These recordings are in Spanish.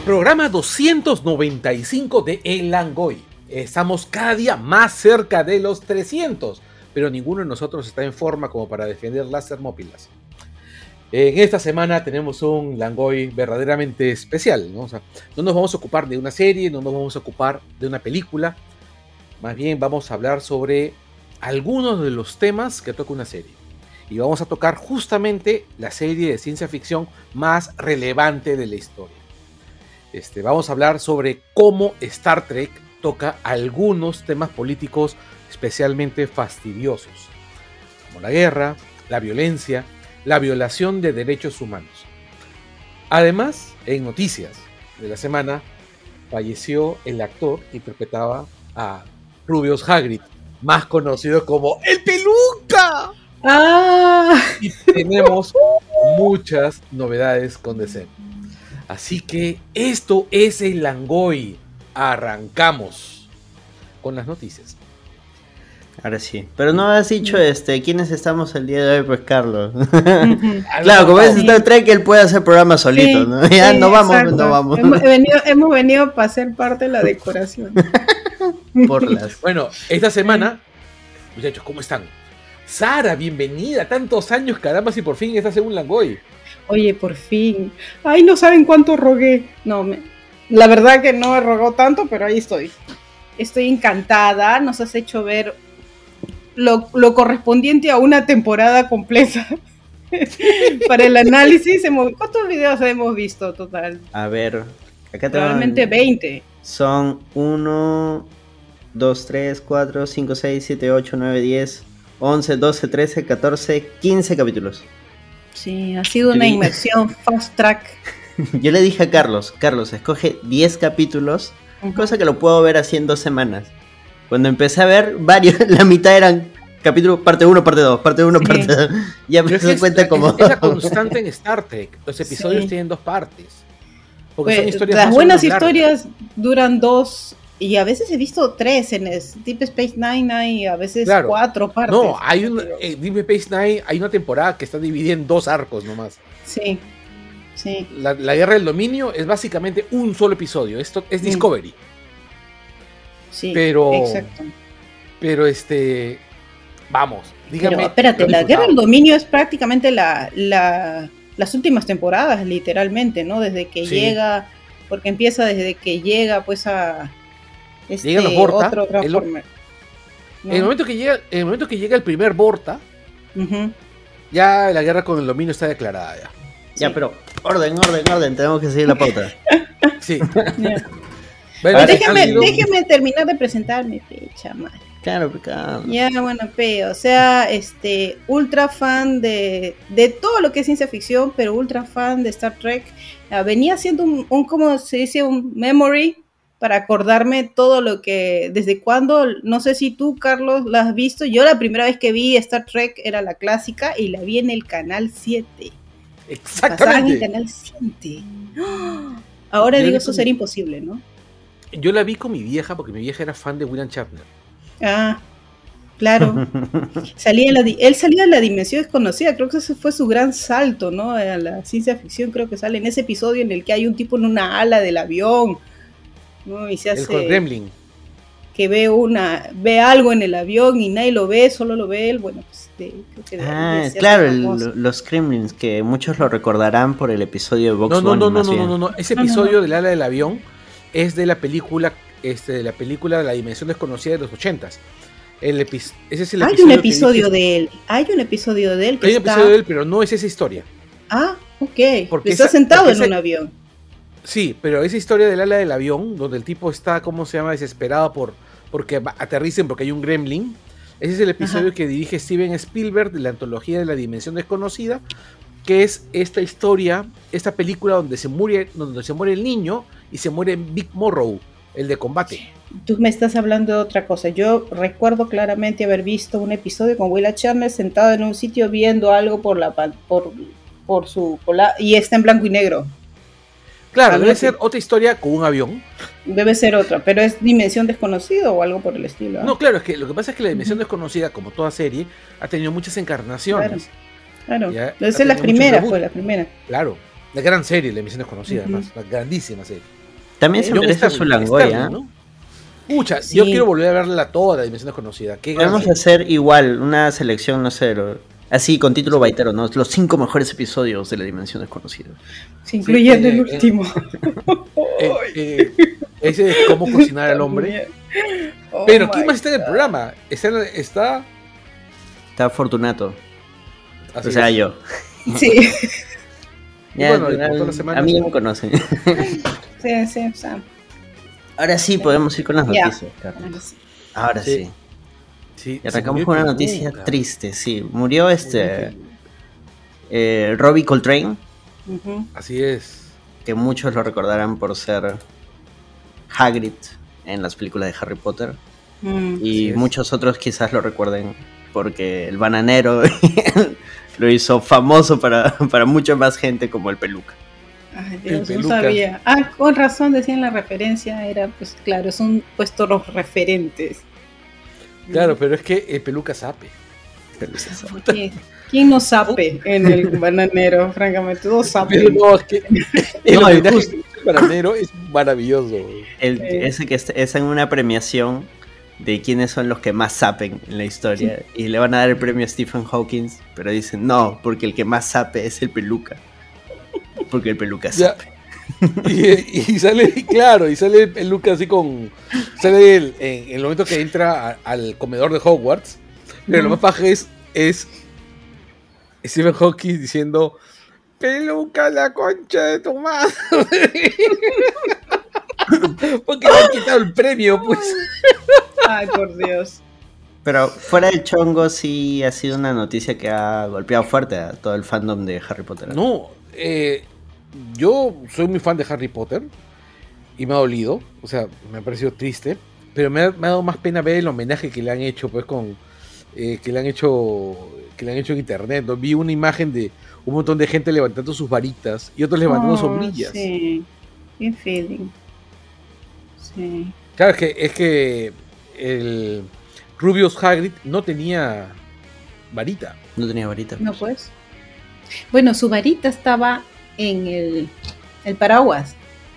Programa 295 de El Langoy. Estamos cada día más cerca de los 300, pero ninguno de nosotros está en forma como para defender las Termópilas. En esta semana tenemos un Langoy verdaderamente especial, ¿no? O sea, no nos vamos a ocupar de una serie, no nos vamos a ocupar de una película, más bien vamos a hablar sobre algunos de los temas que toca una serie. Y vamos a tocar justamente la serie de ciencia ficción más relevante de la historia. Vamos a hablar sobre cómo Star Trek toca algunos temas políticos especialmente fastidiosos, como la guerra, la violencia, la violación de derechos humanos. Además, en noticias de la semana, falleció el actor que interpretaba a Rubeus Hagrid, más conocido como ¡El Peluca! Y tenemos muchas novedades con DC. Así que esto es el Langoy. Arrancamos con las noticias. Ahora sí, pero no has dicho quiénes estamos el día de hoy, pues Carlos. Claro, como es Star Trek, él puede hacer programas solito, sí, ¿no? Ya sí, no vamos, exacto. no vamos. Hemos venido para ser parte de la decoración. Bueno, esta semana, muchachos, ¿cómo están? Sara, bienvenida, tantos años, caramba, si por fin estás en un Langoy. Oye, por fin. Ay, no saben cuánto rogué. La verdad que no he rogado tanto, pero ahí estoy. Estoy encantada. Nos has hecho ver lo correspondiente a una temporada completa. Para el análisis, ¿cuántos videos hemos visto total? A ver, acá Probablemente 20. Son 1, 2, 3, 4, 5, 6, 7, 8, 9, 10, 11, 12, 13, 14, 15 capítulos. Sí, ha sido una inmersión fast track. Yo le dije a Carlos, escoge 10 capítulos, cosa que lo puedo ver así en 2 semanas. Cuando empecé a ver varios, la mitad eran capítulo parte 1, parte 2, parte 1, parte 2. Ya me di cuenta como... Es la constante en Star Trek, los episodios tienen 2 partes. Porque son historias las más buenas largas. historias duran 2, y a veces he visto 3 en Deep Space Nine, y a veces 4 partes. No, hay Deep Space Nine, hay una temporada que está dividida en 2 arcos nomás. Sí. La Guerra del Dominio es básicamente un solo episodio. Esto es Discovery. Sí, pero, exacto. Pero vamos, dígame. Pero espérate, la Guerra del Dominio es prácticamente las últimas temporadas, literalmente, ¿no? Desde que llega, porque empieza desde que llega, pues a llega los Borta, otro Transformer. En el momento que llega el primer Borta, ya la guerra con el dominio está declarada ya. Ya, pero orden, tenemos que seguir la pauta. Sí. Bueno, déjeme terminar de presentarme, chama. Claro, pecado. Ya, bueno, o sea, ultra fan de todo lo que es ciencia ficción, pero ultra fan de Star Trek. Venía haciendo un ¿cómo se dice? Un memory para acordarme todo lo que, desde cuando, no sé si tú, Carlos, la has visto. Yo la primera vez que vi Star Trek era la clásica y la vi en el canal 7. Exactamente. Pasaban en el canal 7. Ahora digo, eso sería imposible, ¿no? Yo la vi con mi vieja porque mi vieja era fan de William Shatner. Ah, claro. Él salía en la dimensión desconocida, creo que ese fue su gran salto, ¿no? A la ciencia ficción, creo que sale en ese episodio en el que hay un tipo en una ala del avión, ¿no? Y se hace el Gremlin. Que ve algo en el avión y nadie lo ve, solo lo ve él. Bueno, pues creo que claro, los Kremlins, que muchos lo recordarán por el episodio de Vox One. No. Ese episodio del ala del avión es de la película de la Dimensión Desconocida de los 80s. Ese es el hay un episodio de él. Hay un episodio de él que hay un episodio de él, pero no es esa historia. Ah, ok. Porque está sentado en un avión. Sí, pero esa historia del ala del avión, donde el tipo está, ¿cómo se llama? Desesperado porque aterricen porque hay un gremlin. Ese es el episodio que dirige Steven Spielberg de la antología de la Dimensión Desconocida, que es esta historia, esta película donde se muere el niño y se muere Big Morrow, el de combate. Tú me estás hablando de otra cosa. Yo recuerdo claramente haber visto un episodio con William Shatner sentado en un sitio viendo algo y está en blanco y negro. Claro, debe ser otra historia con un avión. Debe ser otra, pero es Dimensión Desconocida o algo por el estilo. No, claro, es que lo que pasa es que la Dimensión Desconocida, como toda serie, ha tenido muchas encarnaciones. Claro. Esa es la primera, fue la primera. Claro. La gran serie, la Dimensión Desconocida, además. La grandísima serie. También se merece su Langoy, ¿eh? ¿No? Pucha, Sí. yo quiero volver a verla toda, la Dimensión Desconocida. Qué gran Podemos serie. hacer igual una selección, no sé, así con título baitero, ¿no? Los 5 mejores episodios de la Dimensión Desconocida. Sí, incluyendo el Sí, último. Ese es cómo cocinar al hombre. Oh Pero my ¿quién más está en el God. programa? Está Está Fortunato. así O sea, es. yo. Sí, Y bueno, y por todas las semanas- a mí ya me conocen. sí, o sea, Ahora sí podemos ir con las Ya. noticias, Carlos. ahora sí. Ahora Sí. sí. Sí, Y se arrancamos murió con una Peluca. noticia triste, sí. Murió Murió Robbie Coltrane, Ujú. Así es. que muchos lo recordarán por ser Hagrid en las películas de Harry Potter. Mm. Y Así es. muchos otros quizás lo recuerden porque el bananero lo hizo famoso para mucha más gente como el Peluca. Ay, El Dios, no Peluca. sabía. Ah, con razón decían la referencia, era pues claro, son puestos los referentes. Claro, pero es que el Peluca sape. Oye, ¿quién no sabe en el bananero? Francamente, todos Pero saben. no, es que el No, homenaje justo. que hizo el bananero es maravilloso. Ese que está en una premiación de quiénes son los que más sapen en la historia y le van a dar el premio a Stephen Hawking, pero dicen no, porque el que más sape es el Peluca. Porque el Peluca Ya. sape. Y sale, claro, y sale el Peluca así con. Sale en el momento que entra al comedor de Hogwarts. Pero lo más paja es Stephen Hawking diciendo: Peluca, la concha de tu madre. Porque le han quitado el premio, pues. Ay, por Dios. Pero fuera del chongo sí ha sido una noticia que ha golpeado fuerte a todo el fandom de Harry Potter. No, yo soy muy fan de Harry Potter y me ha dolido, o sea, me ha parecido triste, pero me ha dado más pena ver el homenaje que le han hecho, pues que le han hecho en internet. ¿No? Vi una imagen de un montón de gente levantando sus varitas y otros levantando Oh, sombrillas. Sí, qué feeling. Sí. Claro, es que el Rubius Hagrid no tenía varita. No tenía varita. No, pues. Bueno, su varita estaba en el paraguas.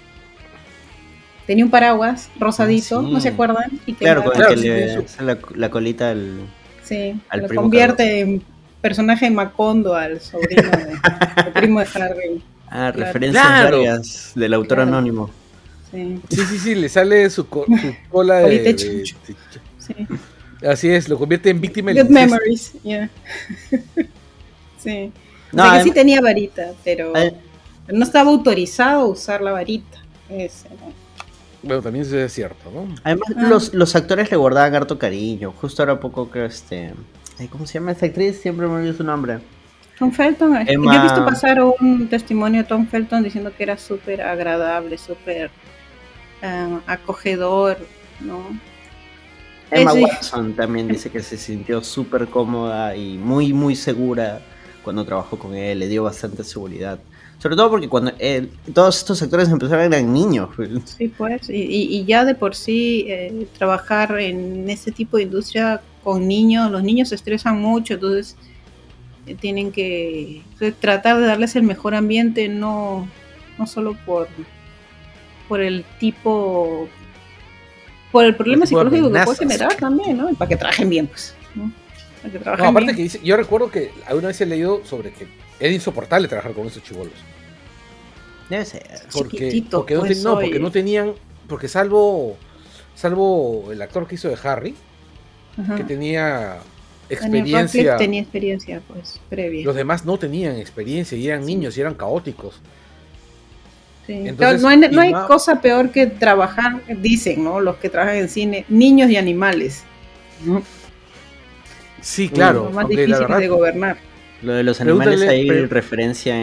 Tenía un paraguas rosadito, Ah, sí. ¿no se acuerdan? Y Claro, con Claro, el que sí, le eso. hace la colita al... sí, al lo primo convierte en personaje de Macondo al sobrino al primo de Harry. Ah, Claro. referencias Claro. varias del autor Claro. anónimo. Sí, Sí, le sale su cola de, Colita de de- chancho. sí. Así es, lo convierte en víctima del Good incesto. memories, yeah. Sí. No, o sea que adem- sí tenía varita, pero Adem- no estaba autorizado a usar la varita. Ese, ¿no? Bueno, también eso es cierto, ¿no? Además, Ah. los actores le guardaban harto cariño. Justo ahora poco que ay, ¿cómo se llama esta actriz? Siempre me olvido su nombre. Tom Felton, Emma- yo he visto pasar un testimonio de Tom Felton diciendo que era súper agradable, súper acogedor, ¿no? Emma Sí. Watson también dice que se sintió súper cómoda y muy, muy segura cuando trabajó con él. Le dio bastante seguridad. Sobre todo porque cuando todos estos actores empezaron eran niños. Pues. Sí, pues, y ya de por sí trabajar en ese tipo de industria con niños, los niños se estresan mucho, entonces tienen que tratar de darles el mejor ambiente, no solo por el tipo, por el problema tipo de psicológico que puede amenazas. generar también, ¿no? Y para que trabajen bien, pues, ¿no? Para que trabajen No, aparte bien. que dice, yo recuerdo que alguna vez he leído sobre que era insoportable trabajar con esos chibolos. Debe ser. Chiquitito, porque, pues, porque oye. no tenían, porque salvo el actor que hizo de Harry, Ajá. que tenía Daniel experiencia, Radcliffe tenía experiencia, pues, previa. los demás no tenían experiencia y eran niños y eran caóticos. Sí. Entonces, Claro, no hay y más- cosa peor que trabajar, dicen, ¿no? Los que trabajan en cine, niños y animales. ¿No? Sí, claro, Lo más aunque difícil la verdad, de gobernar. Lo de los animales Pregúntale, hay pero- referencia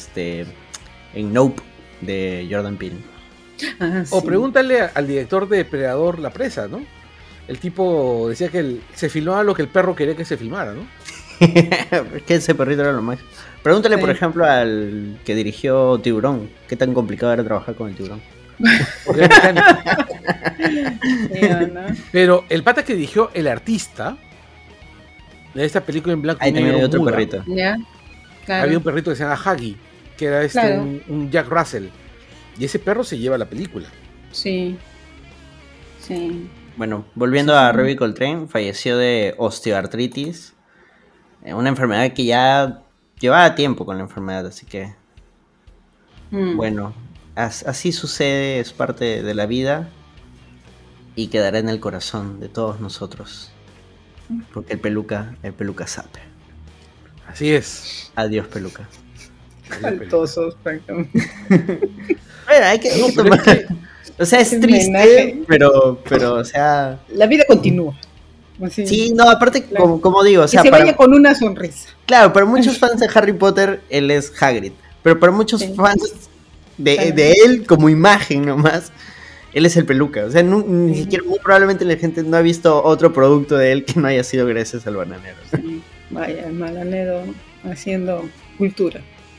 en Nope de Jordan Peele. Ah, o sí. pregúntale al director de Predador La Presa, ¿no? El tipo decía que se filmaba lo que el perro quería que se filmara, ¿no? Es que ese perrito era lo más. Pregúntale, Sí. por ejemplo, al que dirigió Tiburón. ¿Qué tan complicado era trabajar con el tiburón? Porque era mecánico. Sí, ¿no? Pero el pata que dirigió El Artista, de esta película en blanco Ahí y también negro, hay otro muda, perrito. Ya, claro. había un perrito que se llama Huggy. que era Claro. un Jack Russell. Y ese perro se lleva la película. Sí. Sí. Bueno, volviendo a Robbie Coltrane, falleció de osteoartritis, una enfermedad que ya llevaba tiempo con la enfermedad, así que bueno, así sucede, es parte de la vida y quedará en el corazón de todos nosotros, porque el peluca sabe. Así es. Adiós, peluca. Faltosos, francamente. Bueno, hay que No, pero tomar. es que- O sea, es Qué triste, homenaje. pero, o sea, La vida continúa. Así. sí, no, aparte, Claro. como digo, o Que sea, se para, vaya con una sonrisa. claro, para muchos fans de Harry Potter, él es Hagrid, pero para muchos Sí. fans de, Claro. de él como imagen nomás, él es el peluca, o sea, ni Sí. siquiera, muy probablemente la gente no ha visto otro producto de él que no haya sido gracias al bananero. Sí. Vaya, el Malanero haciendo cultura.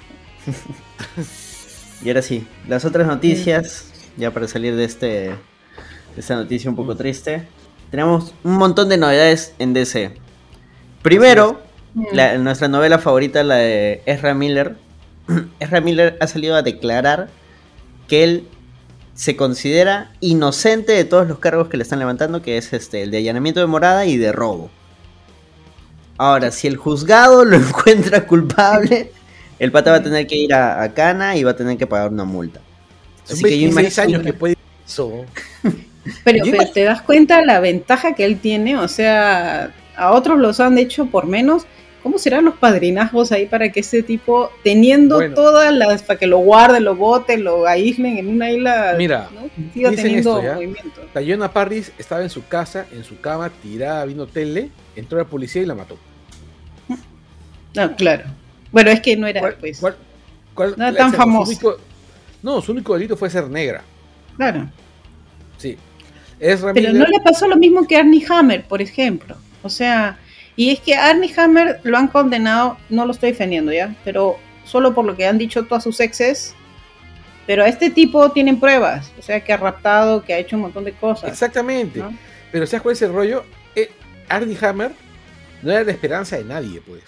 Y ahora sí, las otras noticias, ya para salir de esta noticia un poco triste, tenemos un montón de novedades en DC. Primero, nuestra novela favorita, la de Ezra Miller. Ezra Miller ha salido a declarar que él se considera inocente de todos los cargos que le están levantando, que es el de allanamiento de morada y de robo. Ahora, si el juzgado lo encuentra culpable, el pata va a tener que ir a Cana y va a tener que pagar una multa. Son Así que yo 26 imagino- años que puede eso. Pero Yo te das cuenta la ventaja que él tiene, o sea, a otros los han hecho por menos. ¿Cómo serán los padrinazgos ahí para que ese tipo, teniendo Bueno. todas las, para que lo guarden, lo boten, lo aíslen en una isla, Mira, ¿no? Siga dicen teniendo esto, ¿ya? movimiento? Tayona Parris estaba en su casa, en su cama, tirada viendo tele, entró la policía y la mató. No, claro. Bueno, es que no era, pues. ¿Cuál- No era tan su famoso. su único delito fue ser negra. Claro. Sí. Ezra Pero Miller, no le pasó lo mismo que a Armie Hammer, por ejemplo. O sea, y es que a Armie Hammer lo han condenado, no lo estoy defendiendo ya, pero solo por lo que han dicho todas sus exes. Pero a este tipo tienen pruebas, o sea, que ha raptado, que ha hecho un montón de cosas. exactamente. ¿no? Pero ¿sabes cuál es el rollo? Armie Hammer no era la esperanza de nadie, pues.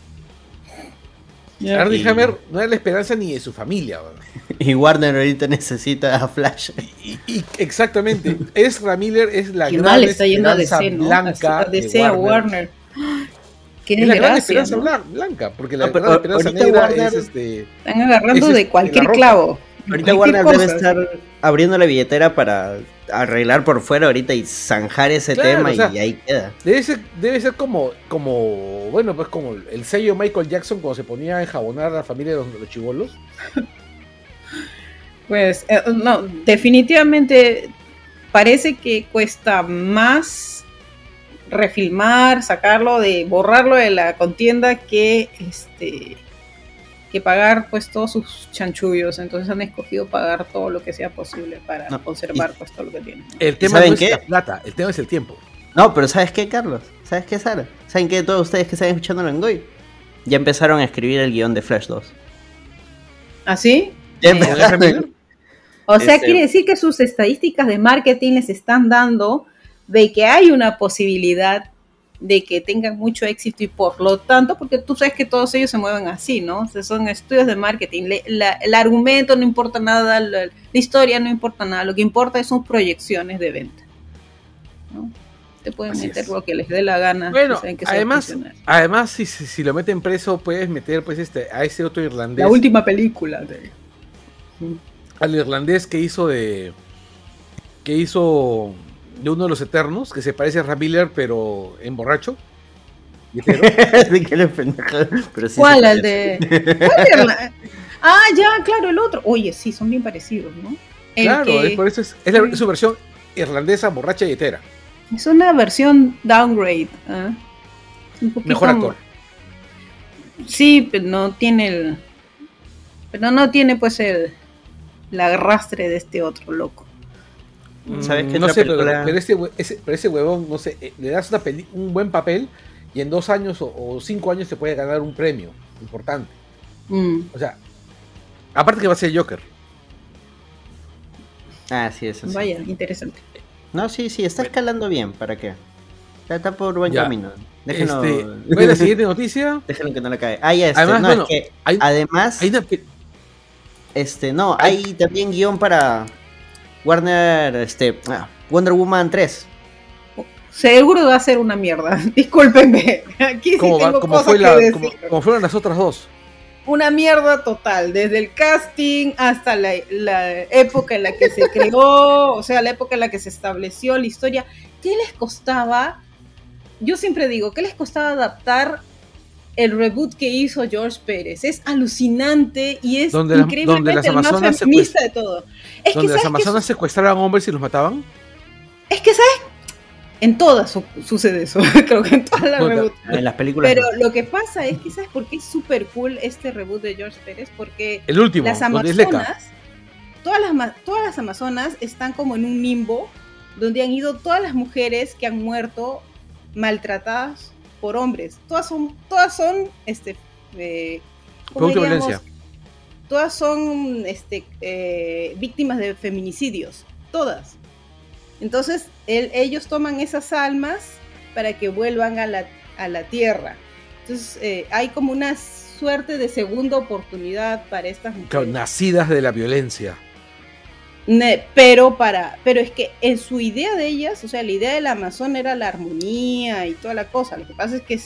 Armie Y- Hammer no era la esperanza ni de su familia. ¿verdad? Y Warner ahorita necesita a Flash. Y exactamente, Ezra Miller es la Qué gran mal está yendo a esperanza DC, ¿no? blanca A DC, a Warner. Qué Es la gran desgracia, esperanza ¿no? blanca, porque la No, pero gran esperanza ahorita negra Warner- es Están agarrando Ese de es cualquier La Roca. clavo. Ahorita Cualquier Warner debe cosa. estar abriendo la billetera para arreglar por fuera ahorita y zanjar ese Claro, tema o sea, y ahí queda. Debe ser como, bueno, pues como el sello Michael Jackson cuando se ponía a enjabonar a la familia de los chibolos. Pues no, definitivamente parece que cuesta más refilmar, sacarlo, borrarlo de la contienda que pagar pues todos sus chanchullos. Entonces han escogido pagar todo lo que sea posible para No, conservar pues todo lo que tienen. El tema ¿saben no es qué? la plata, el tema es el tiempo. No, pero ¿sabes qué, Carlos? ¿Sabes qué, Sara? ¿Saben qué? Todos ustedes que están escuchando Langoy ya empezaron a escribir el guión de Flash 2. ¿Así? Ya ¿Con Ezra empezaron. Miller? O sea, Este- quiere decir que sus estadísticas de marketing les están dando de que hay una posibilidad de que tengan mucho éxito y por lo tanto, porque tú sabes que todos ellos se mueven así, ¿no? O sea, son estudios de marketing. El argumento no importa nada, la historia no importa nada, lo que importa son proyecciones de venta, ¿no? Te pueden Así meter es. lo que les dé la gana. Bueno, que saben que eso va a además, funcionar. si lo meten preso, puedes meter pues a ese otro irlandés, La última película. al irlandés que hizo de uno de los Eternos, que se parece a Ezra Miller, pero en borracho. Y hetero. Sí que eres pendejo, pero sí ¿Cuál? se El de... ¿Cuál era la- Ah, ya, claro, el otro. Oye, sí, son bien parecidos, ¿no? El Claro, que- por eso es su versión irlandesa, borracha y hetera. Es una versión downgrade. ¿ah? Es un poquito- Mejor actor. Sí, pero no tiene pues el arrastre de este otro loco. ¿Sabes qué No otra sé, película? pero ese huevón, no sé, le das un buen papel y en 2 años o 5 años te puede ganar un premio importante. Mm. O sea, aparte que va a ser Joker. Ah, sí, eso sí. Vaya, interesante. No, sí, está escalando bien, ¿para qué? Está por buen Ya. camino. Déjenlo, Voy a la siguiente noticia. déjenlo que no le cae. Ah, ya, Además, no, bueno, es que hay- además, Hay una, No, hay también guión para Wonder Woman 3. Seguro va a ser una mierda. Discúlpenme. Aquí sí tengo cosas que decir. Como fueron las otras dos. Una mierda total, desde el casting hasta la época en la que se creó, o sea, la época en la que se estableció la historia. ¿Qué les costaba? Yo siempre digo, ¿qué les costaba adaptar el reboot que hizo George Pérez? Es alucinante y es increíblemente el más feminista de todo. ¿Donde las amazonas secuestraban hombres y los mataban? Es que, ¿sabes? En todas sucede eso, creo que en todas las reboots. En las películas. Pero lo que pasa es que, ¿sabes por qué es súper cool este reboot de George Pérez? Porque el último, las amazonas, todas las amazonas están como en un limbo donde han ido todas las mujeres que han muerto maltratadas por hombres. Todas son violencia. Todas son víctimas de feminicidios, todas. Entonces ellos toman esas almas para que vuelvan a la tierra. Entonces hay como una suerte de segunda oportunidad para estas mujeres. Claro, nacidas de la violencia. Pero es que en su idea de ellas, o sea, la idea del Amazon era la armonía y toda la cosa. Lo que pasa es que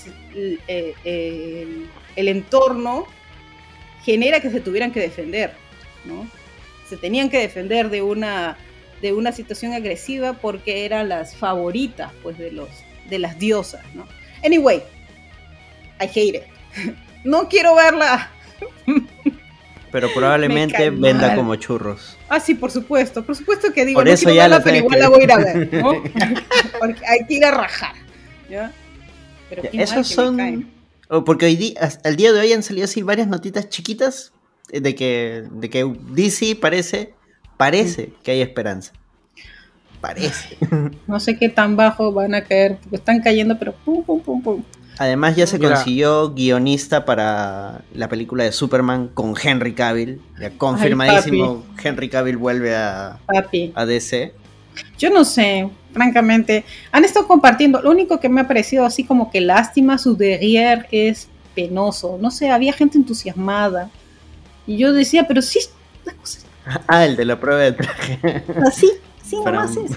el entorno genera que se tuvieran que defender, ¿no? Se tenían que defender de una situación agresiva porque eran las favoritas, pues, de las diosas, ¿no? Anyway, I hate it. No quiero verla. Pero probablemente venda como churros. Ah, sí, por supuesto que digo, por no eso quiero ya verla, pero igual la voy a ir a ver, ¿no? Porque hay que ir a rajar, ¿ya? Pero esos son... Porque al día de hoy han salido así varias notitas chiquitas de que DC parece que hay esperanza. Parece. No sé qué tan bajo van a caer, porque están cayendo, pero pum, pum, pum, pum. Además ya se consiguió guionista para la película de Superman con Henry Cavill. Ya confirmadísimo. Ay, Henry Cavill vuelve a DC. Yo no sé, francamente. Han estado compartiendo. Lo único que me ha parecido así como que lástima, su derrière es penoso. No sé, había gente entusiasmada. Y yo decía, pero sí, las cosas... el de la prueba de traje. Así, sí, nomás es.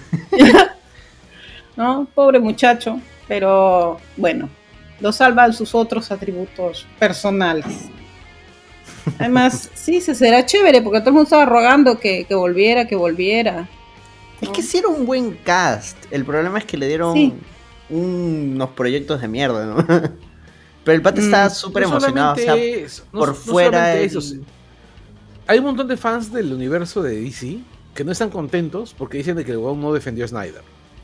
No, pobre muchacho. Pero bueno, lo salvan sus otros atributos personales. Además, sí, se será chévere, porque todo el mundo estaba rogando que volviera. ¿No? Es que sí era un buen cast. El problema es que le dieron unos proyectos de mierda, ¿no? Pero el pata estaba súper emocionado. O sea, por fuera. Hay un montón de fans del universo de DC que no están contentos porque dicen de que el huevón no defendió a Snyder.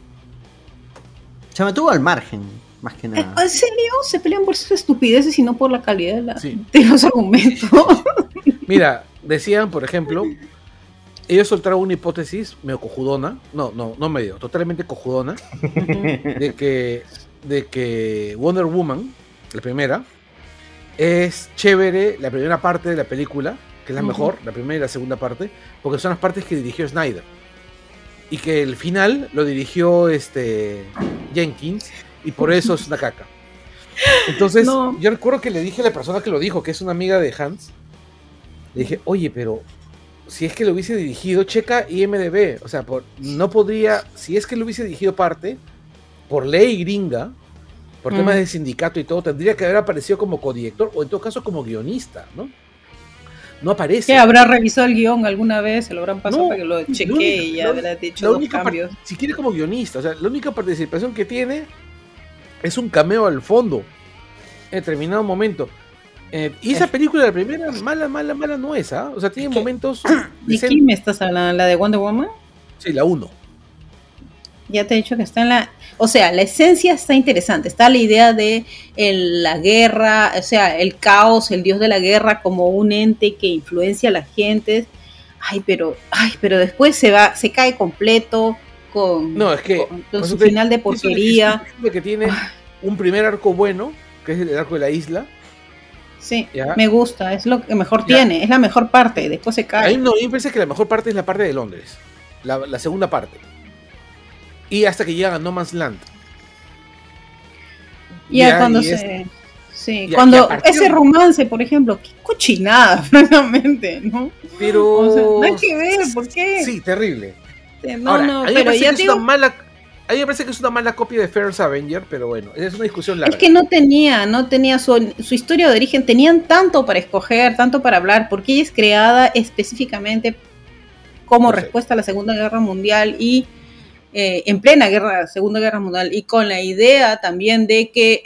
Se mantuvo al margen, más que nada. ¿En serio? Se pelean por sus estupideces y no por la calidad de los argumentos. Mira, decían, por ejemplo, ellos soltaron una hipótesis medio cojudona, no medio, totalmente cojudona, de que Wonder Woman, la primera, es chévere la primera parte de la película, que es la mejor, la primera y la segunda parte, porque son las partes que dirigió Snyder. Y que el final lo dirigió Jenkins, y por eso es una caca. Entonces, yo recuerdo que le dije a la persona que lo dijo, que es una amiga de Hans, le dije, oye, pero si es que lo hubiese dirigido, checa IMDb, o sea, no podría, si es que lo hubiese dirigido parte, por ley gringa, por temas de sindicato y todo, tendría que haber aparecido como codirector, o en todo caso como guionista, ¿no? No aparece. ¿Qué habrá revisado el guión alguna vez? Se lo habrán pasado para que lo chequee y ya habrá dicho dos cambios. Si quiere como guionista, o sea, la única participación que es un cameo al fondo en determinado momento. Y esa película, la primera, mala no es, ¿ah? O sea, tiene momentos... ¿De quién me estás hablando? ¿La de Wonder Woman? Sí, la 1. Ya te he dicho que está en la... O sea, la esencia está interesante. Está la idea de la guerra, o sea, el caos, el dios de la guerra como un ente que influencia a la gente. Pero después se cae completo con su final de porquería. Es que tiene un primer arco bueno, que es el arco de la isla. Sí, ¿ya? Me gusta, es lo que mejor tiene, es la mejor parte, después se cae. A mí me parece que la mejor parte es la parte de Londres, la segunda parte. Y hasta que llegan a No Man's Land. Ya cuando se Sí, Y cuando aparte- ese romance, por ejemplo, qué cochinada, francamente, ¿no? Pero... O sea, no hay que ver, ¿por qué? Sí, terrible. No, Ahora, no, a mí me pero parece ya que te es digo, una mala... A mí me parece que es una mala copia de First Avenger, pero bueno, es una discusión larga. es que no tenía su historia de origen, tenían tanto para escoger, tanto para hablar, porque ella es creada específicamente como Perfecto. respuesta a la Segunda Guerra Mundial y en plena Segunda Guerra Mundial, y con la idea también de que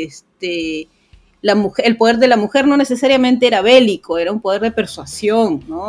la mujer, el poder de la mujer no necesariamente era bélico, era un poder de persuasión, ¿no?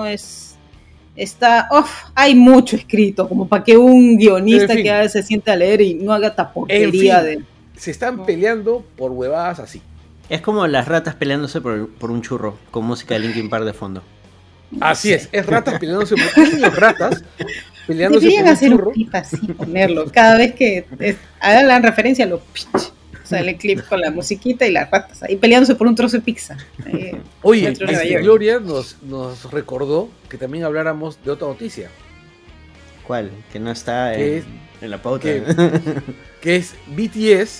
Hay mucho escrito, como para que un guionista En fin. que se sienta a leer y no haga esta porquería En fin, se están No. peleando por huevadas así. Es como las ratas peleándose por un churro, con música de Linkin Park de fondo. Así es ratas peleándose por niños ratas peleándose Deberían por un hacer churro. un clip así, ponerlo. Cada vez que hagan la referencia, lo pitch. Sale el clip con la musiquita y las ratas ahí peleándose por un trozo de pizza. Oye, Dentro de Nueva York. Gloria nos recordó que también habláramos de otra noticia, ¿Cuál? Que no está ¿Qué en la pauta. que es BTS.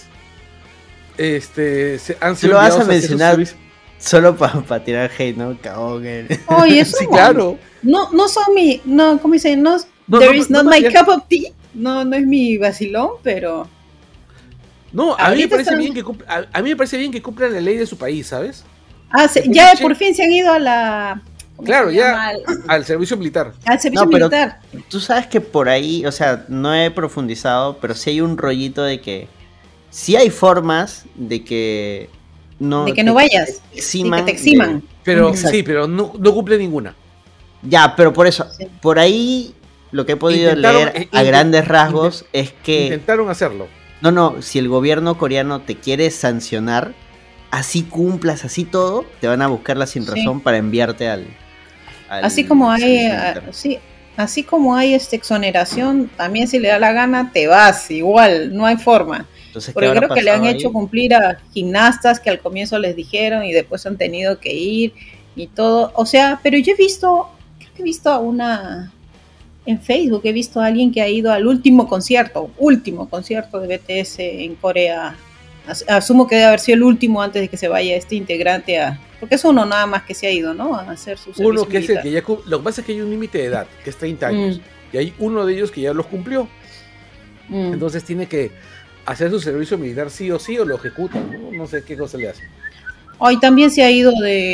Han sido Lo vas a enviados hacer sus mencionar servicios- Solo para tirar hate, ¿no? Cagón. Oye, eso Sí, claro. no son mi, no, ¿cómo dicen? No, No, there no, is no, not no, my ya. cup of tea. No es mi vacilón, pero No, a mí me Ahorita parece están- bien que a mí me parece bien que cumplan la ley de su país, ¿sabes? ya Che. por fin se han ido a la, ¿cómo Claro, se ya llama? al servicio militar. Al servicio No, pero militar. tú sabes que por ahí, o sea, no he profundizado, pero sí hay un rollito de que sí hay formas de que no, De que no vayas, te sí, que te de- eximan. Pero Exacto. sí, pero no cumple ninguna. Ya, pero por eso, Sí. por ahí lo que he podido Intentaron- leer a grandes rasgos es que Intentaron hacerlo. no, si el gobierno coreano te quiere sancionar, así cumplas, así todo, te van a buscar la sin Sí. razón para enviarte al Así como hay, servicio militar. sí, así como hay exoneración, también si le da la gana te vas, igual, no hay forma. Entonces, ¿qué Porque habrá creo que le han pasado ahí? hecho cumplir a gimnastas que al comienzo les dijeron y después han tenido que ir y todo. O sea, pero yo creo que he visto a una, en Facebook, he visto a alguien que ha ido al último concierto de BTS en Corea. Asumo que debe haber sido el último antes de que se vaya este integrante porque es uno nada más que se ha ido, ¿no? A hacer su servicio Uno que es el militar. que ya lo que pasa es que hay un límite de edad, que es 30 años. Y hay uno de ellos que ya los cumplió. Mm. Entonces tiene que hacer su servicio militar sí o sí o lo ejecutan, ¿no? No sé qué cosa le hace. Hoy también se ha ido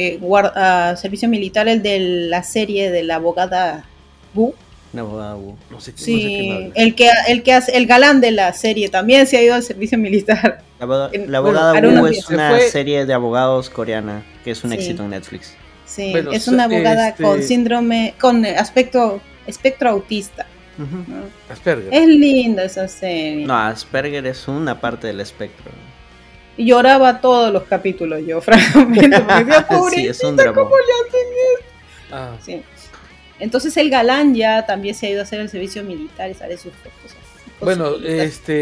a servicio militar el de la serie de la abogada Wu. Una abogada, Wu. No sé, no sé qué Sí, me habla. el que hace el galán de la serie también se ha ido al servicio militar. La abogada Bueno, Wu Aruna es se una fue- serie de abogados coreana que es un Sí. éxito en Netflix. Sí, Bueno, es una abogada con síndrome, con espectro autista. Ujú. ¿no? Asperger. Es linda esa serie. No, Asperger es una parte del espectro. Y lloraba todos los capítulos yo, francamente, porque decía, Sí, es un pobrecita, drama. ¿cómo le hacen Ah, eso? Sí. Entonces el galán ya también se ha ido a hacer el servicio militar y sale sus fotos. así, con bueno, su colita.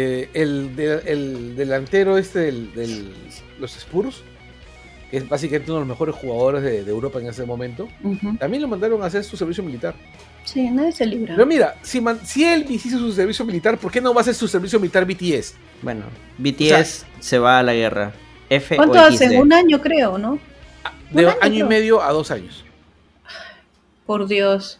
el delantero los Spurs, que es básicamente uno de los mejores jugadores de Europa en ese momento, Ujú. también lo mandaron a hacer su servicio militar. Sí, nadie se libra. Pero mira, si él hizo su servicio militar, ¿por qué no va a hacer su servicio militar BTS? Bueno, BTS se va a la guerra. F ¿Cuánto o hacen? XD. Un año creo, ¿no? De Un año, año y creo. medio a 2 años. Por Dios.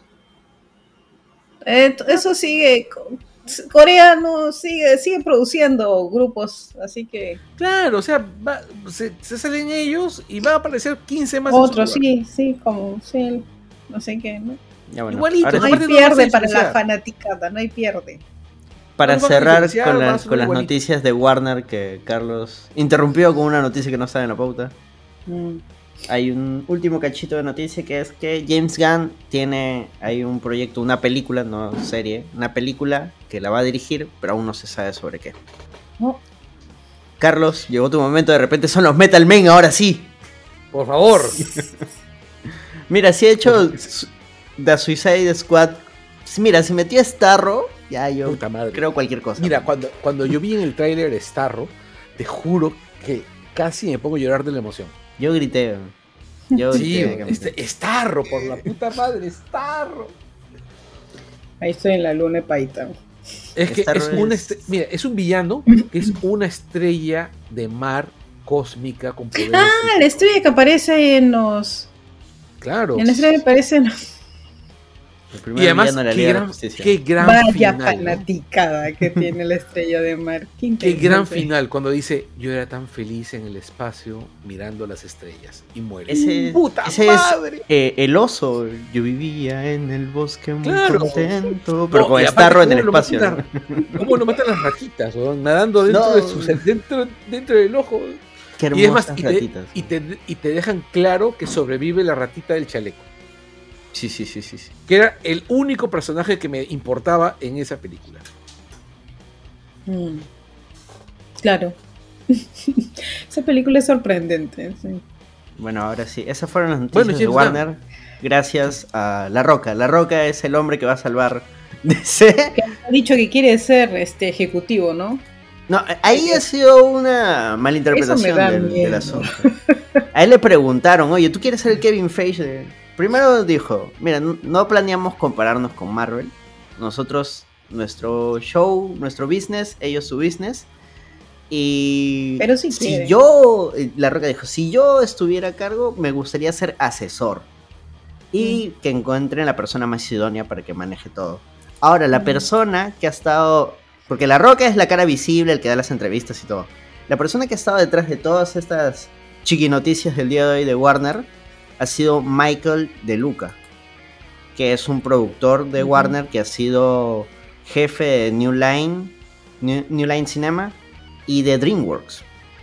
Eso sigue. Corea no sigue produciendo grupos, así que Claro, o sea, se salen ellos y va a aparecer 15 más. en su otros lugar. sí, como sí, no sé qué, ¿no? Ya, bueno, Igualito, ahora No sí, hay aparte no vas a pierde para la diferenciar. fanaticada, no hay pierde. para no vas a cerrar diferenciar, con, vas a con ser las igualito. noticias de Warner que Carlos interrumpió con una noticia que no estaba en la pauta. Hay un último cachito de noticia que es que James Gunn hay un proyecto, una película, no serie, una película que la va a dirigir, pero aún no se sabe sobre qué. No. Carlos, llegó tu momento, de repente son los Metal Men, ahora sí. Por favor. Mira, si ha hecho The Suicide Squad, mira, si metió Starro, ya yo Puta madre. creo cualquier cosa. Mira, cuando yo vi en el tráiler Starro, te juro que casi me pongo a llorar de la emoción. Yo grité. Yo Sí, grité. Starro, por la puta madre, Starro. Ahí estoy en la luna de Paita. Es que Starro es una es- mira, es un villano que es una estrella de mar cósmica con poderes. Ah, la estrella que aparece en los... Claro. En la estrella que aparece en los... El primer Y además, villano de la qué Liga de la gran, Justicia. qué gran Vaya final. ¿No? fanaticada que tiene la estrella de mar. Qué gran final cuando dice: yo era tan feliz en el espacio mirando las estrellas y muere. Ese madre! es el oso. Yo vivía en el bosque muy Claro. contento. Pero No, con y Starro aparte, en el ¿cómo lo espacio. matan ¿no? ¿Cómo lo matan las ratitas? ¿No? Nadando dentro, No. dentro del ojo. Qué Y es más, hermosas ratitas. y te dejan claro que sobrevive la ratita del chaleco. Sí. Que era el único personaje que me importaba en esa película. Claro. Esa película es sorprendente. Sí. Bueno, ahora sí. Esas fueron las noticias Bueno, de James Warner. Gracias a La Roca. La Roca es el hombre que va a salvar DC. Que ha dicho que quiere ser ejecutivo, ¿no? No, ahí ha sido una malinterpretación Eso me da del miedo. asunto. A él le preguntaron, oye, ¿tú quieres ser el Kevin Feige? Primero dijo, mira, no planeamos compararnos con Marvel. Nosotros, nuestro show, nuestro business, ellos su business. Y Pero sí si quiere. yo, La Roca dijo, si yo estuviera a cargo, me gustaría ser asesor. Y que encuentren la persona más idónea para que maneje todo. Ahora, la persona que ha estado... Porque La Roca es la cara visible, el que da las entrevistas y todo. La persona que ha estado detrás de todas estas chiquinoticias del día de hoy de Warner ha sido Michael De Luca, que es un productor de Warner que ha sido jefe de New Line Cinema y de DreamWorks.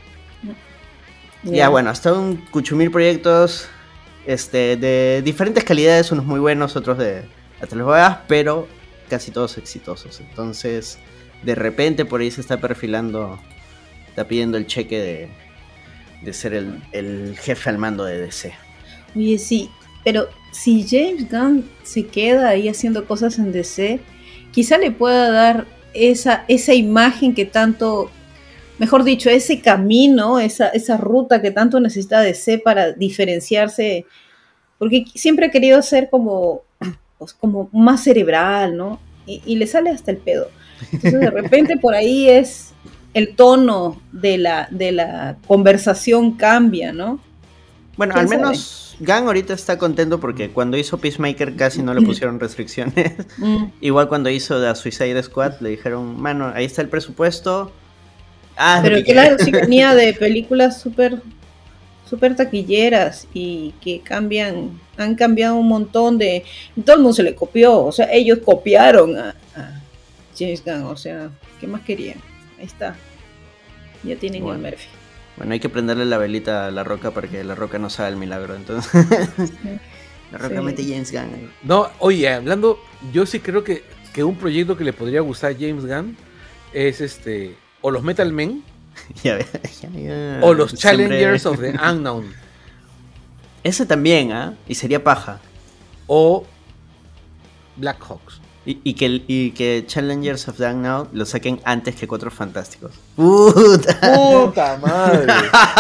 Ya bueno, hasta un cuchumil proyectos de diferentes calidades, unos muy buenos, otros de hasta las huevas, pero casi todos exitosos. Entonces, de repente por ahí se está perfilando, está pidiendo el cheque de ser el jefe al mando de DC. Oye, sí, pero si James Gunn se queda ahí haciendo cosas en DC, quizá le pueda dar esa imagen que tanto, mejor dicho, ese camino, esa ruta que tanto necesita DC para diferenciarse, porque siempre ha querido ser como más cerebral, ¿no? Y le sale hasta el pedo. Entonces de repente por ahí es el tono de la conversación cambia, ¿no? Bueno, al menos Gunn ahorita está contento porque cuando hizo Peacemaker casi no le pusieron restricciones. Igual cuando hizo The Suicide Squad le dijeron, mano, ahí está el presupuesto. Pero claro, sí venía de películas súper taquilleras y que han cambiado un montón y todo el mundo se le copió, o sea, ellos copiaron a James Gunn, o sea, ¿qué más querían? Ahí está, ya tienen el Murphy. Bueno, hay que prenderle la velita a La Roca para que La Roca no haga el milagro, entonces La Roca mete James Gunn. No, oye, hablando, yo sí creo que un proyecto que le podría gustar a James Gunn es o los Metal Men ya, o los Challengers of the Unknown. Ese también, y sería paja. O Black Hawks. Y que Challengers of the Unknown lo saquen antes que Cuatro Fantásticos. ¡Puta madre!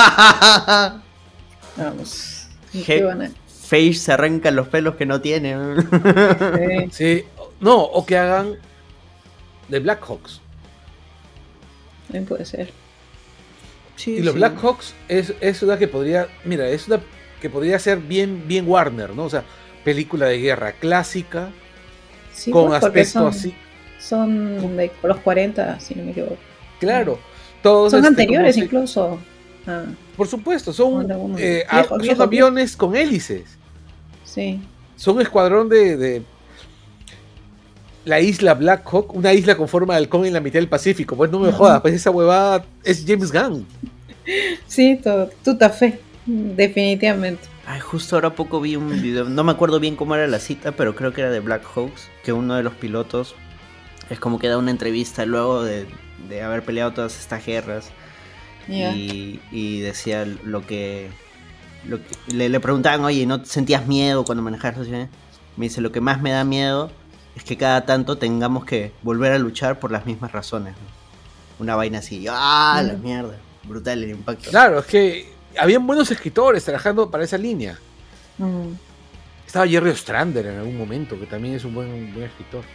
Vamos. Feige se arranca los pelos que no tiene. Sí. No, o que hagan de Black Hawks. También puede ser. Sí, y los Black Hawks es una que podría, mira, es una que podría ser bien Warner, ¿no? O sea, película de guerra clásica, sí, con pues, aspecto así. Son de los 40, si no me equivoco. Claro. Todos son anteriores incluso. Por supuesto, son viejos, aviones con hélices. Sí. Son un escuadrón de la isla Black Hawk, una isla con forma de halcón en la mitad del Pacífico. Pues no me jodas, pues esa huevada es James Gunn. Sí, tuta fe, definitivamente. Ay, justo ahora poco vi un video, no me acuerdo bien cómo era la cita, pero creo que era de Black Hawks, que uno de los pilotos es como que da una entrevista luego de haber peleado todas estas guerras. Yeah. Y decía lo que le preguntaban, oye, ¿no sentías miedo cuando manejabas? Me dice, lo que más me da miedo es que cada tanto tengamos que volver a luchar por las mismas razones, ¿no? Una vaina así, la mierda, brutal el impacto. Claro, es que habían buenos escritores trabajando para esa línea. Estaba Jerry Ostrander en algún momento, que también es un buen escritor.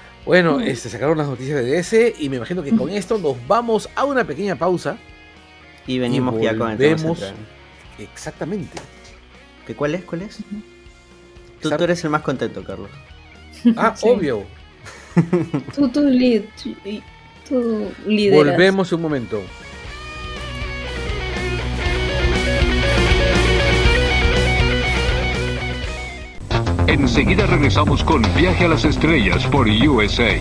Bueno, sacaron las noticias de DC y me imagino que con esto nos vamos a una pequeña pausa Y venimos ya con el tema central. Exactamente. ¿Cuál es? Tú eres el más contento, Carlos. Ah, sí. Obvio. Tú lideras. Volvemos un momento. Enseguida regresamos con Viaje a las Estrellas por USA.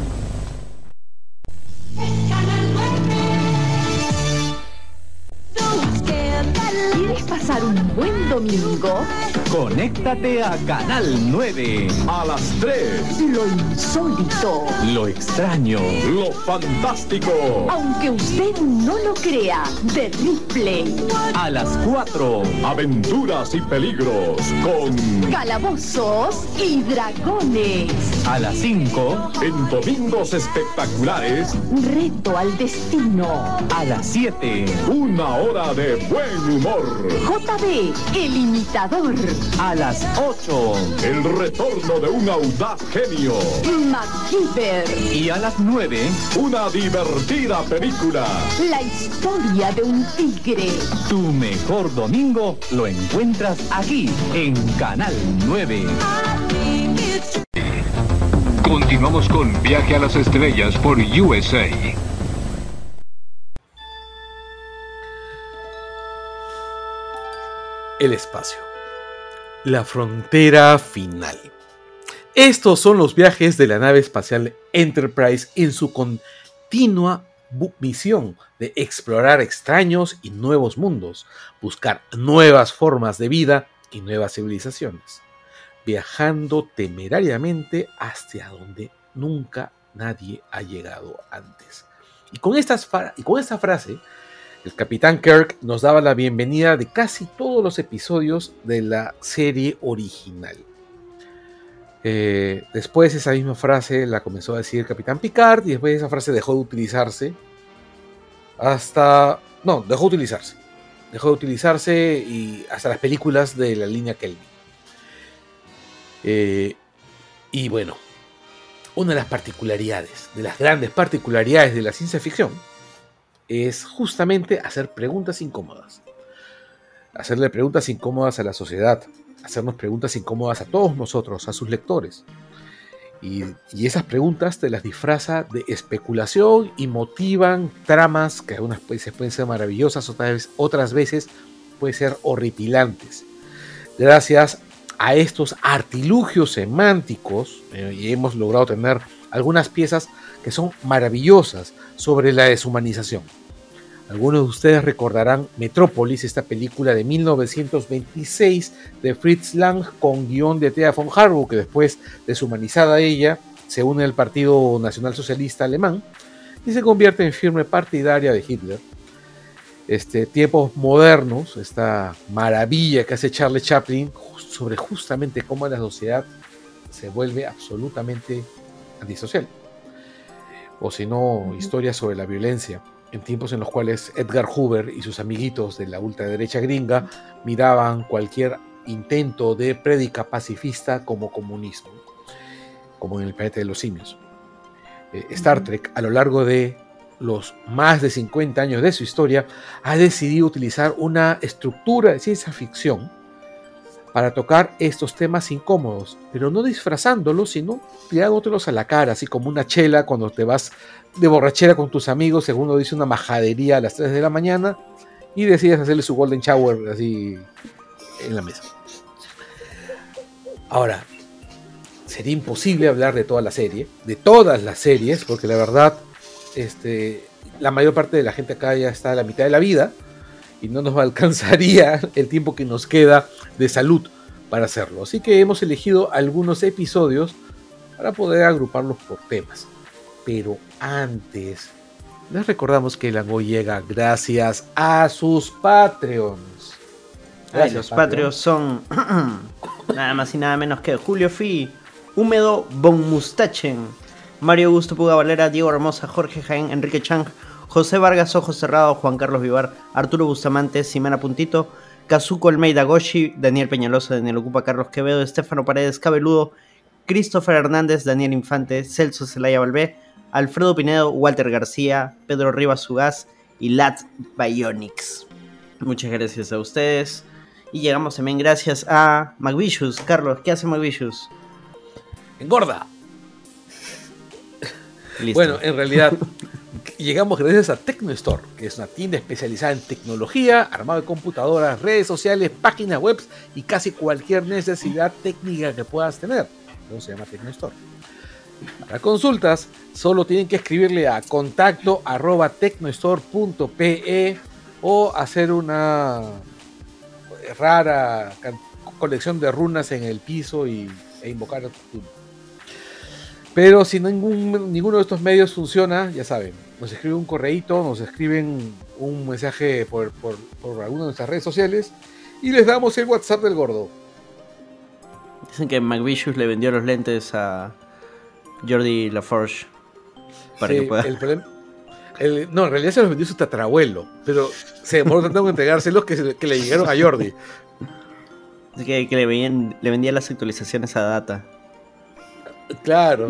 ¿Quieres pasar un buen domingo? Conéctate a Canal 9 a las 3. Lo insólito, Lo extraño, lo fantástico. aunque usted no lo crea, de Ripley, A las 4, aventuras y peligros con... calabozos y dragones, A las 5, en Domingos Espectaculares. reto al destino. A las 7, Una hora de buen humor. JB, el imitador. a las 8 El retorno de un audaz genio. MacGyver, y a las 9, Una divertida película. la historia de un tigre. tu mejor domingo lo encuentras aquí en Canal 9. Continuamos con Viaje a las Estrellas por USA. El espacio. La frontera final. Estos son los viajes de la nave espacial Enterprise en su continua misión de explorar extraños y nuevos mundos, buscar nuevas formas de vida y nuevas civilizaciones, viajando temerariamente hacia donde nunca nadie ha llegado antes. Y con esta frase, el Capitán Kirk nos daba la bienvenida de casi todos los episodios de la serie original. Después esa misma frase la comenzó a decir el Capitán Picard y después esa frase dejó de utilizarse dejó de utilizarse y hasta las películas de la línea Kelvin. Y bueno, una de las particularidades, de las grandes particularidades de la ciencia ficción es justamente hacer preguntas incómodas. Hacerle preguntas incómodas a la sociedad, hacernos preguntas incómodas a todos nosotros, a sus lectores. Y esas preguntas te las disfraza de especulación y motivan tramas que algunas veces pueden ser maravillosas, otras veces pueden ser horripilantes. Gracias a estos artilugios semánticos, y hemos logrado tener algunas piezas que son maravillosas sobre la deshumanización. Algunos de ustedes recordarán Metrópolis, esta película de 1926 de Fritz Lang con guión de Thea von Harbour, que después, deshumanizada ella, se une al Partido Nacional Socialista Alemán y se convierte en firme partidaria de Hitler. Tiempos modernos, esta maravilla que hace Charlie Chaplin sobre justamente cómo la sociedad se vuelve absolutamente antisocial. O si no, historias sobre la violencia, en tiempos en los cuales Edgar Hoover y sus amiguitos de la ultraderecha gringa miraban cualquier intento de prédica pacifista como comunismo, como en el planeta de los simios. Star Trek, a lo largo de los más de 50 años de su historia, ha decidido utilizar una estructura de ciencia ficción para tocar estos temas incómodos, pero no disfrazándolos, sino tirándotelos a la cara, así como una chela cuando te vas de borrachera con tus amigos, según uno dice una majadería a las 3 de la mañana, y decides hacerle su golden shower así en la mesa. Ahora, sería imposible hablar de toda la serie, de todas las series, porque la verdad, la mayor parte de la gente acá ya está a la mitad de la vida, y no nos alcanzaría el tiempo que nos queda de salud para hacerlo. Así que hemos elegido algunos episodios para poder agruparlos por temas. Pero antes, les recordamos que el Langoy llega gracias a sus Patreons. Gracias, los Patreons son nada más y nada menos que Julio Fi, Húmedo Von Mustachen, Mario Augusto Puga Valera, Diego Hermosa, Jorge Jaén, Enrique Chang, José Vargas Ojos Cerrados, Juan Carlos Vivar, Arturo Bustamante, Simena Puntito, Kazuko Almeida Goshi, Daniel Peñalosa, Daniel Ocupa, Carlos Quevedo, Estefano Paredes Cabeludo, Christopher Hernández, Daniel Infante, Celso Zelaya Valvé, Alfredo Pinedo, Walter García, Pedro Rivas Ugaz, y Lat Bionics. Muchas gracias a ustedes. Y llegamos también gracias a McVicious. Carlos, ¿qué hace McVicious? Engorda. Listo. Bueno, en realidad llegamos gracias a TecnoStore, que es una tienda especializada en tecnología, armado de computadoras, redes sociales, páginas web y casi cualquier necesidad técnica que puedas tener. ¿Cómo se llama TecnoStore? Para consultas, solo tienen que escribirle a contacto@tecnostore.pe o hacer una rara colección de runas en el piso e invocar a tu. Pero si ninguno de estos medios funciona, ya saben, nos escriben un correíto, nos escriben un mensaje por alguna de nuestras redes sociales y les damos el WhatsApp del gordo. Dicen que McVicious le vendió los lentes a Jordi LaForge para que pueda... No, en realidad se los vendió su tatarabuelo, pero se demoró tanto en entregárselos que le llegaron a Jordi. Es que le vendía las actualizaciones a Data. Claro.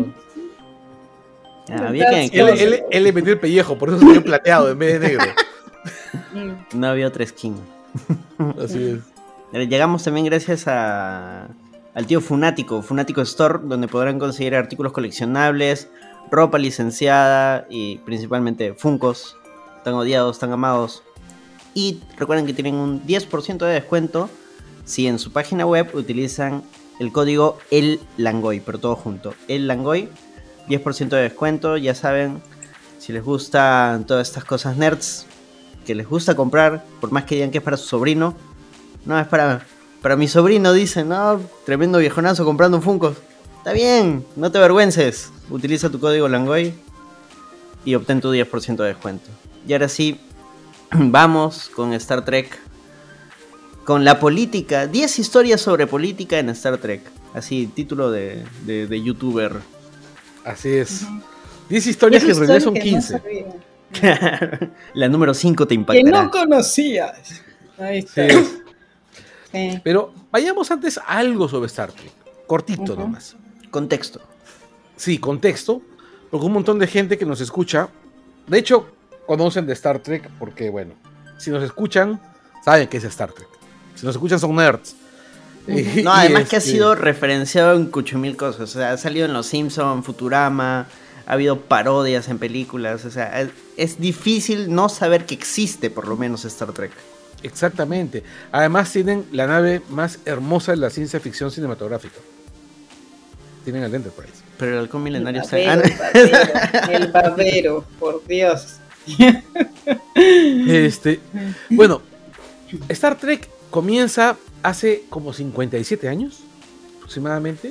Él le metió el pellejo, por eso se vio plateado en vez de negro. No había otra skin. Así es. Llegamos también gracias al tío Funático Store, donde podrán conseguir artículos coleccionables, ropa licenciada y principalmente Funkos, tan odiados, tan amados. Y recuerden que tienen un 10% de descuento si en su página web utilizan el código ELLANGOY, pero todo junto. ELLANGOY, 10% de descuento. Ya saben, si les gustan todas estas cosas nerds que les gusta comprar, por más que digan que es para su sobrino, no, es para mi sobrino, dicen, no, tremendo viejonazo comprando un Funko. Está bien, no te avergüences. Utiliza tu código LANGOY y obtén tu 10% de descuento. Y ahora sí, vamos con Star Trek. Con la política, 10 historias sobre política en Star Trek. Así, título de youtuber. Así es. 10 historias que en realidad son 15. No la número 5 te impactará. Que no conocías. Ahí está. Sí. Sí. Pero vayamos antes a algo sobre Star Trek. Cortito nomás. Contexto. Sí, contexto. Porque un montón de gente que nos escucha, de hecho, conocen de Star Trek porque, bueno, si nos escuchan, saben que es Star Trek. Si nos escuchan son nerds. No, además que ha sido referenciado en cuchumil cosas. O sea, ha salido en Los Simpsons, Futurama, ha habido parodias en películas. O sea, es difícil no saber que existe por lo menos Star Trek. Exactamente. Además tienen la nave más hermosa de la ciencia ficción cinematográfica. Tienen el Enterprise. Pero el halcón milenario está... El barbero, por Dios. Bueno, Star Trek comienza hace como 57 años, aproximadamente.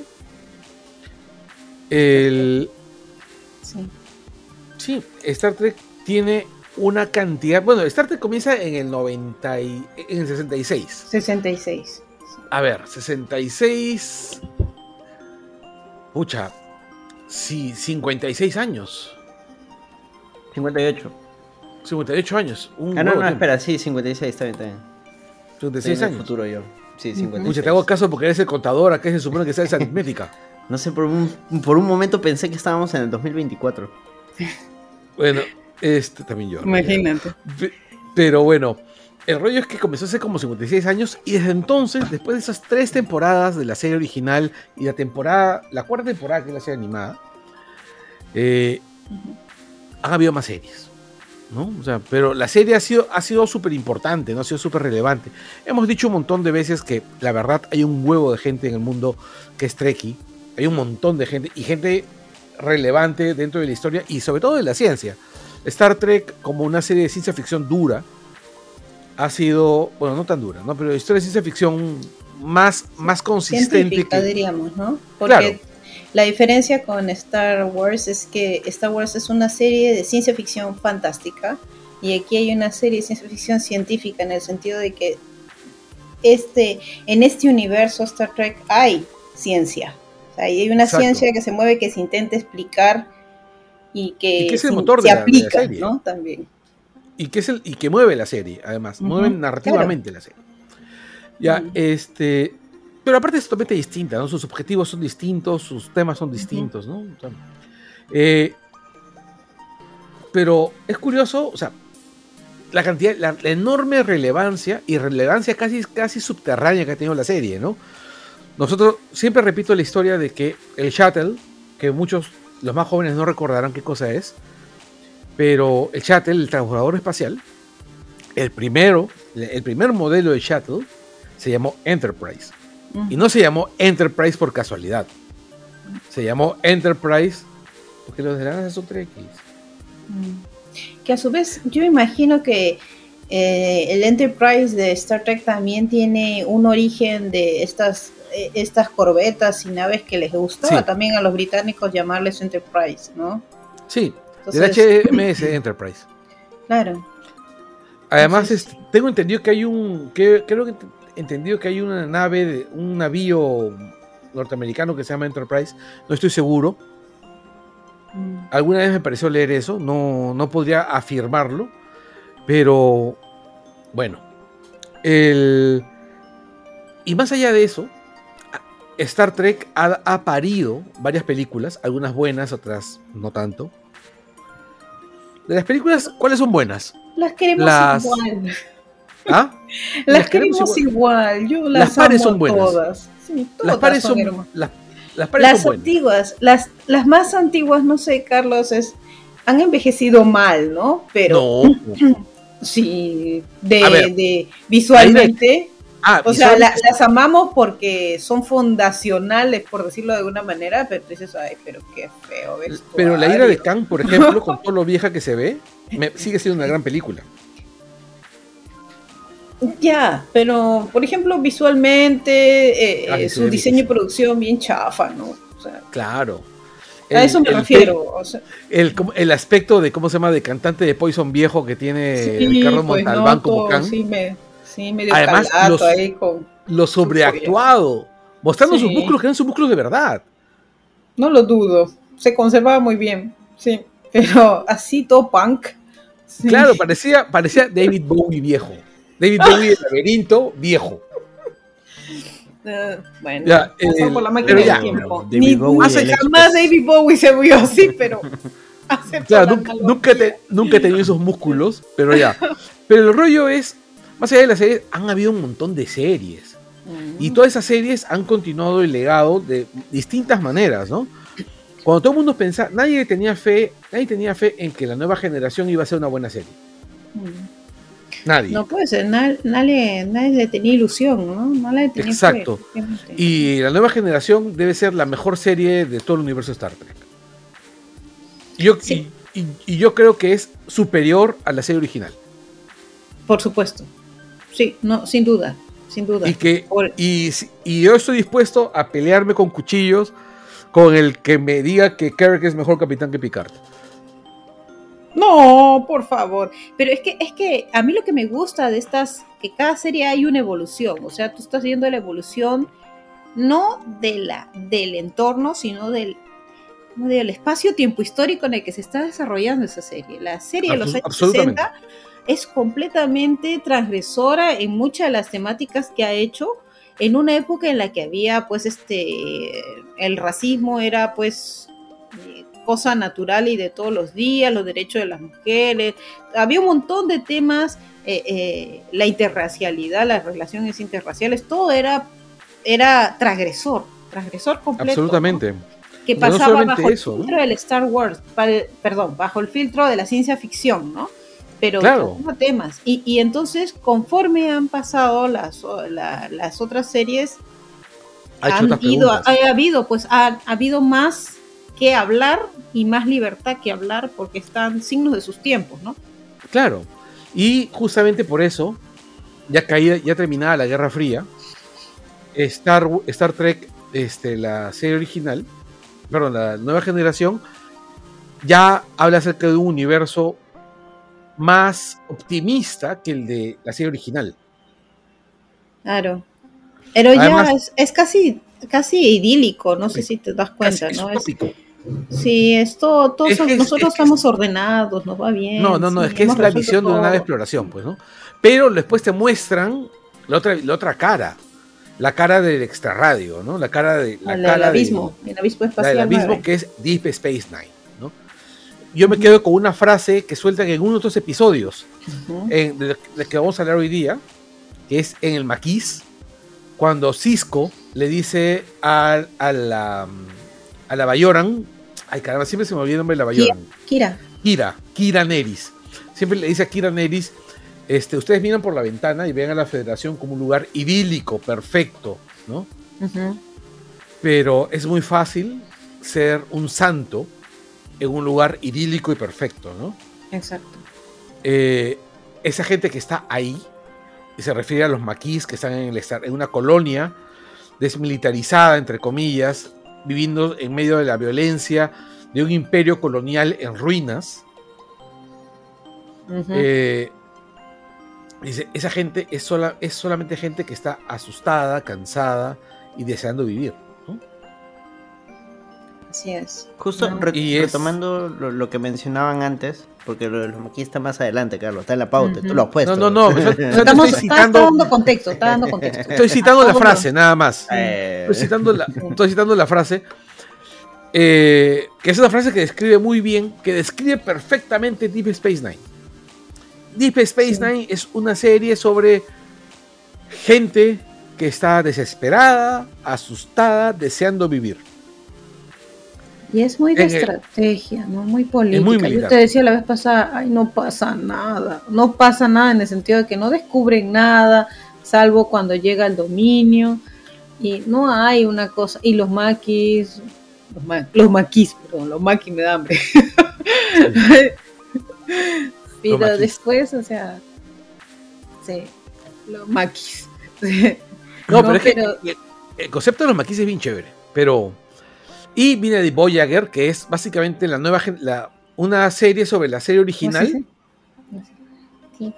Sí, Star Trek tiene una cantidad... Bueno, Star Trek comienza en el 66. 66. A ver, 66... Pucha, sí, 56 años. 58. 58 años. No, espera, sí, 56, está bien. 56 años. Futuro yo. Sí, 56. Pucha, te hago caso porque eres el contador, acá se supone que sabes aritmética. No sé, por un momento pensé que estábamos en el 2024. Bueno, también yo. Imagínate. Pero bueno, el rollo es que comenzó hace como 56 años y desde entonces, después de esas 3 temporadas de la serie original y la cuarta temporada que es la serie animada, han habido más series, ¿no? O sea, pero la serie ha sido súper importante, ¿no? Ha sido súper relevante. Hemos dicho un montón de veces que la verdad hay un huevo de gente en el mundo que es Trekkie. Hay un montón de gente y gente relevante dentro de la historia y sobre todo de la ciencia. Star Trek, como una serie de ciencia ficción dura, ha sido, bueno, no tan dura, ¿no? Pero la historia de ciencia ficción más consistente. Científica, diríamos, ¿no? Porque claro, la diferencia con Star Wars es que Star Wars es una serie de ciencia ficción fantástica y aquí hay una serie de ciencia ficción científica en el sentido de que en este universo Star Trek hay ciencia. O sea, hay una Exacto. ciencia que se mueve, que se intenta explicar y que es el motor de aplica, la serie, ¿no? También. Y que mueve la serie, además, mueve narrativamente la serie. Ya, pero aparte es totalmente distinta, ¿no? Sus objetivos son distintos, sus temas son distintos, ¿no? O sea, pero es curioso, o sea, la cantidad, la enorme relevancia y relevancia casi subterránea que ha tenido la serie, ¿no? Nosotros siempre repito la historia de que el Shuttle, que muchos, los más jóvenes no recordarán qué cosa es, pero el Shuttle, el transbordador espacial, el primer modelo de Shuttle se llamó Enterprise. Y no se llamó Enterprise por casualidad. Se llamó Enterprise porque los de la NASA son Trekkies. Que a su vez, yo imagino que el Enterprise de Star Trek también tiene un origen de estas corbetas y naves que les gustaba también a los británicos llamarles Enterprise, ¿no? Sí, entonces, del HMS Enterprise. Claro. Además, tengo entendido que hay una nave, un navío norteamericano que se llama Enterprise, no estoy seguro. Alguna vez me pareció leer eso, no podría afirmarlo, pero bueno. Y más allá de eso, Star Trek ha parido varias películas, algunas buenas, otras no tanto. De las películas, ¿cuáles son buenas? Las queremos igual. ¿Ah? Las queremos igual. Yo las pares amo son buenas. Todas. Sí, todas las pares son hermosas. Las pares son antiguas, las más antiguas, no sé, Carlos, han envejecido mal, ¿no? Pero no. Sí, de visualmente. O sea, las amamos porque son fundacionales, por decirlo de alguna manera, pero dices, ay, pero qué feo vestuario. Pero La ira de Khan, por ejemplo, con todo lo vieja que se ve, sigue siendo una gran película. Ya, pero, por ejemplo, visualmente, su diseño y producción bien chafa, ¿no? O sea, claro. A eso me refiero. O sea, el aspecto de, ¿cómo se llama?, de cantante de Poison viejo que tiene Ricardo Montalbán como Khan. Sí, medio además, ahí con lo sobreactuado, mostrando sus músculos que eran sus músculos de verdad. No lo dudo, se conservaba muy bien, sí, pero así todo punk. Sí. Claro, parecía David Bowie viejo. David Bowie del laberinto viejo. Bueno, ya, por la máquina del tiempo. Jamás David Bowie se vio así, pero claro, nunca he tenido esos músculos, pero ya. Pero el rollo es, más allá de las series, han habido un montón de series. Y todas esas series han continuado el legado de distintas maneras, ¿no? Cuando todo el mundo pensaba, nadie tenía fe en que la nueva generación iba a ser una buena serie. Nadie. No puede ser, nadie le tenía ilusión, ¿no? No le tenía Exacto. Fe. Y la nueva generación debe ser la mejor serie de todo el universo Star Trek. Y yo creo que es superior a la serie original. Por supuesto. Sí, no, sin duda. Y yo estoy dispuesto a pelearme con cuchillos con el que me diga que Kirk es mejor capitán que Picard. No, por favor. Pero es que a mí lo que me gusta de estas, que cada serie hay una evolución. O sea, tú estás viendo la evolución no del entorno, sino del espacio-tiempo histórico en el que se está desarrollando esa serie. La serie de los años 60 es completamente transgresora en muchas de las temáticas que ha hecho, en una época en la que había, pues, el racismo era, pues, cosa natural y de todos los días, los derechos de las mujeres, había un montón de temas, la interracialidad, las relaciones interraciales, todo era transgresor completo. Absolutamente. ¿No? Que pasaba bajo el filtro del Star Wars, bajo el filtro de la ciencia ficción, ¿no? Pero claro, temas. Y entonces, conforme han pasado las otras series, ha habido más que hablar y más libertad que hablar, porque están signos de sus tiempos, ¿no? Claro. Y justamente por eso, ya terminada la Guerra Fría, Star Trek, la serie original, perdón, la nueva generación, ya habla acerca de un universo más optimista que el de la serie original. Claro. Pero además, ya es casi idílico, no sé si te das cuenta, ¿no? Sí, nosotros estamos ordenados, nos va bien. No, es que es la visión de una nave de exploración, pues, ¿no? Pero después te muestran la otra cara, la cara del extrarradio, ¿no? El abismo espacial. El abismo que es Deep Space Nine, ¿no? yo me quedo con una frase que sueltan en uno de estos episodios, Ujú. de que vamos a hablar hoy día, que es en el Maquis, cuando Cisco le dice a la Bayoran, ay caramba, siempre se me olvida el nombre de la Bayoran, Kira. Kira Nerys, siempre le dice a Kira Nerys, ustedes miran por la ventana y ven a la Federación como un lugar idílico, perfecto, ¿no? Ujú. Pero es muy fácil ser un santo en un lugar idílico y perfecto, ¿no? Exacto. Esa gente que está ahí, y se refiere a los maquis que están en una colonia desmilitarizada, entre comillas, viviendo en medio de la violencia de un imperio colonial en ruinas. Ujú. Dice, esa gente es solamente gente que está asustada, cansada y deseando vivir, ¿no? Así es. Justo No. retomando lo que mencionaban antes, porque lo de los maquis está más adelante, Carlos, está en la pauta, Ujú. tú lo has puesto. No, Estamos, estoy está dando contexto, está dando contexto. Estoy citando la Todo frase, nada más. Estoy citando la frase. Que es una frase que describe muy bien, que describe perfectamente Deep Space Nine. Deep Space Nine es una serie sobre gente que está desesperada, asustada, deseando vivir. Y es muy de En el- estrategia, ¿no? Muy política. muy Yo militar. te decía la vez pasada, ay, no pasa nada. No pasa nada en el sentido de que no descubren nada, salvo cuando llega el dominio. Y no hay una cosa. Y los maquis, los maquis me da hambre. Pero maquis. después, o sea, sí, los maquis. No, pero es que el concepto de los maquis es bien chévere. Pero. Y viene de Voyager, que es básicamente la nueva una serie sobre la serie original. Sí.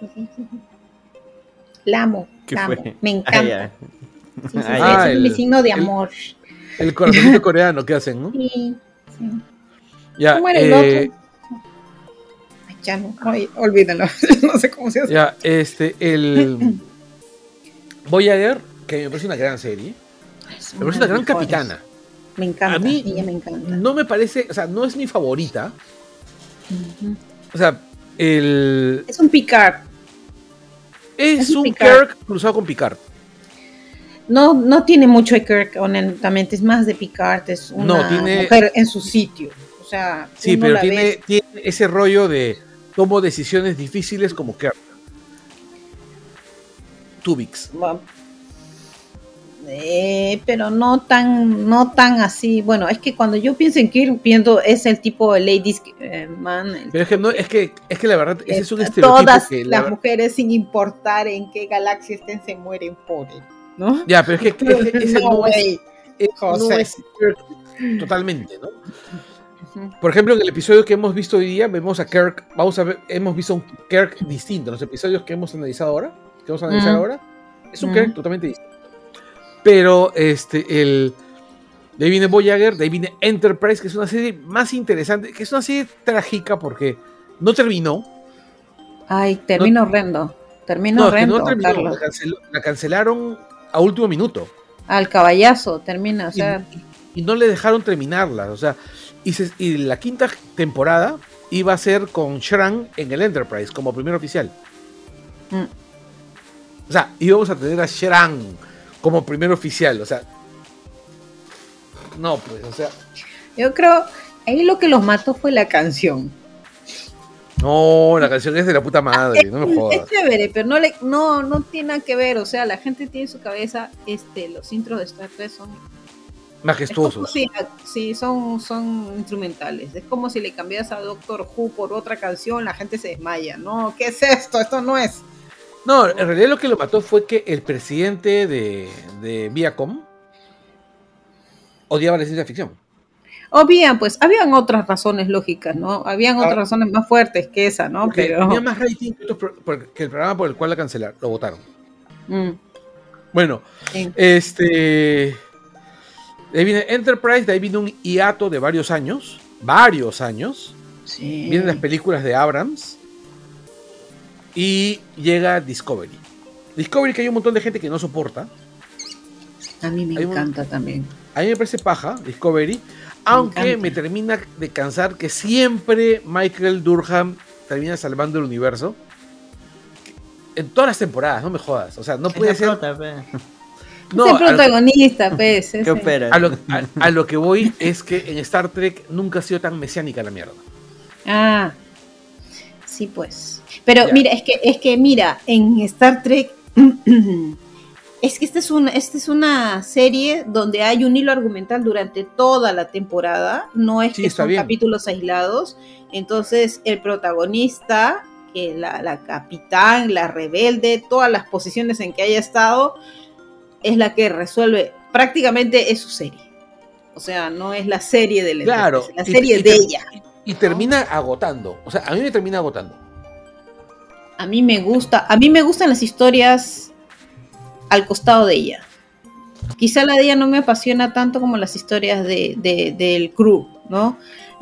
La amo, ¿Qué la amo, fue? me encanta. Sí, Ah, ese es mi signo de amor. El corazoncito coreano que hacen, ¿no? Sí, sí. Ya, ¿Cómo era el otro? Ay, ya no, ay, olvídalo. No sé cómo se hace. ya, el Voyager, que me parece una gran serie, Es me parece una gran mejores. capitana. Me encanta, A mí ella me encanta. no me parece, o sea, no es mi favorita. Ujú. O sea, Es un Picard. es un un Picard. Kirk cruzado con Picard. No tiene mucho de Kirk, honestamente, es más de Picard, es una tiene- mujer en su sitio. O sea, Sí, uno pero la ve- tiene ese rollo de tomo decisiones difíciles como Kirk. Tubix. Pero no tan así. Bueno, es que cuando yo pienso en Kirk, pienso es el tipo de ladies man. Pero es que no, es que la verdad, ese es un estereotipo Todas que las mujeres, sin importar en qué galaxia estén, se mueren por él, ¿no? Ya, pero es que ese No, no es, güey. no José. es Kirk totalmente, ¿no? Por ejemplo, en el episodio que hemos visto hoy día, vemos a Kirk, hemos visto un Kirk distinto. En los episodios que hemos analizado ahora, es un Kirk totalmente distinto. Pero de ahí viene Voyager, de ahí viene Enterprise, que es una serie más interesante, que es una serie trágica porque no terminó. Ay, termino horrendo. Termino No, es que horrendo, no terminó, Carlos. la cancelaron a último minuto. Al caballazo termina, o sea, Y no le dejaron terminarla. O sea, y la quinta temporada iba a ser con Shran en el Enterprise como primer oficial. mm, O sea, íbamos a tener a Shran como primer oficial. O sea, no, pues, o sea, yo creo, ahí lo que los mató fue la canción. no, la canción es de la puta madre, no me Es jodas. chévere, pero no tiene nada que ver, o sea, la gente tiene en su cabeza, los intros de Star Trek son es como Majestuosos. sí, son instrumentales. Es como si le cambias a Doctor Who por otra canción, la gente se desmaya. No, ¿qué es esto? Esto no es. No, en realidad lo que lo mató fue que el presidente de Viacom odiaba la ciencia ficción. O bien, pues, habían otras razones lógicas, ¿no? Habían otras razones más fuertes que esa, ¿no? Porque Pero tenía más rating que el programa por el cual la cancelaron, lo votaron. mm, Bueno, sí. de ahí viene Enterprise, de ahí viene un hiato de varios años. Sí. Vienen las películas de Abrams. Y llega Discovery. Discovery, que hay un montón de gente que no soporta. A mí me encanta también. A mí me parece paja, Discovery, aunque me termina de cansar que siempre Michael Durham termina salvando el universo. En todas las temporadas, no me jodas. O sea, no puede ser... No, es el protagonista, pues. ¿Qué opera? A lo que voy es que en Star Trek nunca ha sido tan mesiánica la mierda. Ah, sí, pues. Pero Ya. mira, es que mira, en Star Trek es que esta es una serie donde hay un hilo argumental durante toda la temporada, no es Sí, que está son bien. capítulos aislados. Entonces el protagonista, que la capitán, la rebelde, todas las posiciones en que haya estado, es la que resuelve, prácticamente es su serie. O sea, no es la serie de la Claro. la serie es de ella. Y termina agotando. O sea, a mí me termina agotando. A mí me gustan las historias al costado de ella. Quizá la de ella no me apasiona tanto como las historias del crew, ¿no?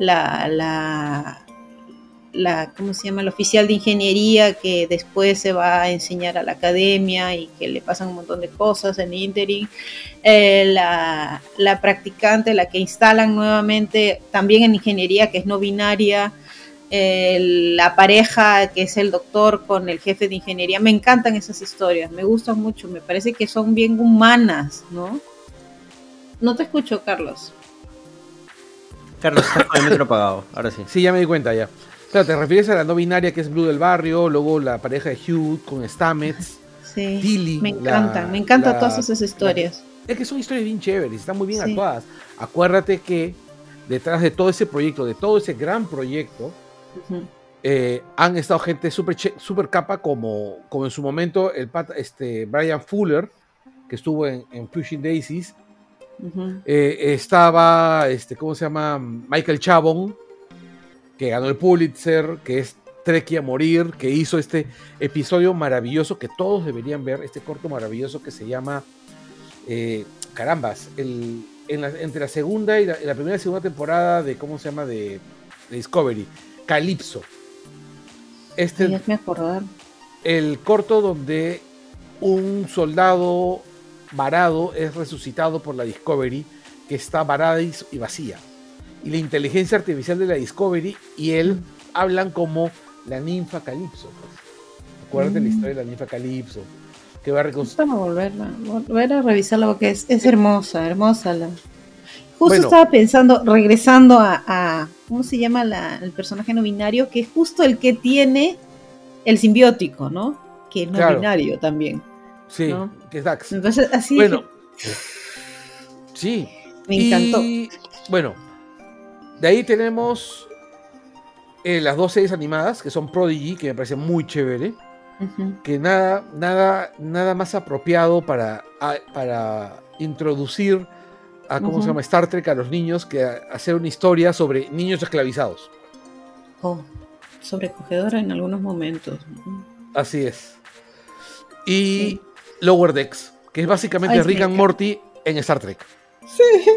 ¿Cómo se llama? La oficial de ingeniería que después se va a enseñar a la academia y que le pasan un montón de cosas en interim. La practicante, la que instalan nuevamente también en ingeniería, que es no binaria. La pareja que es el doctor con el jefe de ingeniería. Me encantan esas historias, me gustan mucho, me parece que son bien humanas, ¿no? No te escucho, Carlos. Carlos, está con el micro apagado, ahora sí. Sí, ya me di cuenta ya. Claro, te refieres a la no binaria que es Blue del Barrio, luego la pareja de Hugh con Stamets, Sí, Tilly. me encantan todas esas historias. Es que son historias bien chéveres, están muy bien Sí. actuadas. Acuérdate que detrás de todo ese proyecto, de todo ese gran proyecto, Uh-huh. han estado gente super capa como en su momento Brian Fuller, que estuvo en Pushing Daisies. Uh-huh. Estaba, ¿cómo se llama? Michael Chabon, que ganó el Pulitzer, que es Trekkie a morir, que hizo este episodio maravilloso que todos deberían ver, este corto maravilloso que se llama carambas, entre la segunda y la primera y segunda temporada de, ¿cómo se llama? De Discovery, Calypso. Ya me acordar. El corto donde un soldado varado es resucitado por la Discovery, que está varada y vacía. Y la inteligencia artificial de la Discovery y él hablan como la ninfa Calypso. Pues. Acuérdate la historia de la ninfa Calypso. Que va a volver a revisarla porque es hermosa. Justo Bueno, estaba pensando, regresando a ¿cómo se llama el personaje no binario? Que es justo el que tiene el simbiótico, ¿no? Que es no binario también. Sí, ¿no? que es Dax. Entonces, así. Bueno, sí. Me encantó. Y bueno, de ahí tenemos las dos series animadas, que son Prodigy, que me parece muy chévere. Uh-huh. Que nada más apropiado para introducir a ¿cómo se llama? Star Trek a los niños que hacer una historia sobre niños esclavizados. Oh, sobrecogedora en algunos momentos. Así es. Y Lower Decks, que es básicamente Rick and Morty en Star Trek. Sí.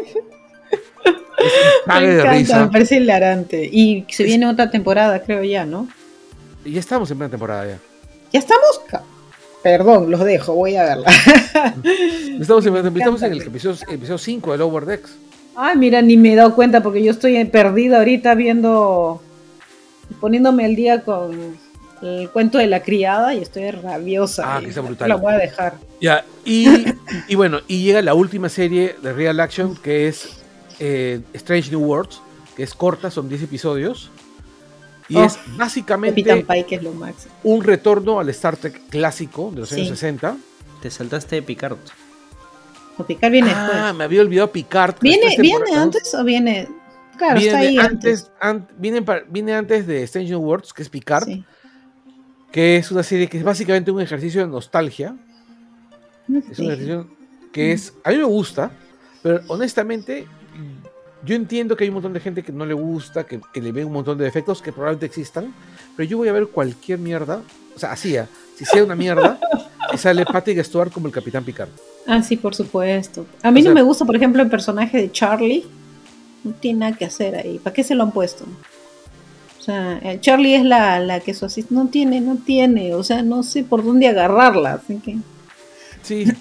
Me encanta, me parece hilarante. Y se viene otra temporada, creo ya, ¿no? Y ya estamos en plena temporada ya. ¿Ya estamos? Perdón, los dejo, voy a verla. Estamos en el episodio 5 de Lower Decks. Ay, mira, ni me he dado cuenta porque yo estoy perdida ahorita poniéndome al día con el cuento de la criada y estoy rabiosa. Que está brutal. La voy a dejar. Ya, y bueno, y llega la última serie de Real Action, que es Strange New Worlds, que es corta, son 10 episodios. Y es básicamente Pike es lo máximo. Un retorno al Star Trek clásico de los años 60. Te saltaste de Picard. O Picard viene después. Me había olvidado Picard. ¿Viene antes o viene? Claro, viene está ahí antes. Viene antes de Strange New Worlds, que es Picard. Sí. Que es una serie que es básicamente un ejercicio de nostalgia. Es un ejercicio que es... A mí me gusta, pero honestamente... Yo entiendo que hay un montón de gente que no le gusta, que le ve un montón de defectos que probablemente existan, pero yo voy a ver cualquier mierda, o sea, si sea una mierda, y sale Patrick Stewart como el Capitán Picard. Ah, sí, por supuesto. A mí no me gusta, por ejemplo, el personaje de Charlie. No tiene nada que hacer ahí. ¿Para qué se lo han puesto? O sea, Charlie es la que su asistente no tiene, o sea, no sé por dónde agarrarla, así que... Sí,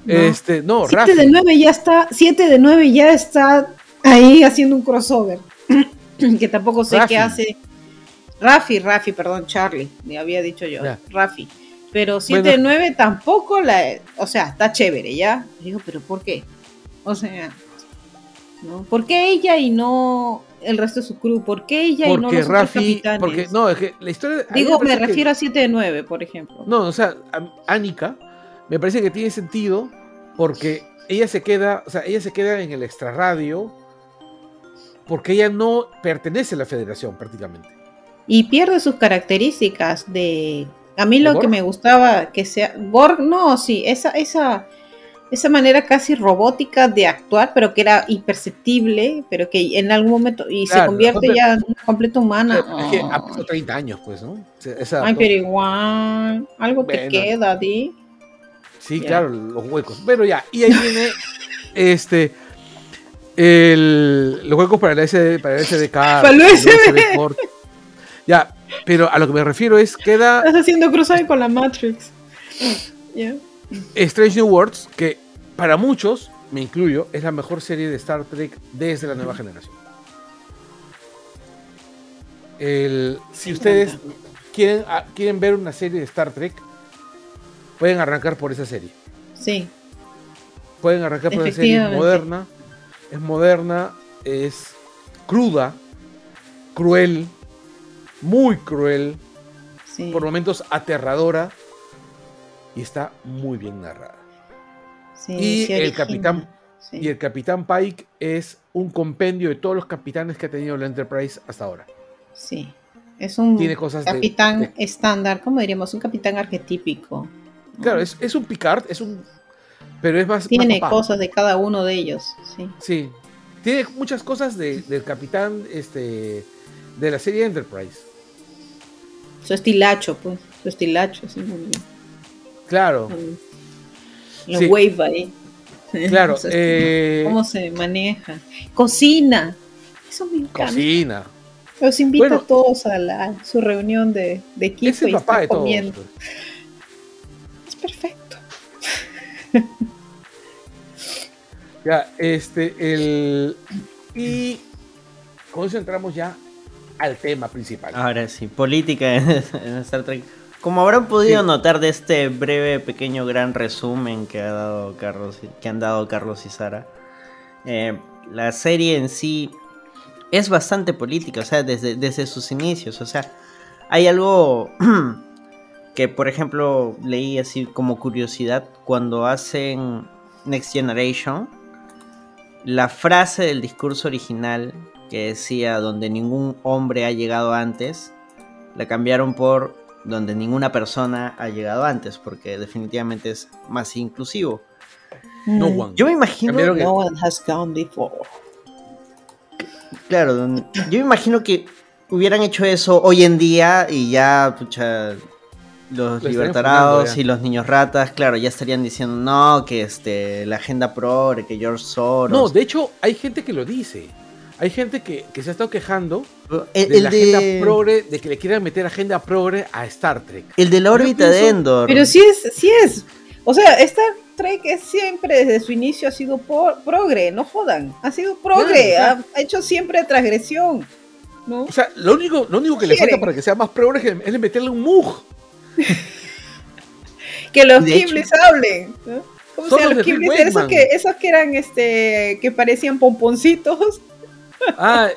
No, 7 Raffi. de 9 ya está, 7 de 9 ya está ahí haciendo un crossover. Que tampoco sé Raffi. qué hace. Raffi, perdón, Charlie, me había dicho yo, Ya. Raffi. Pero 7 Bueno. de 9 tampoco o sea, está chévere, ¿ya? Digo, pero ¿por qué? O sea, ¿no? ¿Por qué ella y no el resto de su crew? ¿Por qué ella y no Porque los otros Raffi, capitanes? porque no, es que la historia. a mí Digo, me parece que- refiero a 7 de 9, por ejemplo. No, o sea, Annika me parece que tiene sentido porque ella se queda en el extrarradio porque ella no pertenece a la federación prácticamente. Y pierde sus características de... A mí ¿De lo Borg? que me gustaba que sea... Borg, no, sí, esa manera casi robótica de actuar, pero que era imperceptible, pero que en algún momento... Y se Claro, convierte ya en una completa humana. Es que ha pasado 30 años, pues, ¿no? Ay, pero igual, algo te Bueno. queda, Di. Sí, Ya. claro, los huecos. Pero ya, y ahí viene los huecos para el SDK. Para el USB. port. Ya, pero a lo que me refiero es, queda Estás haciendo crossover con la Matrix. Ya. Strange New Worlds, que para muchos, me incluyo, es la mejor serie de Star Trek desde la nueva generación. Si ustedes quieren ver una serie de Star Trek, pueden arrancar por esa serie. Sí. Pueden arrancar por esa serie. Es moderna, es cruda, cruel, muy cruel, Sí. por momentos aterradora, y está muy bien narrada. Sí, Y sí, el original. capitán Sí. Y el Capitán Pike es un compendio de todos los capitanes que ha tenido la Enterprise hasta ahora. Sí. Es un Tiene cosas capitán estándar, ¿cómo diríamos? Un capitán arquetípico. ¿no? Claro, es un Picard, pero es más Tiene papá. cosas de cada uno de ellos, sí. Sí, tiene muchas cosas del capitán de la serie Enterprise. Su estilacho, pues. Su estilacho, sí. Muy bien. Claro, La Sí. wave ahí. claro. Su estilo. ¿Cómo se maneja? Cocina. Eso me encanta. Cocina. Los invita Bueno, a todos a su reunión de equipo Es el y papá está de todos. comiendo. pues. Es perfecto. Ya, y con eso entramos ya al tema principal. Ahora sí, política en Star Trek. Como habrán podido Sí. notar de este breve, pequeño, gran resumen que han dado Carlos y Sara, la serie en sí es bastante política, o sea, desde sus inicios. O sea, hay algo que, por ejemplo, leí así como curiosidad cuando hacen Next Generation. La frase del discurso original que decía donde ningún hombre ha llegado antes, la cambiaron por donde ninguna persona ha llegado antes, porque definitivamente es más inclusivo. No one. Yo me imagino, Cambiaron No one has gone before. claro, yo me imagino que hubieran hecho eso hoy en día y ya, pucha, los Lo estarían libertarados fumando ya. y los niños ratas, claro, ya estarían diciendo no, que la agenda progre, que George Soros. No, de hecho, hay gente que lo dice. Hay gente que se ha estado quejando el, de el la de, agenda progre, de que le quieran meter agenda progre a Star Trek. el de la órbita Yo de pienso- Endor. Pero sí es. O sea, Star Trek es siempre desde su inicio ha sido progre, no jodan. Ha sido progre, Claro, ha hecho siempre transgresión. ¿No? O sea, lo único que le Quieren. falta para que sea más progre es meterle un Mug. Que los De hecho- Kibbles hablen. ¿no? ¿Cómo Son se llaman los los de Rick Kibbles? Wakeman. Esos que eran que parecían pomponcitos. Ah,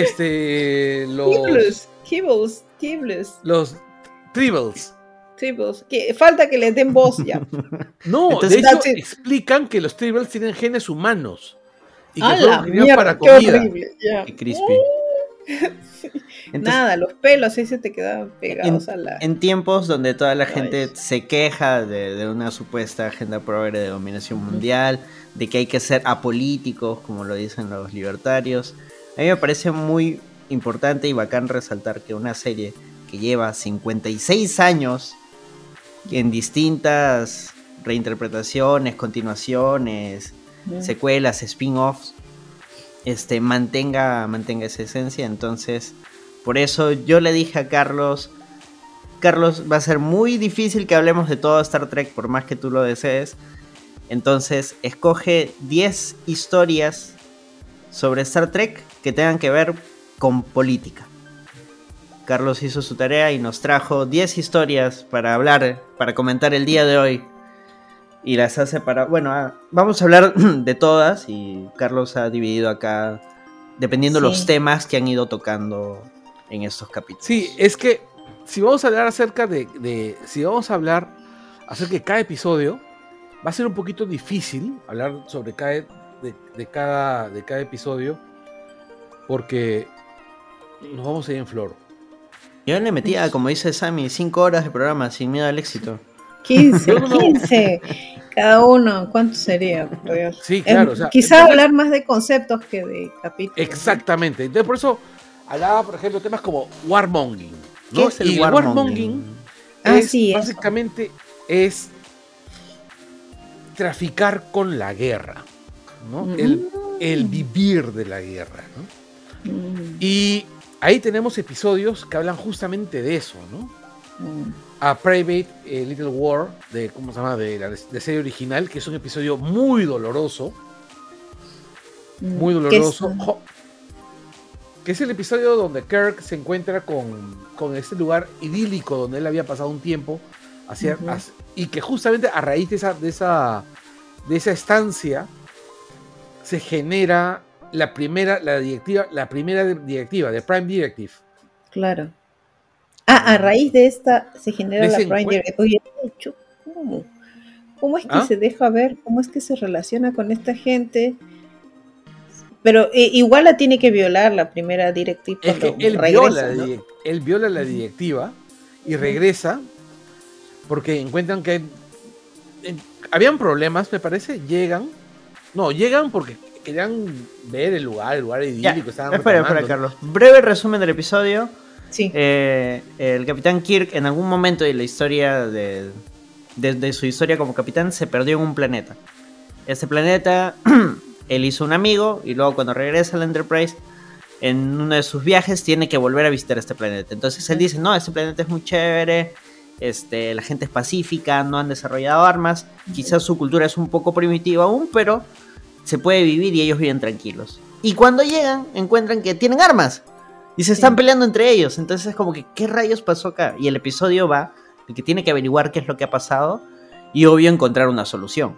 Kibbles. los Tribbles. Que falta que les den voz ya. No, Entonces, de hecho that's it. explican que los Tribbles tienen genes humanos. Y que ¡A fueron la criados mierda! para ¡Qué comida. horrible! Ya. Qué crispy. Entonces, Nada, los pelos ahí se te quedaban pegados a la... en tiempos donde toda la gente Ay. se queja de una supuesta agenda progre de dominación mundial, de que hay que ser apolíticos, como lo dicen los libertarios, a mí me parece muy importante y bacán resaltar que una serie que lleva 56 años en distintas reinterpretaciones, continuaciones, secuelas, spin-offs, mantenga esa esencia. Entonces, por eso yo le dije a Carlos, va a ser muy difícil que hablemos de todo Star Trek por más que tú lo desees, Entonces, escoge 10 historias sobre Star Trek que tengan que ver con política. Carlos hizo su tarea y nos trajo 10 historias para hablar, para comentar el día de hoy. Y las hace para... Bueno, vamos a hablar de todas y Carlos ha dividido acá dependiendo los temas que han ido tocando en estos capítulos. Sí, es que si vamos a hablar acerca si vamos a hablar acerca de cada episodio, va a ser un poquito difícil hablar sobre cada episodio, porque nos vamos a ir en flor. Yo le metía, como dice Sammy, 5 horas de programa sin miedo al éxito. 15 cada uno. ¿Cuánto sería? Por Dios. Sí, claro. O sea, quizá hablar más de conceptos que de capítulos. Exactamente. Entonces, por eso hablaba, por ejemplo, temas como warmonging, ¿no? ¿Qué es el warmonging? Básicamente es traficar con la guerra, ¿no? El vivir de la guerra, ¿no? Y ahí tenemos episodios que hablan justamente de eso, ¿no? A Private Little War, ¿cómo se llama? De la serie original, que es un episodio muy doloroso. Muy doloroso. Que es el episodio donde Kirk se encuentra con este lugar idílico donde él había pasado un tiempo y que justamente a raíz de esa estancia se genera la primera directiva, de Prime Directive. Claro. A raíz de esta se genera la Prime Directive. Oye, ¿cómo es que se deja ver? ¿Cómo es que se relaciona con esta gente? Pero igual la tiene que violar la primera directiva. Es que él viola la directiva y regresa porque encuentran que habían problemas, me parece. Llegan porque querían ver el lugar idílico. Espera, Carlos. Breve resumen del episodio. Sí. El capitán Kirk en algún momento de la historia de su historia como capitán se perdió en un planeta. Ese planeta él hizo un amigo y luego cuando regresa a la Enterprise en uno de sus viajes tiene que volver a visitar este planeta. Entonces él dice, no, este planeta es muy chévere, la gente es pacífica, no han desarrollado armas, quizás su cultura es un poco primitiva aún, pero se puede vivir y ellos viven tranquilos. Y cuando llegan encuentran que tienen armas y se están peleando entre ellos. Entonces es como que, ¿qué rayos pasó acá? Y el episodio va de que tiene que averiguar qué es lo que ha pasado y obvio encontrar una solución.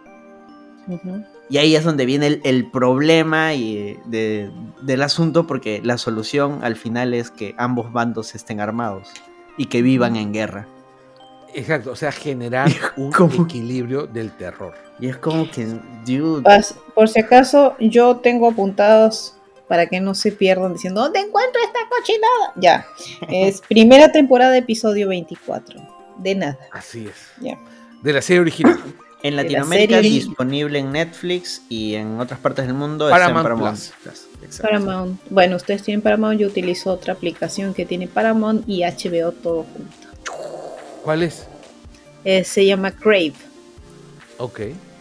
Y ahí es donde viene el problema del asunto, porque la solución al final es que ambos bandos estén armados y que vivan en guerra. Exacto, o sea, generar un equilibrio del terror. Y es como que, dude... Por si acaso, yo tengo apuntados para que no se pierdan diciendo, ¿dónde encuentro esta cochinada? Ya, es primera temporada, episodio 24. De nada. Así es. Ya. De la serie original. En Latinoamérica disponible en Netflix y en otras partes del mundo está en Paramount Plus. Paramount. Bueno, ustedes tienen Paramount, yo utilizo otra aplicación que tiene Paramount y HBO todo junto. ¿Cuál es? Se llama Crave. Ok.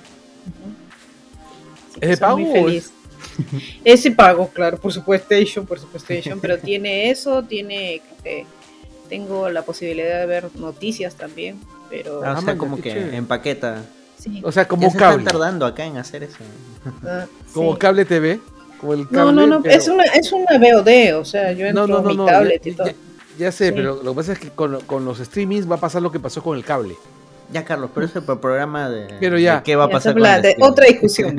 ¿Es de pago? Muy feliz. Ese pago, claro, por supuesto, pero tiene eso, tengo la posibilidad de ver noticias también, pero... o sea, como que empaqueta. Sí. O sea, como ya cable. Están tardando acá en hacer eso. Como cable TV. Como el cable, no, pero... es una VOD, o sea, yo entro mi tablet y todo. Ya sé, pero lo que pasa es que con los streamings va a pasar lo que pasó con el cable. Ya, Carlos, pero ese es el programa de... Pero ya. ¿De qué va a pasar con otra discusión.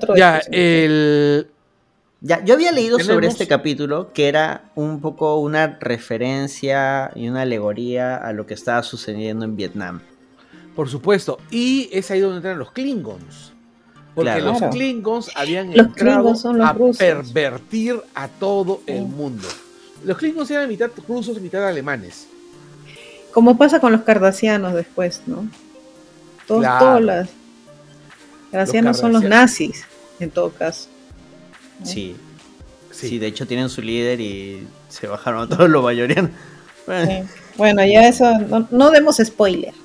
Yo había leído sobre este capítulo que era un poco una referencia y una alegoría a lo que estaba sucediendo en Vietnam. Por supuesto. Y es ahí donde entran los Klingons. Porque los Klingons habían entrado a pervertir a todo el mundo. Los Klingons eran mitad rusos y mitad alemanes. Como pasa con los Cardassianos después, ¿no? Todos los Cardassianos son los nazis, en todo caso. ¿no? Sí, de hecho tienen su líder y se bajaron a todos los bayorianos. Bueno, ya eso, no demos spoiler.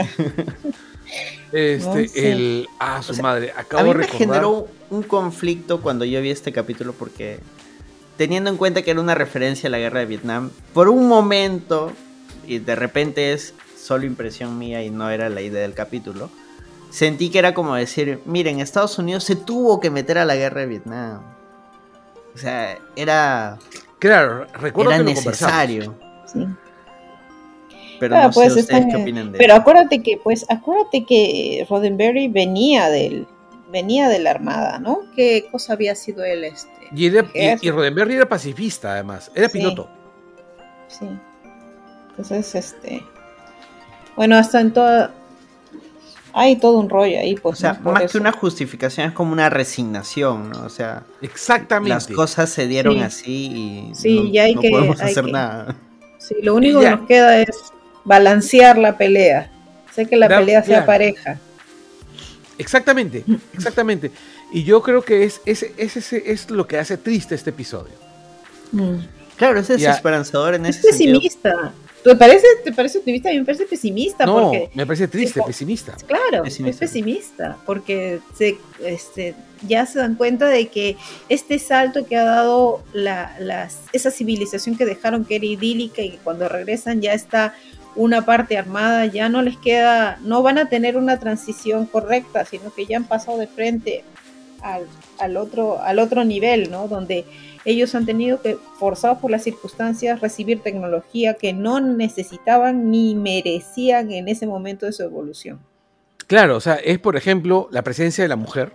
Su madre, acabo a mí de recordar. Me generó un conflicto cuando yo vi este capítulo porque, teniendo en cuenta que era una referencia a la guerra de Vietnam, por un momento, y de repente es solo impresión mía y no era la idea del capítulo, sentí que era como decir, miren, Estados Unidos se tuvo que meter a la guerra de Vietnam. O sea, era Claro, recuerdo que lo necesario. Sí. Pero Claro, no sé pues, ustedes qué opinan de pero eso. acuérdate que Roddenberry venía de la Armada, ¿no? ¿Qué cosa había sido él? Y Roddenberry era pacifista, además. Era Sí. piloto. Sí. Entonces, bueno, hasta en toda... Hay todo un rollo ahí, O pues, sea, ¿no? Por más eso. que una justificación es como una resignación, ¿no? O sea, Exactamente. las cosas se dieron Sí. así y Sí, no, ya hay no que- podemos hay hacer que- nada. Sí, lo único Ya. que nos queda es balancear la pelea. Sé que la pelea sea Claro. pareja. Exactamente, exactamente. Y yo creo que es lo que hace triste este episodio. Claro, es Ya. desesperanzador en Es ese sentido. pesimista. ¿Te parece optimista? A mí me parece pesimista No, porque... me parece triste, Sí, pesimista. Claro, Pesimista. es pesimista, porque ya se dan cuenta de que este salto que ha dado esa civilización que dejaron, que era idílica, y que cuando regresan ya está una parte armada, ya no les queda, no van a tener una transición correcta, sino que ya han pasado de frente al otro nivel, ¿no? Donde ellos han tenido que, forzados por las circunstancias, recibir tecnología que no necesitaban ni merecían en ese momento de su evolución. Claro, o sea, es por ejemplo la presencia de la mujer,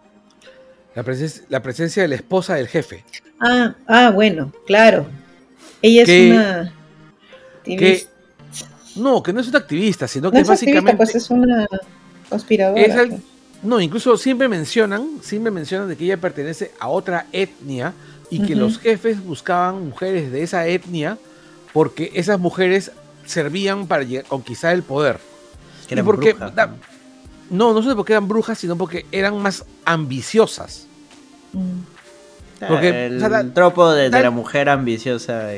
la presencia de la esposa del jefe. Bueno, claro. Ella es una activista. Que no es una activista, sino No que es activista, básicamente pues es una conspiradora. es pues. no, incluso siempre mencionan de que ella pertenece a otra etnia y que Ujú. los jefes buscaban mujeres de esa etnia porque esas mujeres servían para conquistar el poder. Que eran Y porque, brujas, no solo porque eran brujas, sino porque eran más ambiciosas. Porque, el o sea, tropo de la mujer ambiciosa.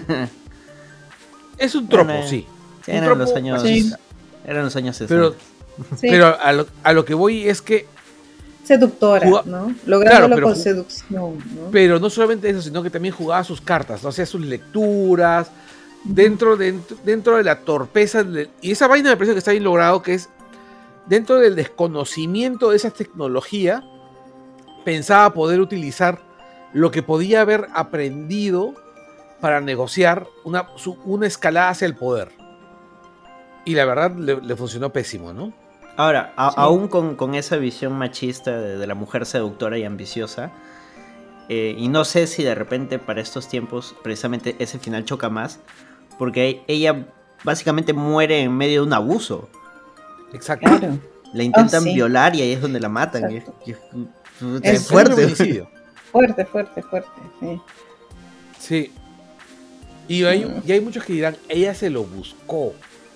es un tropo, Bueno, sí. Un eran tropo los años, machista. eran los años 60. Pero, Sí, pero a lo que voy es que seductora, Juga- ¿no? Lográndolo pero con ju- seducción, ¿no? Pero no solamente eso, sino que también jugaba sus cartas, ¿no? O sea, sus lecturas, dentro de la torpeza. Y esa vaina me parece que está bien logrado, que es dentro del desconocimiento de esa tecnología, pensaba poder utilizar lo que podía haber aprendido para negociar una escalada hacia el poder. Y la verdad le funcionó pésimo, ¿no? Ahora, aún con esa visión machista de la mujer seductora y ambiciosa, y no sé si de repente para estos tiempos precisamente ese final choca más, porque ella básicamente muere en medio de un abuso. Exacto. Claro. La intentan sí. violar y ahí es donde la matan. Exacto. Es Es fuerte. Feminicidio. Fuerte, sí. Sí. Y hay muchos que dirán, ella se lo buscó.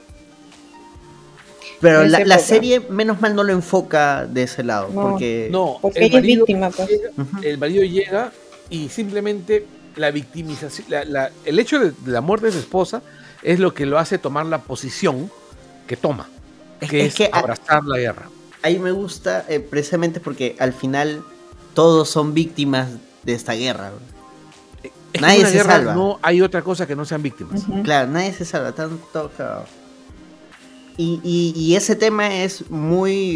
Pero En esa la época. serie, menos mal, no lo enfoca de ese lado. No. Porque No, Porque el ella es marido víctima, pues. llega- Ujú. el marido llega y simplemente la victimización, el hecho de la muerte de su esposa es lo que lo hace tomar la posición que toma, que es que abrazar la guerra. ahí me gusta precisamente porque al final todos son víctimas de esta guerra. Es que Nadie en una se guerra salva. no hay otra cosa que no sean víctimas. Ujú. Claro, nadie se salva, tanto cagado. Y ese tema es muy,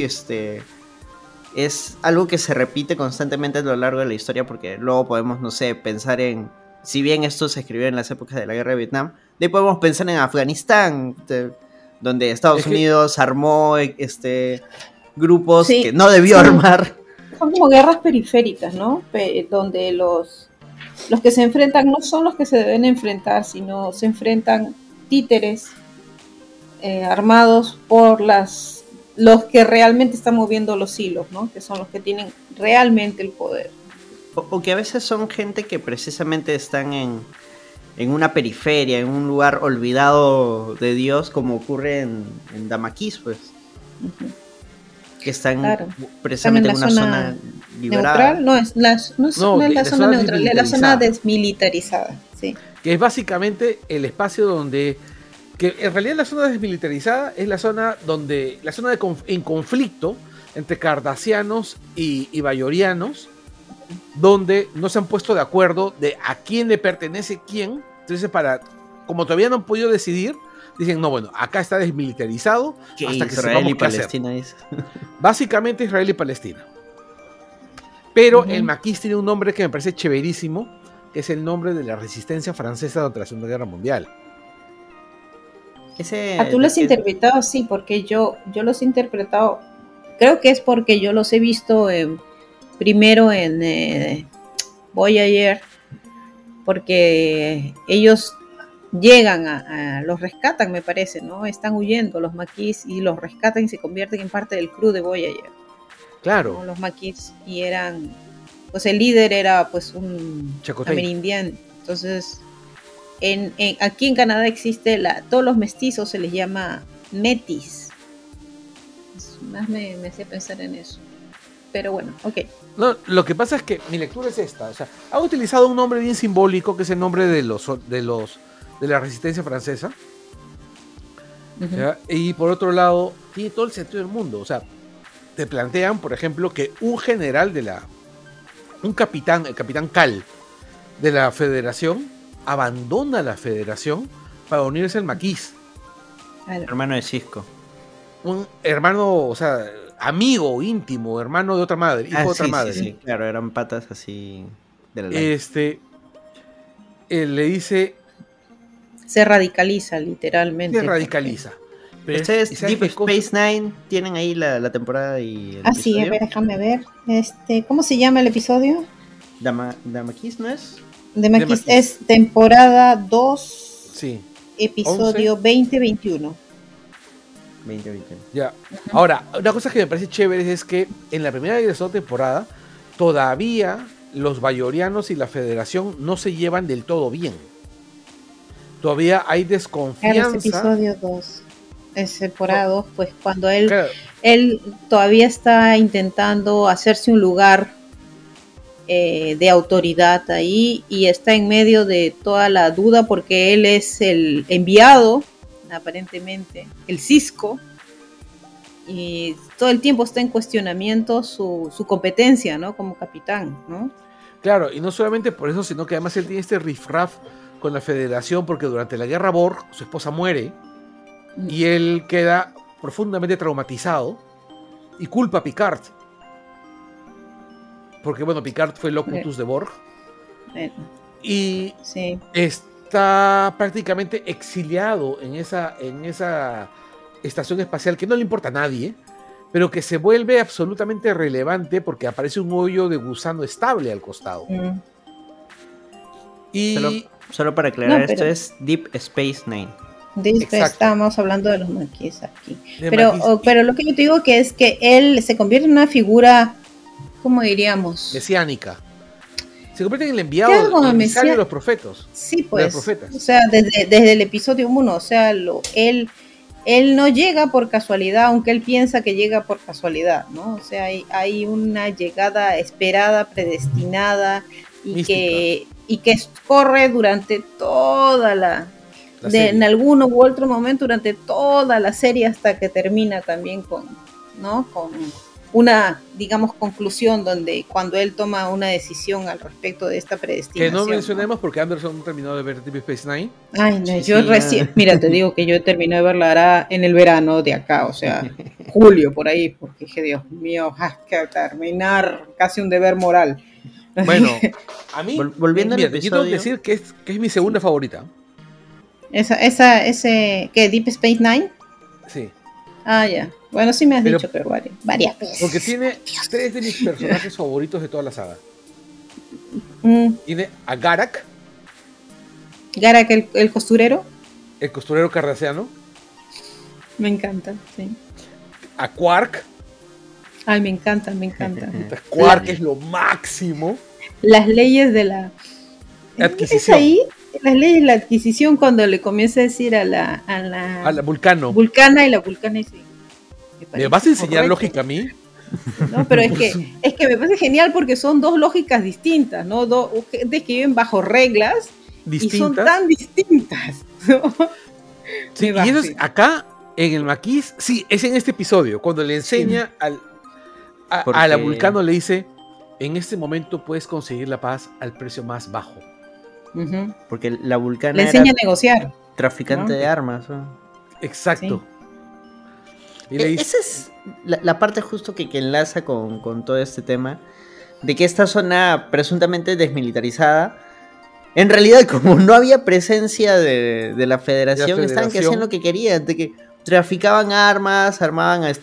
es algo que se repite constantemente a lo largo de la historia porque luego podemos, no sé, pensar en, si bien esto se escribió en las épocas de la guerra de Vietnam, de ahí podemos pensar en Afganistán, donde Estados Es que- Unidos armó grupos Sí, que no debió sí. armar. Son como guerras periféricas, ¿no? Donde los que se enfrentan no son los que se deben enfrentar, sino se enfrentan títeres armados por los que realmente están moviendo los hilos, ¿no? Que son los que tienen realmente el poder. O que a veces son gente que precisamente están en una periferia, en un lugar olvidado de Dios, como ocurre en Damaquis, pues. Ujú. Que están Claro. precisamente en Están una en la zona liberada. ¿Neutral? No es la No, zona zona neutral, es la zona desmilitarizada, sí. Que es básicamente el espacio donde, que en realidad la zona desmilitarizada es la zona donde, en conflicto entre cardasianos y bayorianos, donde no se han puesto de acuerdo de a quién le pertenece quién. Entonces, como todavía no han podido decidir, dicen, no, bueno, acá está desmilitarizado ¿Qué hasta que Israel y sepamos qué hacer. Palestina es? Básicamente Israel y Palestina. Pero Ujú. el maquis tiene un nombre que me parece chéverísimo, que es el nombre de la resistencia francesa durante la Segunda Guerra Mundial. Tú lo has interpretado así, porque yo los he interpretado, creo que es porque yo los he visto primero en Voyager, porque ellos llegan los rescatan, me parece, ¿no? Están huyendo los maquis y los rescatan y se convierten en parte del crew de Voyager, Claro, ¿no? Los maquis, y eran, pues el líder era pues un Chakotay. amerindiano. Entonces, aquí en Canadá existe todos los mestizos se les llama metis. Más me hacía pensar en eso. Pero bueno, ok. No, lo que pasa es que mi lectura es esta. O sea, ha utilizado un nombre bien simbólico, que es el nombre de la resistencia francesa. Ujú. ¿Ya? Y por otro lado, tiene todo el sentido del mundo. O sea, te plantean, por ejemplo, que un general un capitán, el capitán Cal de la Federación, abandona la Federación para unirse al maquis. Claro. Hermano de Cisco. Un hermano, o sea, amigo íntimo, hermano de otra madre, hijo de otra Sí, madre. sí, claro, eran patas así de la line. Él le dice, Se radicaliza literalmente. se radicaliza. Pero Ustedes, ¿y sabes Deep qué cosa? Space Nine, tienen ahí la temporada y el Ah, sí, a episodio. ver, déjame ver. ¿Cómo se llama el episodio? Damakis, ¿no es? De Maquis. Maquis. Es temporada 2, Sí, episodio 2021. 2021. ya. Ahora, una cosa que me parece chévere es que en la primera y la segunda temporada todavía los bayorianos y la Federación no se llevan del todo bien. Todavía hay Claro, es desconfianza. episodio 2. Es temporada 2, pues cuando él Claro, todavía está intentando hacerse un lugar de autoridad ahí y está en medio de toda la duda porque él es el enviado, aparentemente, el Cisco, y todo el tiempo está en cuestionamiento su competencia, ¿no? Como capitán, ¿no? claro, y no solamente por eso, sino que además él tiene este rifraf con la Federación porque durante la Guerra Borg su esposa muere y él queda profundamente traumatizado y culpa a Picard. Porque bueno, Picard fue Locutus de Borg Bueno, y sí. está prácticamente exiliado en esa estación espacial que no le importa a nadie, pero que se vuelve absolutamente relevante porque aparece un hoyo de gusano estable al costado. Mm. Y Solo para aclarar, No, pero- esto es Deep Space Nine. Exacto. Estábamos hablando de los maquis aquí. de Pero, Maquis- pero lo que yo te digo que es que él se convierte en una figura, ¿cómo diríamos? mesiánica. Se convierte en el enviado, Claro, como el emisario de mesía- los profetas. Sí, de los pues. profetas. O sea, desde el episodio 1, o sea, él no llega por casualidad, aunque él piensa que llega por casualidad, ¿no? O sea, hay una llegada esperada, predestinada y que corre durante toda en alguno u otro momento durante toda la serie hasta que termina también con una, digamos, conclusión donde cuando él toma una decisión al respecto de esta Que predestinación. no mencionemos porque Anderson no terminó de ver Deep Space Nine. Ay, no, Sí, yo sí, recién, mira, te digo que yo terminé de verla ahora en el verano de acá, o sea, julio por ahí, porque dije, Dios mío, que terminar casi un deber moral. Bueno, a mí, Volviendo al mira, yo tengo que episodio. decir que es mi segunda favorita. ese, ¿qué? Deep Space Nine. Sí. Ah, ya. Bueno, sí me has Pero- dicho, pero varias veces. Porque tiene tres de mis personajes favoritos de toda la saga. Tiene a Garak, Garak, el costurero, el costurero cardassiano, me encanta, sí. a Quark. Ay, me encanta, me encanta. Quark es lo máximo. Las leyes de la Adquisición. ¿Es ahí? Las leyes de la adquisición cuando le comienza a decir a la A la Vulcano. Vulcana y la Vulcana dice, ¿Me vas a enseñar correcto. lógica a mí? No, pero es que me parece genial porque son dos lógicas distintas, ¿no? Dos gentes que viven bajo reglas y son Distintas. tan distintas, ¿no? Sí, Me y eso es fascina. acá en el maquis. Sí, es en este episodio. Cuando le enseña a la Porque- Vulcano, le dice: en este momento puedes conseguir la paz al precio más bajo. Ujú. Porque la Vulcana Le enseña era a negociar. traficante ¿no? de armas, ¿no? Exacto. Y Esa es la parte justo que enlaza con todo este tema, de que esta zona presuntamente desmilitarizada, en realidad como no había presencia de la federación, estaban que hacían lo que querían, de que traficaban armas, armaban a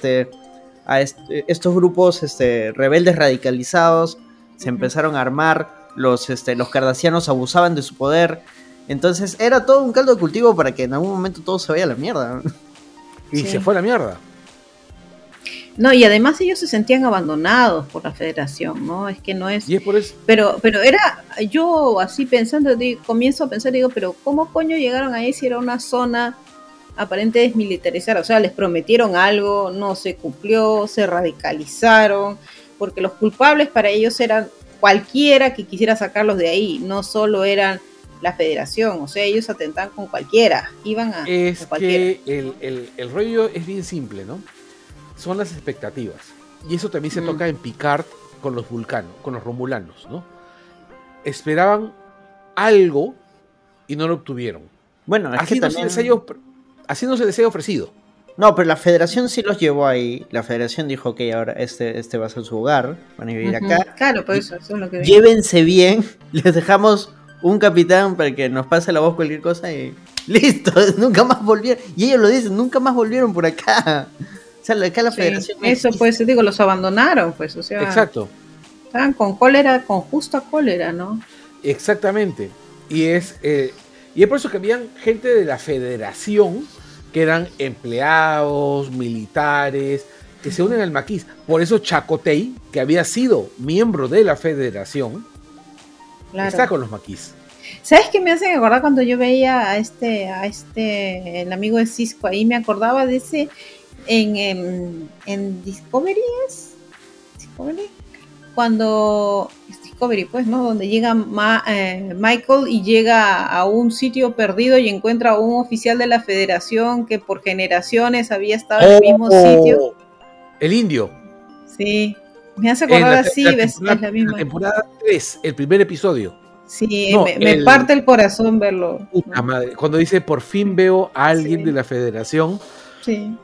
estos grupos rebeldes radicalizados, se empezaron a armar, los cardasianos abusaban de su poder, entonces era todo un caldo de cultivo para que en algún momento todo se vaya a la mierda. Y se fue a la mierda. No, y además ellos se sentían abandonados por la federación, ¿no? Es que no es... Y es por eso... Pero era, yo así pensando, comienzo a pensar, digo, pero ¿cómo coño llegaron ahí si era una zona aparente desmilitarizada? O sea, les prometieron algo, no se cumplió, se radicalizaron, porque los culpables para ellos eran cualquiera que quisiera sacarlos de ahí, no solo eran la federación, o sea, ellos atentaban con cualquiera, iban a... Es cualquiera. Que el rollo es bien simple, ¿no? Son las expectativas. Y eso también se toca en Picard con los vulcanos, con los romulanos, ¿no? Esperaban algo y no lo obtuvieron. Bueno, es que también... así no se les haya ofrecido. No, pero la federación sí los llevó ahí. La federación dijo, ok, ahora este va a ser su hogar, van a vivir acá. Claro, por eso es lo que... Llévense bien, les dejamos un capitán para que nos pase la voz cualquier cosa y listo, nunca más volvieron. Y ellos lo dicen, nunca más volvieron por acá. O sea, acá la federación... Eso pues, digo, los abandonaron, pues, o sea... Exacto. Estaban con cólera, con justa cólera, ¿no? Exactamente. Y es por eso que habían gente de la federación que eran empleados, militares, que se unen al maquis. Por eso Chakotay, que había sido miembro de la federación, está con los maquis. ¿Sabes qué me hacen acordar cuando yo veía a el amigo de Cisco ahí? Me acordaba de ese en Discovery, Discovery, cuando Discovery, pues, ¿no? Donde llega Michael y llega a un sitio perdido y encuentra a un oficial de la Federación que por generaciones había estado en el mismo sitio. El indio. Sí, me hace acordar así, ¿ves? Es la misma. Temporada 3, el primer episodio. Sí, no, me parte el corazón verlo. Puta madre, cuando dice por fin veo a alguien de la Federación. Sí.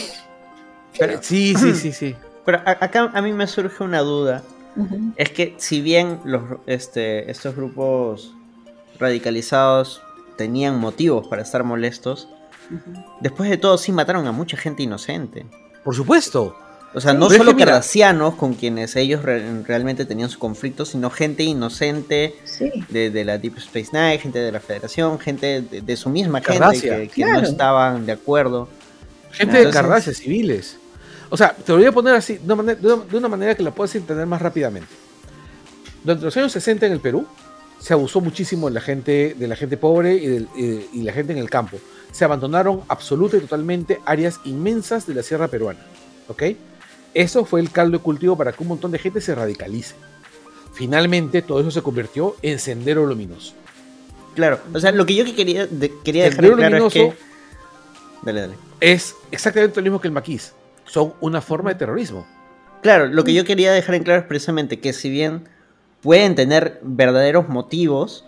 Pero, sí. Pero acá a mí me surge una duda. Es que si bien estos grupos radicalizados tenían motivos para estar molestos, después de todo sí mataron a mucha gente inocente. Por supuesto. O sea, no solo cardasianos con quienes ellos realmente tenían su conflicto, sino gente inocente de la Deep Space Nine, gente de la Federación, gente de su misma gente que no estaban de acuerdo. Gente de Cardacia, civiles. O sea, te lo voy a poner así, de una manera que la puedas entender más rápidamente. Durante los años 60 en el Perú, se abusó muchísimo de la gente pobre y la gente en el campo. Se abandonaron absoluta y totalmente áreas inmensas de la sierra peruana. ¿Ok? Eso fue el caldo de cultivo para que un montón de gente se radicalice. Finalmente, todo eso se convirtió en Sendero Luminoso. Claro, o sea, lo que yo quería dejar claro es que... Dale. Es exactamente lo mismo que el maquis. Son una forma de terrorismo. Claro, lo que yo quería dejar en claro es precisamente que si bien pueden tener verdaderos motivos,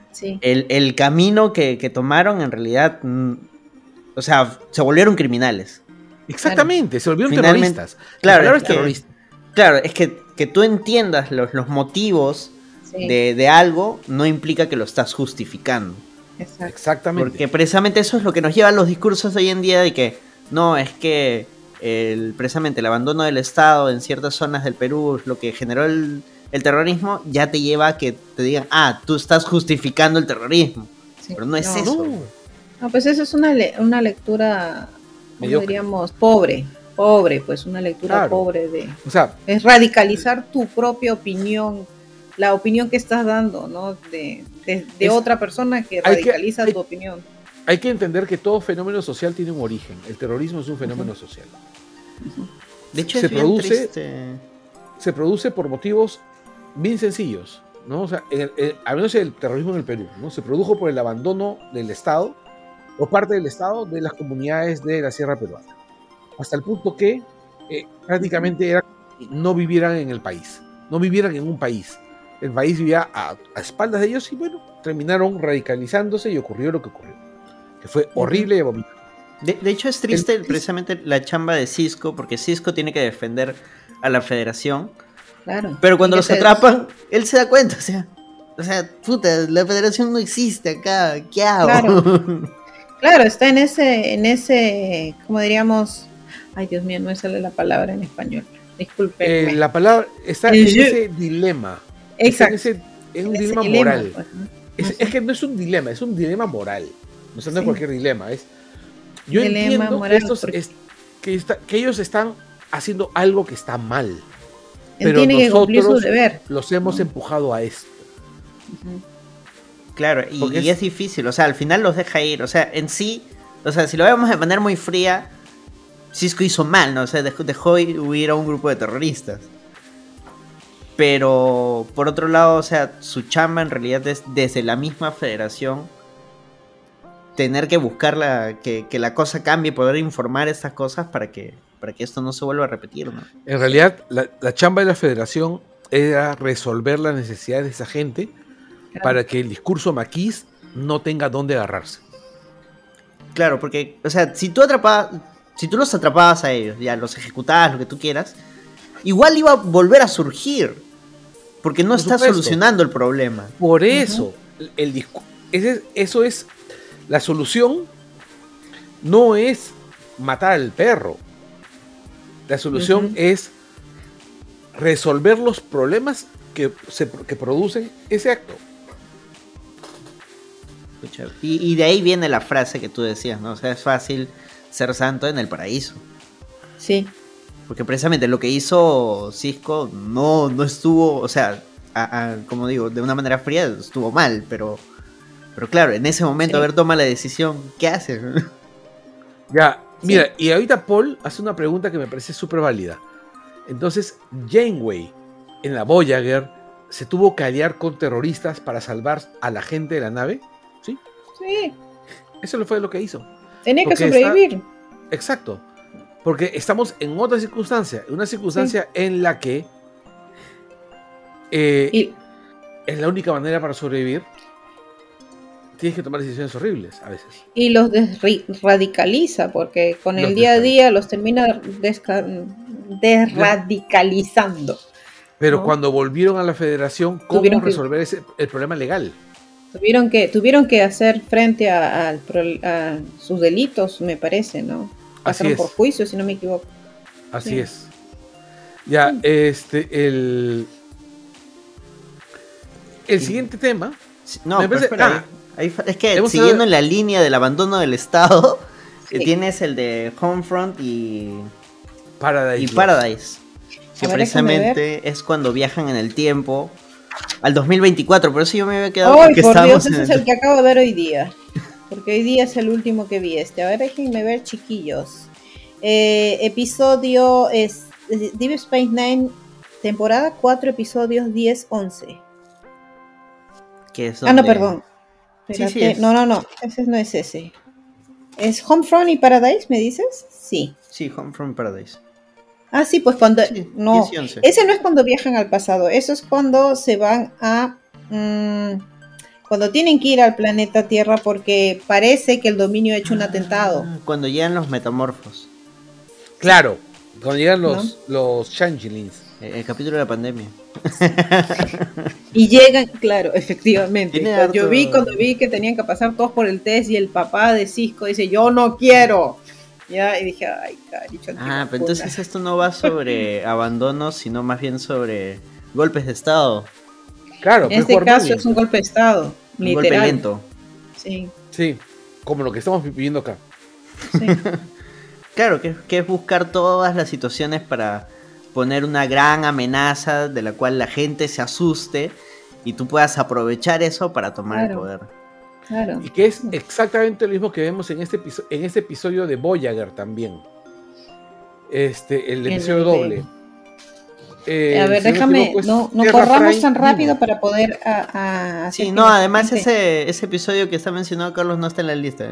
el camino que tomaron en realidad, o sea, se volvieron criminales. Exactamente, se volvieron terroristas. Claro, es que tú entiendas los motivos de algo no implica que lo estás justificando. Exactamente. Porque precisamente eso es lo que nos lleva a los discursos de hoy en día de que no, es que precisamente el abandono del Estado en ciertas zonas del Perú es lo que generó el terrorismo, ya te lleva a que te digan, tú estás justificando el terrorismo. Pero no es eso. No, pues eso es una lectura, diríamos, pobre, pues una lectura pobre de... O sea, es radicalizar tu propia opinión, la opinión que estás dando, ¿no? De otra persona que radicaliza tu opinión. Hay que entender que todo fenómeno social tiene un origen. El terrorismo es un fenómeno social. De hecho, se produce por motivos bien sencillos, ¿no? O sea, al menos el terrorismo en el Perú, ¿no? Se produjo por el abandono del Estado o parte del Estado de las comunidades de la Sierra Peruana. Hasta el punto que prácticamente no vivieran en el país, no vivieran en un país. El país vivía a espaldas de ellos y bueno, terminaron radicalizándose y ocurrió lo que ocurrió. Que fue horrible y abominable. De hecho es triste precisamente la chamba de Cisco, porque Cisco tiene que defender a la Federación. Claro. Pero cuando los atrapan, él se da cuenta, o sea, puta, la Federación no existe acá, ¿qué hago? Claro, está en ese, como diríamos, ay Dios mío, no me sale la palabra en español, disculpe. La palabra está en ese dilema. Exacto. Es un dilema moral. Pues, es que no es un dilema, es un dilema moral. O sea, no es cualquier dilema. Yo entiendo moral, que ellos están haciendo algo que está mal. Pero nosotros los hemos empujado a esto. Claro, y es difícil, o sea, al final los deja ir, o sea, en sí, o sea, si lo vemos de manera muy fría, Cisco hizo mal, ¿no? O sea, dejó huir a un grupo de terroristas. Pero, por otro lado, o sea, su chamba en realidad es desde la misma Federación tener que buscar que la cosa cambie, poder informar estas cosas para que esto no se vuelva a repetir, ¿no? En realidad, la chamba de la Federación era resolver las necesidades de esa gente para que el discurso maquis no tenga dónde agarrarse. Claro, porque, o sea, si tú los atrapabas a ellos, ya los ejecutabas, lo que tú quieras, igual iba a volver a surgir, porque no está solucionando el problema. Por eso, eso es la solución. No es matar al perro. La solución es resolver los problemas que producen ese acto. Y de ahí viene la frase que tú decías, ¿no? O sea, es fácil ser santo en el paraíso. Sí. Porque precisamente lo que hizo Cisco no estuvo, o sea, como digo, de una manera fría estuvo mal, pero claro, en ese momento haber tomado la decisión, ¿qué hace? Ya, mira, y ahorita Paul hace una pregunta que me parece súper válida. Entonces, Janeway en la Voyager se tuvo que aliar con terroristas para salvar a la gente de la nave, ¿sí? Sí. Eso fue lo que hizo. Tenía que sobrevivir. Exacto. Porque estamos en otra circunstancia, una circunstancia en la que es la única manera para sobrevivir. Tienes que tomar decisiones horribles a veces. Y los desradicaliza, porque con el día a día los termina desradicalizando. Pero cuando volvieron a la Federación, ¿cómo resolver el problema legal? Tuvieron que hacer frente a sus delitos, me parece, ¿no? Pasaron por juicio, si no me equivoco. Así es. Ya, el siguiente tema. No, me parece, es que siguiendo en la línea del abandono del Estado, tienes el de Homefront y Paradise. Que precisamente es cuando viajan en el tiempo al 2024. Por eso yo me había quedado. ¡Ay, por Dios! Ese es el que acabo de ver hoy día. Porque hoy día es el último que vi. A ver, déjenme ver, chiquillos. Episodio es Deep Space Nine, temporada 4, episodios 10-11. No, perdón. Espérate. Sí, no. Ese no es ese. ¿Es Homefront y Paradise, me dices? Sí. Sí, Homefront y Paradise. Ah, sí, pues cuando... no, ese no es cuando viajan al pasado. Eso es cuando se van a... cuando tienen que ir al planeta Tierra porque parece que el dominio ha hecho un atentado. Cuando llegan los metamorfos. Claro, cuando llegan los changelings. El capítulo de la pandemia. Y llegan, claro, efectivamente. Cuando vi que tenían que pasar todos por el test y el papá de Cisco dice, yo no quiero. Ya, y dije, ay, caricho. Pero entonces esto no va sobre abandono, sino más bien sobre golpes de Estado. Claro, en este caso es un golpe de Estado, un golpe lento. Sí, como lo que estamos viviendo acá. Sí. Claro, que es buscar todas las situaciones para poner una gran amenaza de la cual la gente se asuste y tú puedas aprovechar eso para tomar el poder. Claro. Y que es exactamente lo mismo que vemos en este episodio de Voyager también. El episodio doble. A ver, déjame, no corramos tan rápido para poder sí, no, además ese episodio que está mencionado Carlos no está en la lista.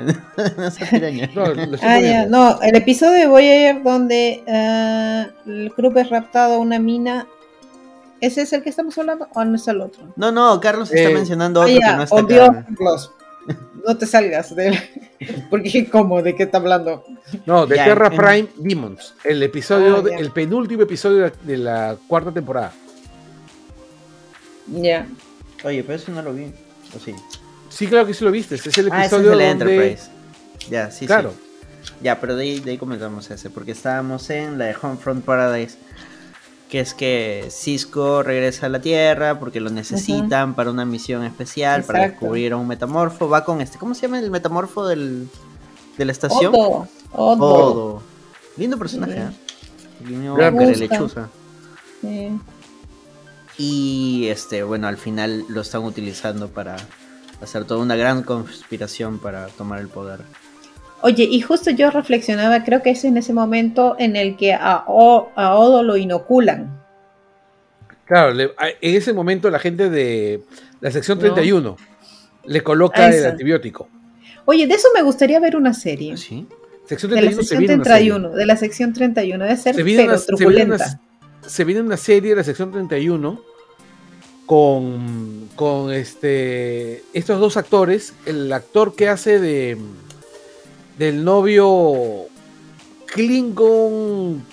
No, el episodio de Voyager donde el grupo es raptado a una mina. ¿Ese es el que estamos hablando o no es el otro? No, Carlos está mencionando otro que no está acá. Dios, Carlos, no te salgas Porque, ¿cómo? ¿De qué está hablando? No, de Ya, Terra Prime Demons, el episodio, ya. el penúltimo episodio de la cuarta temporada. Ya. Oye, pero eso no lo vi. ¿O sí? Sí, claro que sí lo viste, es el Ese es episodio el de donde... Enterprise. Ya, sí, Claro. sí. Ya, pero de ahí comentamos ese, porque estábamos en la de Homefront Paradise, que es que Cisco regresa a la Tierra porque lo necesitan para una misión especial, para Exacto. descubrir a un metamorfo. Va con ¿cómo se llama el metamorfo de la estación? Odo. Odo. Lindo personaje, Sí. ¿eh? Guiño Me gusta. lechuza. Sí. Y bueno, al final lo están utilizando para hacer toda una gran conspiración para tomar el poder. Oye, y justo yo reflexionaba, creo que es en ese momento en el que a Odo lo inoculan. Claro, en ese momento la gente de la sección No. 31 le coloca el Esa. antibiótico. Oye, de eso me gustaría ver una serie. ¿Sí? Sección De la 31 se sección viene una serie. 31, de la sección 31, debe ser Se viene pero una- se viene truculenta. Se viene una serie de la sección 31 con estos dos actores, el actor que hace del novio Klingon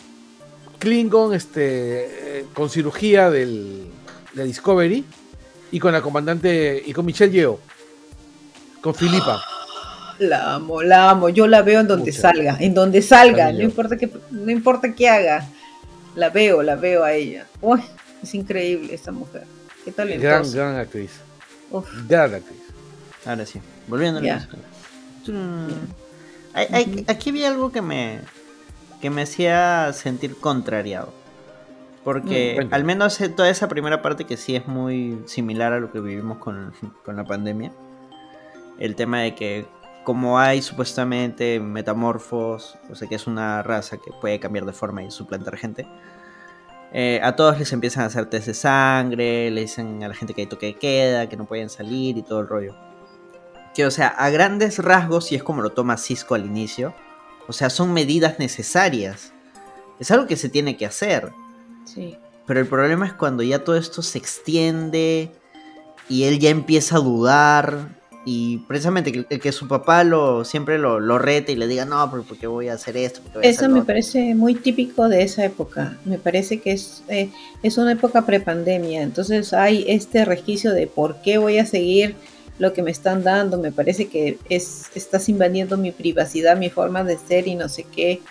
con cirugía de Discovery, y con la comandante y con Michelle Yeoh, con Filipa. La amo, yo la veo en donde Mucha. salga, no También yo. no importa qué haga, la veo a ella. Uy, es increíble esta mujer, qué talentosa. Gran actriz. Uf, Gran actriz. Ahora sí. Volviendo a la Ya. música. Aquí vi algo que me hacía sentir contrariado. Porque Cuéntame. al menos toda esa primera parte que sí es muy similar a lo que vivimos con la pandemia. El tema de que como hay supuestamente metamorfos, o sea que es una raza que puede cambiar de forma y suplantar gente, a todos les empiezan a hacer test de sangre, le dicen a la gente que hay toque de queda, que no pueden salir y todo el rollo. Que o sea, a grandes rasgos, y es como lo toma Cisco al inicio, o sea, son medidas necesarias. Es algo que se tiene que hacer. sí. Pero el problema es cuando ya todo esto se extiende y él ya empieza a dudar. Y precisamente que su papá siempre lo rete y le diga, no, pero ¿por qué voy a hacer esto? ¿Por qué voy a Eso hacer lo me otro?". parece muy típico de esa época. Me parece que es una época prepandemia. Entonces hay este resquicio de por qué voy a seguir lo que me están dando. Me parece que estás invadiendo mi privacidad, mi forma de ser y no sé qué.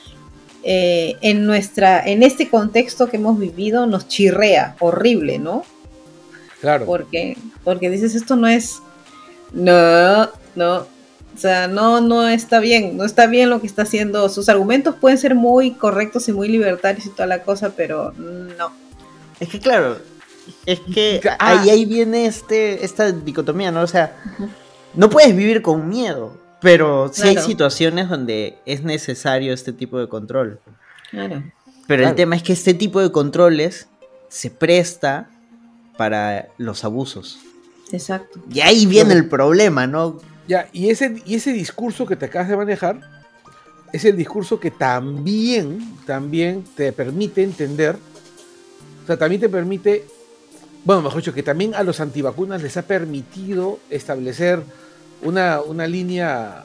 En este contexto que hemos vivido nos chirrea, horrible, ¿no? Claro. Porque dices, esto no es... No. O sea, no está bien. No está bien lo que está haciendo. Sus argumentos pueden ser muy correctos y muy libertarios y toda la cosa, pero no. Es que claro, es que Ah. ahí viene esta dicotomía, ¿no? O sea, no puedes vivir con miedo, pero sí hay Claro. situaciones donde es necesario este tipo de control. Claro. Pero Claro. el tema es que este tipo de controles se presta para los abusos. Exacto. Y ahí viene el problema, ¿no? Ya, y ese discurso que te acabas de manejar es el discurso que también te permite entender, o sea, también te permite, bueno, mejor dicho, que también a los antivacunas les ha permitido establecer una línea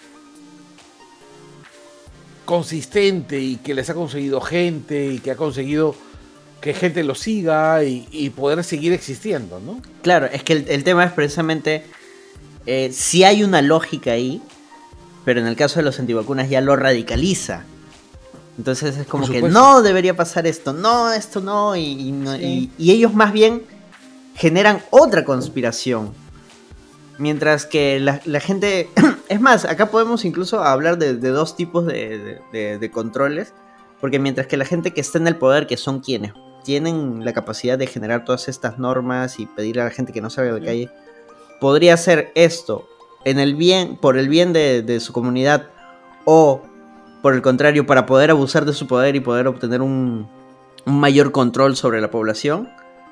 consistente y que les ha conseguido gente y que ha conseguido que gente lo siga y poder seguir existiendo, ¿no? Claro, es que el tema es precisamente, sí hay una lógica ahí, pero en el caso de los antivacunas ya lo radicaliza. Entonces es como Por que supuesto. no debería pasar esto no, y ellos más bien generan otra conspiración. Mientras que la gente... Es más, acá podemos incluso hablar de dos tipos de controles, porque mientras que la gente que está en el poder, que son quienes tienen la capacidad de generar todas estas normas y pedirle a la gente que no salga de la calle, podría hacer esto por el bien de su comunidad, o por el contrario, para poder abusar de su poder y poder obtener un mayor control sobre la población,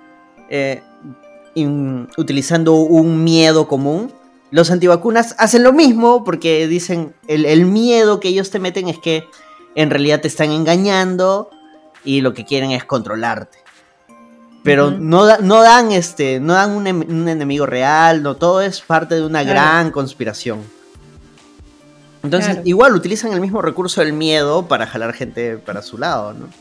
utilizando un miedo común. Los antivacunas hacen lo mismo porque dicen el miedo que ellos te meten es que en realidad te están engañando y lo que quieren es controlarte. Pero Ujú. no dan un enemigo real, no, todo es parte de una Claro. gran conspiración. Entonces, Claro. igual utilizan el mismo recurso del miedo para jalar gente para su lado, ¿no?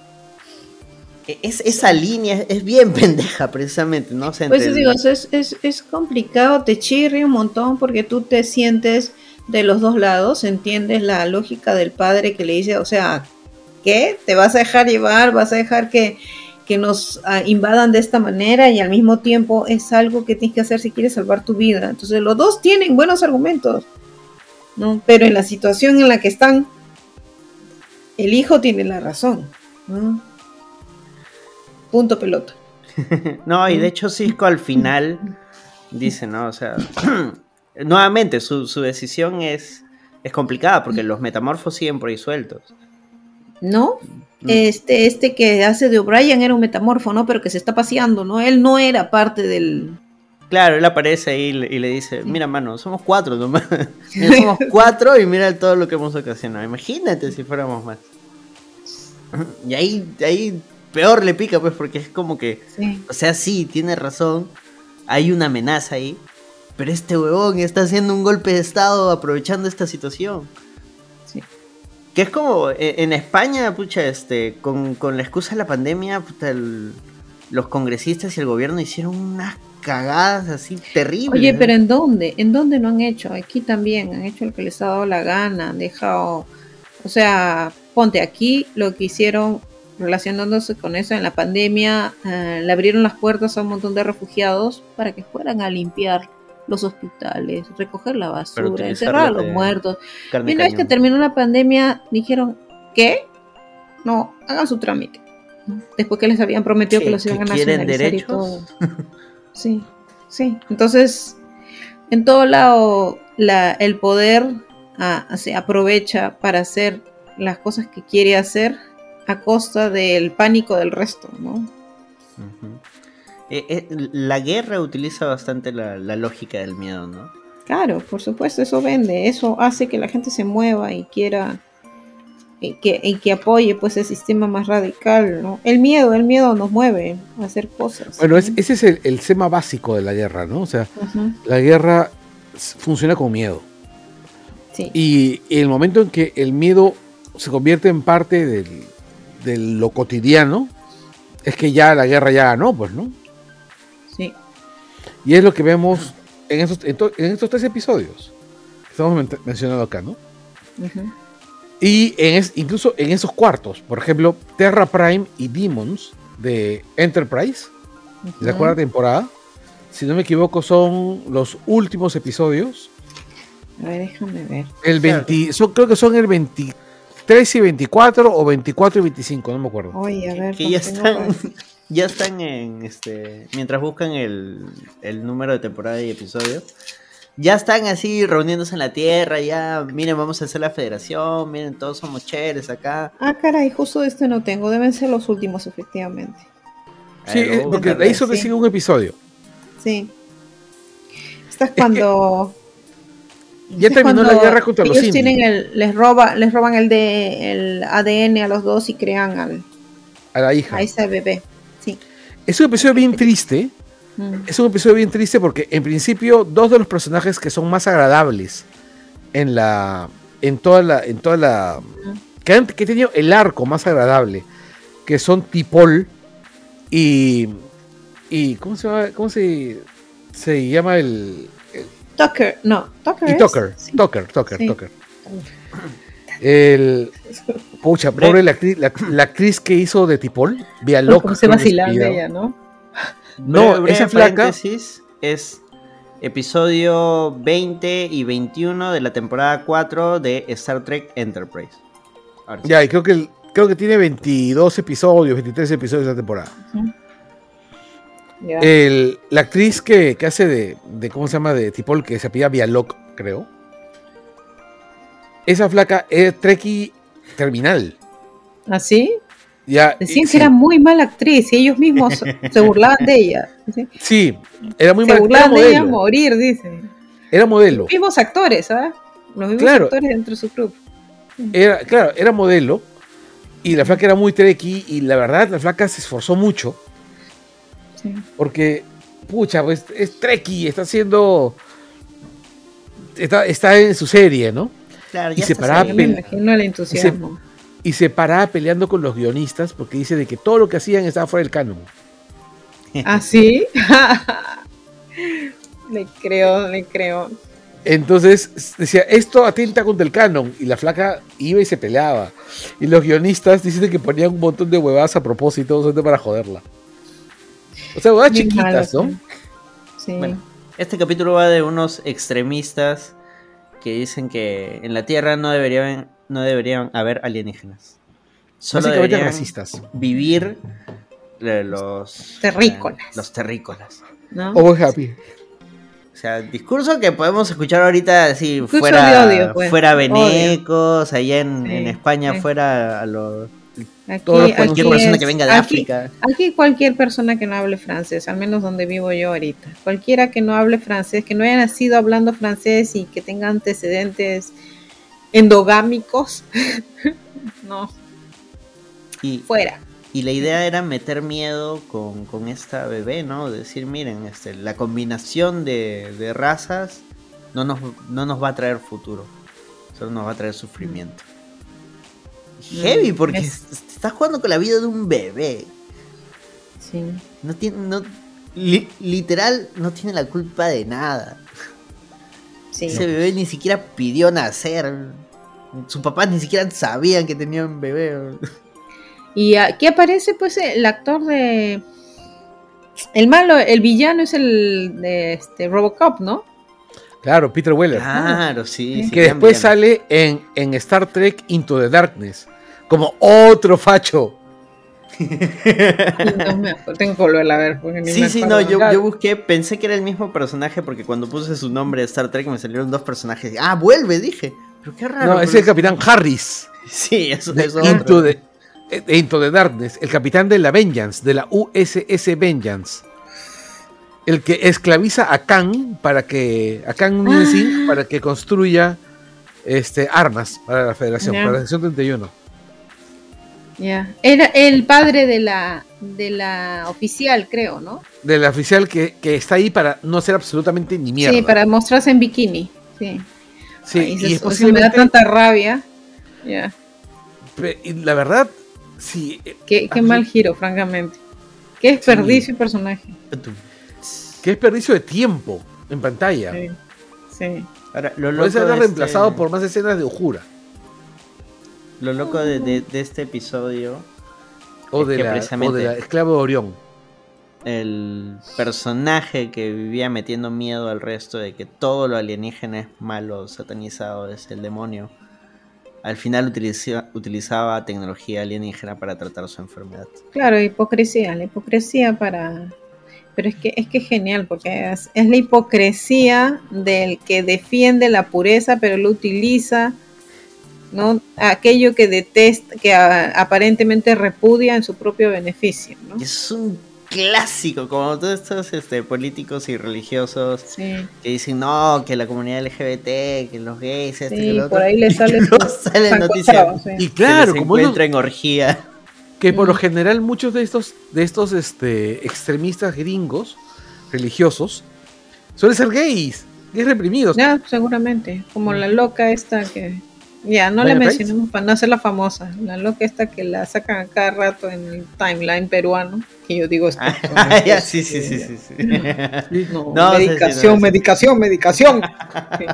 Esa línea es bien pendeja, precisamente, ¿no? O sea, Pues entre digo, es complicado, te chirre un montón porque tú te sientes de los dos lados, entiendes la lógica del padre que le dice, o sea, ¿qué? ¿Te vas a dejar llevar? ¿Vas a dejar que nos invadan de esta manera? Y al mismo tiempo es algo que tienes que hacer si quieres salvar tu vida. Entonces los dos tienen buenos argumentos, ¿no? Pero en la situación en la que están, el hijo tiene la razón, ¿no? Punto pelota. No, y de hecho Cisco al final dice, ¿no? O sea, nuevamente su decisión es complicada porque los metamorfos siguen por ahí sueltos. ¿No? Este que hace de O'Brien era un metamorfo, ¿no? Pero que se está paseando, ¿no? Él no era parte del... Claro, él aparece ahí y le dice, mira, mano, somos 4 nomás. Mira, somos 4 y mira todo lo que hemos ocasionado. Imagínate si fuéramos más. Y ahí peor le pica, pues, porque es como que... Sí. O sea, sí, tiene razón. Hay una amenaza ahí. Pero este huevón está haciendo un golpe de estado aprovechando esta situación. Sí. Que es como en España, pucha, con la excusa de la pandemia, puta, los congresistas y el gobierno hicieron unas cagadas así terribles. Oye, pero ¿en dónde? ¿En dónde no han hecho? Aquí también han hecho lo que les ha dado la gana, han dejado... O sea, ponte aquí lo que hicieron relacionándose con eso en la pandemia, le abrieron las puertas a un montón de refugiados para que fueran a limpiar los hospitales, recoger la basura, encerrar a los muertos. Y una vez que terminó la pandemia, dijeron, ¿qué? No, hagan su trámite. Después que les habían prometido que los iban a nacionalizar y todo. Sí, sí. Entonces, en todo lado, el poder se aprovecha para hacer las cosas que quiere hacer a costa del pánico del resto, ¿no? La guerra utiliza bastante la lógica del miedo, ¿no? Claro, por supuesto, eso vende, eso hace que la gente se mueva y quiera y que apoye pues el sistema más radical, ¿no? El miedo nos mueve a hacer cosas. Bueno, ¿no? ese es el tema básico de la guerra, ¿no? O sea, la guerra funciona con miedo. Sí. Y el momento en que el miedo se convierte en parte de lo cotidiano, es que ya la guerra ya ganó, pues, ¿no? Sí. Y es lo que vemos en estos 3 episodios que estamos mencionando acá, ¿no? Y incluso en esos cuartos, por ejemplo, Terra Prime y Demons de Enterprise, de la 4ª temporada, si no me equivoco, son los últimos episodios. A ver, déjame ver. Creo que son el 23 y 24 o 24 y 25, no me acuerdo. Oye, a ver. Que ya están en mientras buscan el número de temporada y episodio, ya están así reuniéndose en la Tierra, ya, miren, vamos a hacer la federación, miren, todos somos chéveres acá. Ah, caray, justo no tengo, deben ser los últimos, efectivamente. Sí, porque de ahí solo sigue un episodio. Sí. Esta es cuando... Ya terminó la guerra contra los indios. Les roban el ADN a los dos y crean a la hija. A ese bebé. Sí. Es un episodio bien triste. Es un episodio bien triste porque en principio 2 de los personajes que son más agradables que han tenido el arco más agradable, que son T'Pol y ¿cómo se llama el Tucker, no, Tucker. Y Tucker, sí. Tucker. Pucha, pobre la actriz que hizo de T'Pol, Bialok. Como se vacilaba ella, ¿no? No, esa flaca es episodio 20 y 21 de la temporada 4 de Star Trek Enterprise. Ya, y creo que tiene 22 episodios, 23 episodios de la temporada. Yeah. La actriz que hace de ¿cómo se llama? De T'Pol, que se apellida Bialok, creo. Esa flaca es Trekkie terminal. ¿Ah, sí? Ya, decían que era muy mala actriz y ellos mismos se burlaban de ella. Sí, era muy mala. Se burlaban de ella a morir, dicen. Era modelo. Los mismos actores, ¿sabes? Los mismos actores dentro de su club. Era modelo y la flaca era muy Trekkie y la verdad la flaca se esforzó mucho. Sí. Porque, pucha, pues es Trekkie, está en su serie, ¿no? Claro, Y ya se está paraba Me saliendo. imagino el entusiasmo. Y se paraba peleando con los guionistas porque dice de que todo lo que hacían estaba fuera del canon. ¿Ah, sí? Le creo. Entonces decía, esto atenta contra el canon. Y la flaca iba y se peleaba. Y los guionistas dicen que ponían un montón de huevadas a propósito solamente para joderla. O sea, huevadas Bien chiquitas, malo, ¿no? Sí. Bueno, este capítulo va de unos extremistas que dicen que en la Tierra no deberían haber alienígenas. Solo Básicamente deberían racistas. vivir los Terrícolas. los terrícolas. ¿No? Always happy. O sea, discurso que podemos escuchar ahorita así Discurso fuera, de odio, pues. fuera venecos, allá en Sí, España sí. fuera a los Aquí, cualquier persona que venga de África. Aquí cualquier persona que no hable francés, al menos donde vivo yo ahorita, cualquiera que no hable francés, que no haya nacido hablando francés y que tenga antecedentes endogámicos, no, Y, fuera. y la idea era meter miedo con esta bebé, ¿no? Decir, miren, la combinación de razas no nos va a traer futuro, solo nos va a traer sufrimiento. Heavy, porque estás jugando con la vida de un bebé. Sí. No tiene, literal, no tiene la culpa de nada. Sí. Ese bebé ni siquiera pidió nacer. Sus papás ni siquiera sabían que tenía un bebé. Y aquí aparece pues el actor de el malo, el villano es el de Robocop, ¿no? Claro, Peter Weller. Claro, sí. Que después sale en Star Trek Into the Darkness como otro facho. No me acuerdo, tengo que volverla a ver porque ni me Sí, acuerdo. no, yo busqué, pensé que era el mismo personaje porque cuando puse su nombre de Star Trek me salieron dos personajes. Ah, vuelve, dije. Pero qué raro. No, es el Capitán Harris. Sí, eso De es otro. Into the Darkness, el capitán de la Vengeance, de la USS Vengeance. El que esclaviza a Kang para que construya armas para la Federación, para la sección 31. Ya. Era el padre de la oficial, creo, ¿no? De la oficial que está ahí para no hacer absolutamente ni mierda. Sí, para mostrarse en bikini. Sí. Sí, Ay, y es eso me da posiblemente, tanta rabia. Ya. y la verdad, sí. Qué mal giro, francamente. Qué desperdicio de personaje. Qué desperdicio de tiempo en pantalla. Sí. Sí. Ahora, lo Puede loco ser de reemplazado por más escenas de Uhura. Lo loco de este episodio O es de que la precisamente esclavo de Orión. el personaje que vivía metiendo miedo al resto de que todo lo alienígena es malo, satanizado, es el demonio, al final utilizaba tecnología alienígena para tratar su enfermedad. Claro, la hipocresía para... Pero es que es genial, porque es la hipocresía del que defiende la pureza, pero lo utiliza, ¿no? Aquello que detesta, que aparentemente repudia en su propio beneficio, ¿no? Y es un clásico, como todos estos políticos y religiosos Sí. que dicen no, que la comunidad LGBT, que los gays, Sí, que lo otro, por ahí le sale y luego sale San noticia Gonzalo, sí. Y claro, que como se ellos, encuentra en orgía. que por lo general muchos de estos extremistas gringos religiosos suelen ser gays reprimidos. Ya, seguramente, como la loca esta que... Ya, no la Vaya mencionamos para no hacerla famosa. La loca esta que la sacan a cada rato en el timeline peruano. Que yo digo... Ya, sí. No, No, medicación, sí. medicación. Sí.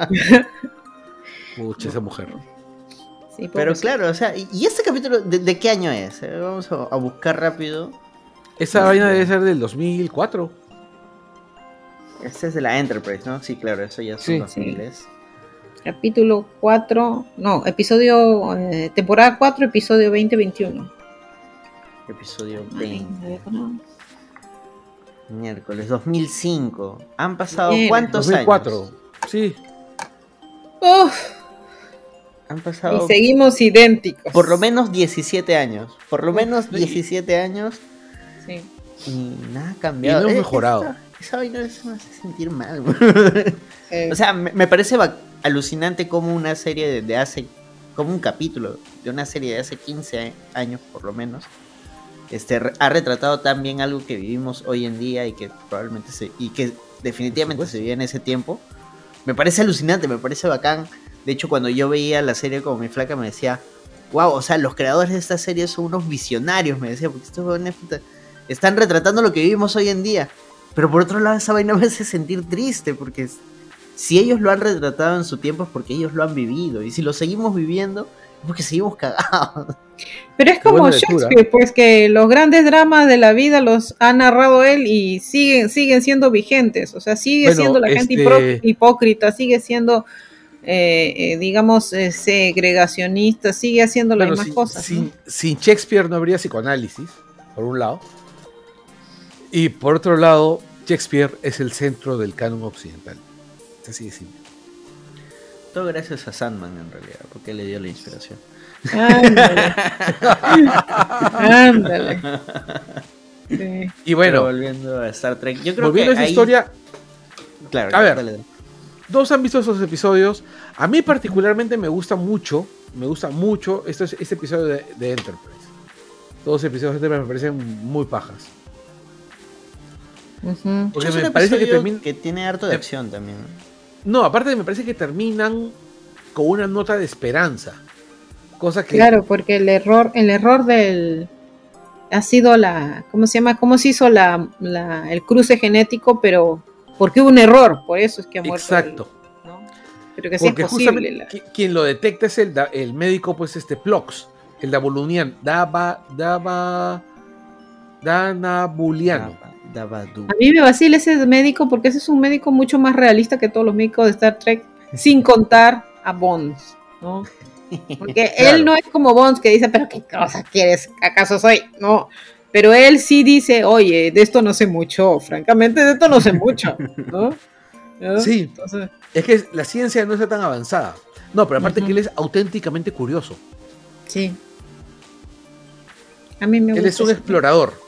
Pucha, esa mujer. Sí, Pero pobrecita. claro, o sea, ¿y este capítulo de qué año es? Vamos a buscar rápido. Esa vaina debe ser del 2004. Este es de la Enterprise, ¿no? Sí, claro, eso ya son Sí. 2000. Capítulo 4, no, episodio, temporada 4, episodio 20-21. Episodio 20. Miércoles 2005. Han pasado Bien. ¿cuántos 2004. años? Sí. Uf, Han y pasado seguimos idénticos. por lo menos 17 años. Por lo menos sí. 17 años Sí. y nada ha cambiado. Y no ha mejorado. Esa vaina me hace sentir mal. Sí. O sea, me parece alucinante como una serie de hace, como un capítulo de una serie de hace 15 años por lo menos, ha retratado tan bien algo que vivimos hoy en día y que probablemente definitivamente se vivía en ese tiempo. Me parece alucinante, me parece bacán De hecho, cuando yo veía la serie como mi flaca me decía, wow, o sea, los creadores de esta serie son unos visionarios, me decía, porque estos jóvenes están retratando lo que vivimos hoy en día. Pero por otro lado, esa vaina me hace sentir triste, porque si ellos lo han retratado en su tiempo es porque ellos lo han vivido. Y si lo seguimos viviendo, es porque seguimos cagados. Pero es como Shakespeare, pues que los grandes dramas de la vida los ha narrado él y siguen siendo vigentes. O sea, sigue siendo la gente hipócrita, sigue siendo, digamos, segregacionista, sigue haciendo las mismas cosas. Sin Shakespeare no habría psicoanálisis, por un lado. Y por otro lado, Shakespeare es el centro del canon occidental. Es así de simple. Todo gracias a Sandman, en realidad, porque le dio la inspiración. Ándale. Sí. Y bueno, pero volviendo a Star Trek, yo creo volviendo que a esa historia, claro, a ver, dale. ¿Todos han visto esos episodios? A mí particularmente me gusta mucho este episodio de Enterprise. Todos los episodios de Enterprise me parecen muy pajas. Porque me parece que tiene harto de acción también. No, aparte me parece que terminan con una nota de esperanza. Cosa que... Claro, porque el error del... ha sido ¿cómo se llama? ¿Cómo se hizo el cruce genético? Pero porque hubo un error, por eso es que ha muerto. Exacto. ¿no? Pero que sí es posible. Quien lo detecta es el médico, pues Plox, el Danabuliano. A mí me vacila ese médico porque ese es un médico mucho más realista que todos los médicos de Star Trek, sin contar a Bonds, ¿no? Porque claro, él no es como Bonds que dice, pero qué cosa quieres, ¿acaso soy? No, pero él sí dice, oye, de esto no sé mucho, francamente de esto no sé mucho, ¿no? Sí, entonces... es que la ciencia no está tan avanzada. No, pero aparte que él es auténticamente curioso. Sí. A mí me gusta. Él es un explorador.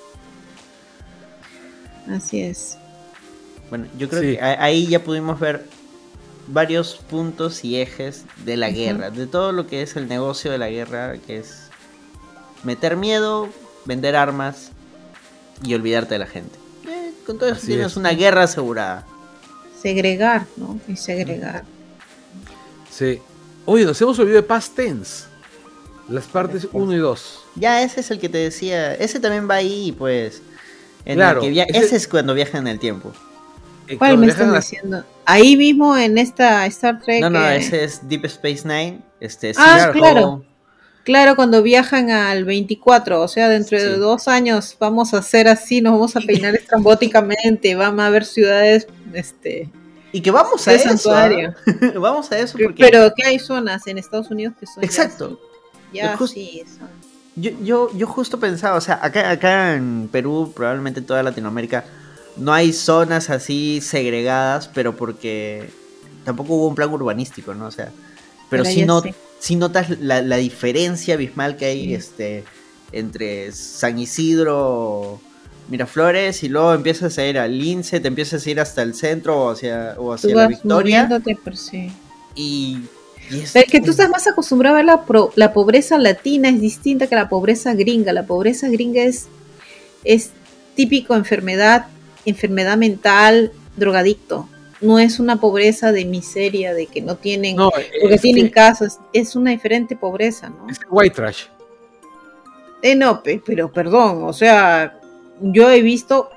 Así es. Bueno, yo creo que ahí ya pudimos ver varios puntos y ejes de la guerra, de todo lo que es el negocio de la guerra, que es meter miedo, vender armas y olvidarte de la gente. Con todo eso tienes una guerra asegurada. Segregar, ¿no? Y segregar. Sí. Oye, nos hemos olvidado de Past Tense. Las partes 1 y 2. Ya, ese es el que te decía. Ese también va ahí, pues. Claro, ese es cuando viajan en el tiempo. ¿Cuál me estás diciendo? Ahí mismo en esta Star Trek. No, ese es Deep Space Nine. Claro. Claro, cuando viajan al 24, o sea, dentro de 2 años vamos a hacer así, nos vamos a peinar estrambóticamente, vamos a ver ciudades, y que vamos a eso. Santuario. Vamos a eso porque... Pero ¿qué hay zonas en Estados Unidos que son? Exacto. Sí, son. Yo justo pensaba, o sea, acá en Perú, probablemente en toda Latinoamérica, no hay zonas así segregadas, pero porque tampoco hubo un plan urbanístico, ¿no? O sea, pero sí notas la diferencia abismal que hay entre San Isidro, Miraflores, y luego empiezas a ir al Lince, te empiezas a ir hasta el centro o hacia la Victoria. Por sí. Pero es que tú estás más acostumbrado a ver la pobreza latina, es distinta que la pobreza gringa. La pobreza gringa es típico enfermedad mental, drogadicto. No es una pobreza de miseria, de que no tienen, porque tienen casas. Es una diferente pobreza, ¿no? Es white trash. No, pero perdón, o sea, yo he visto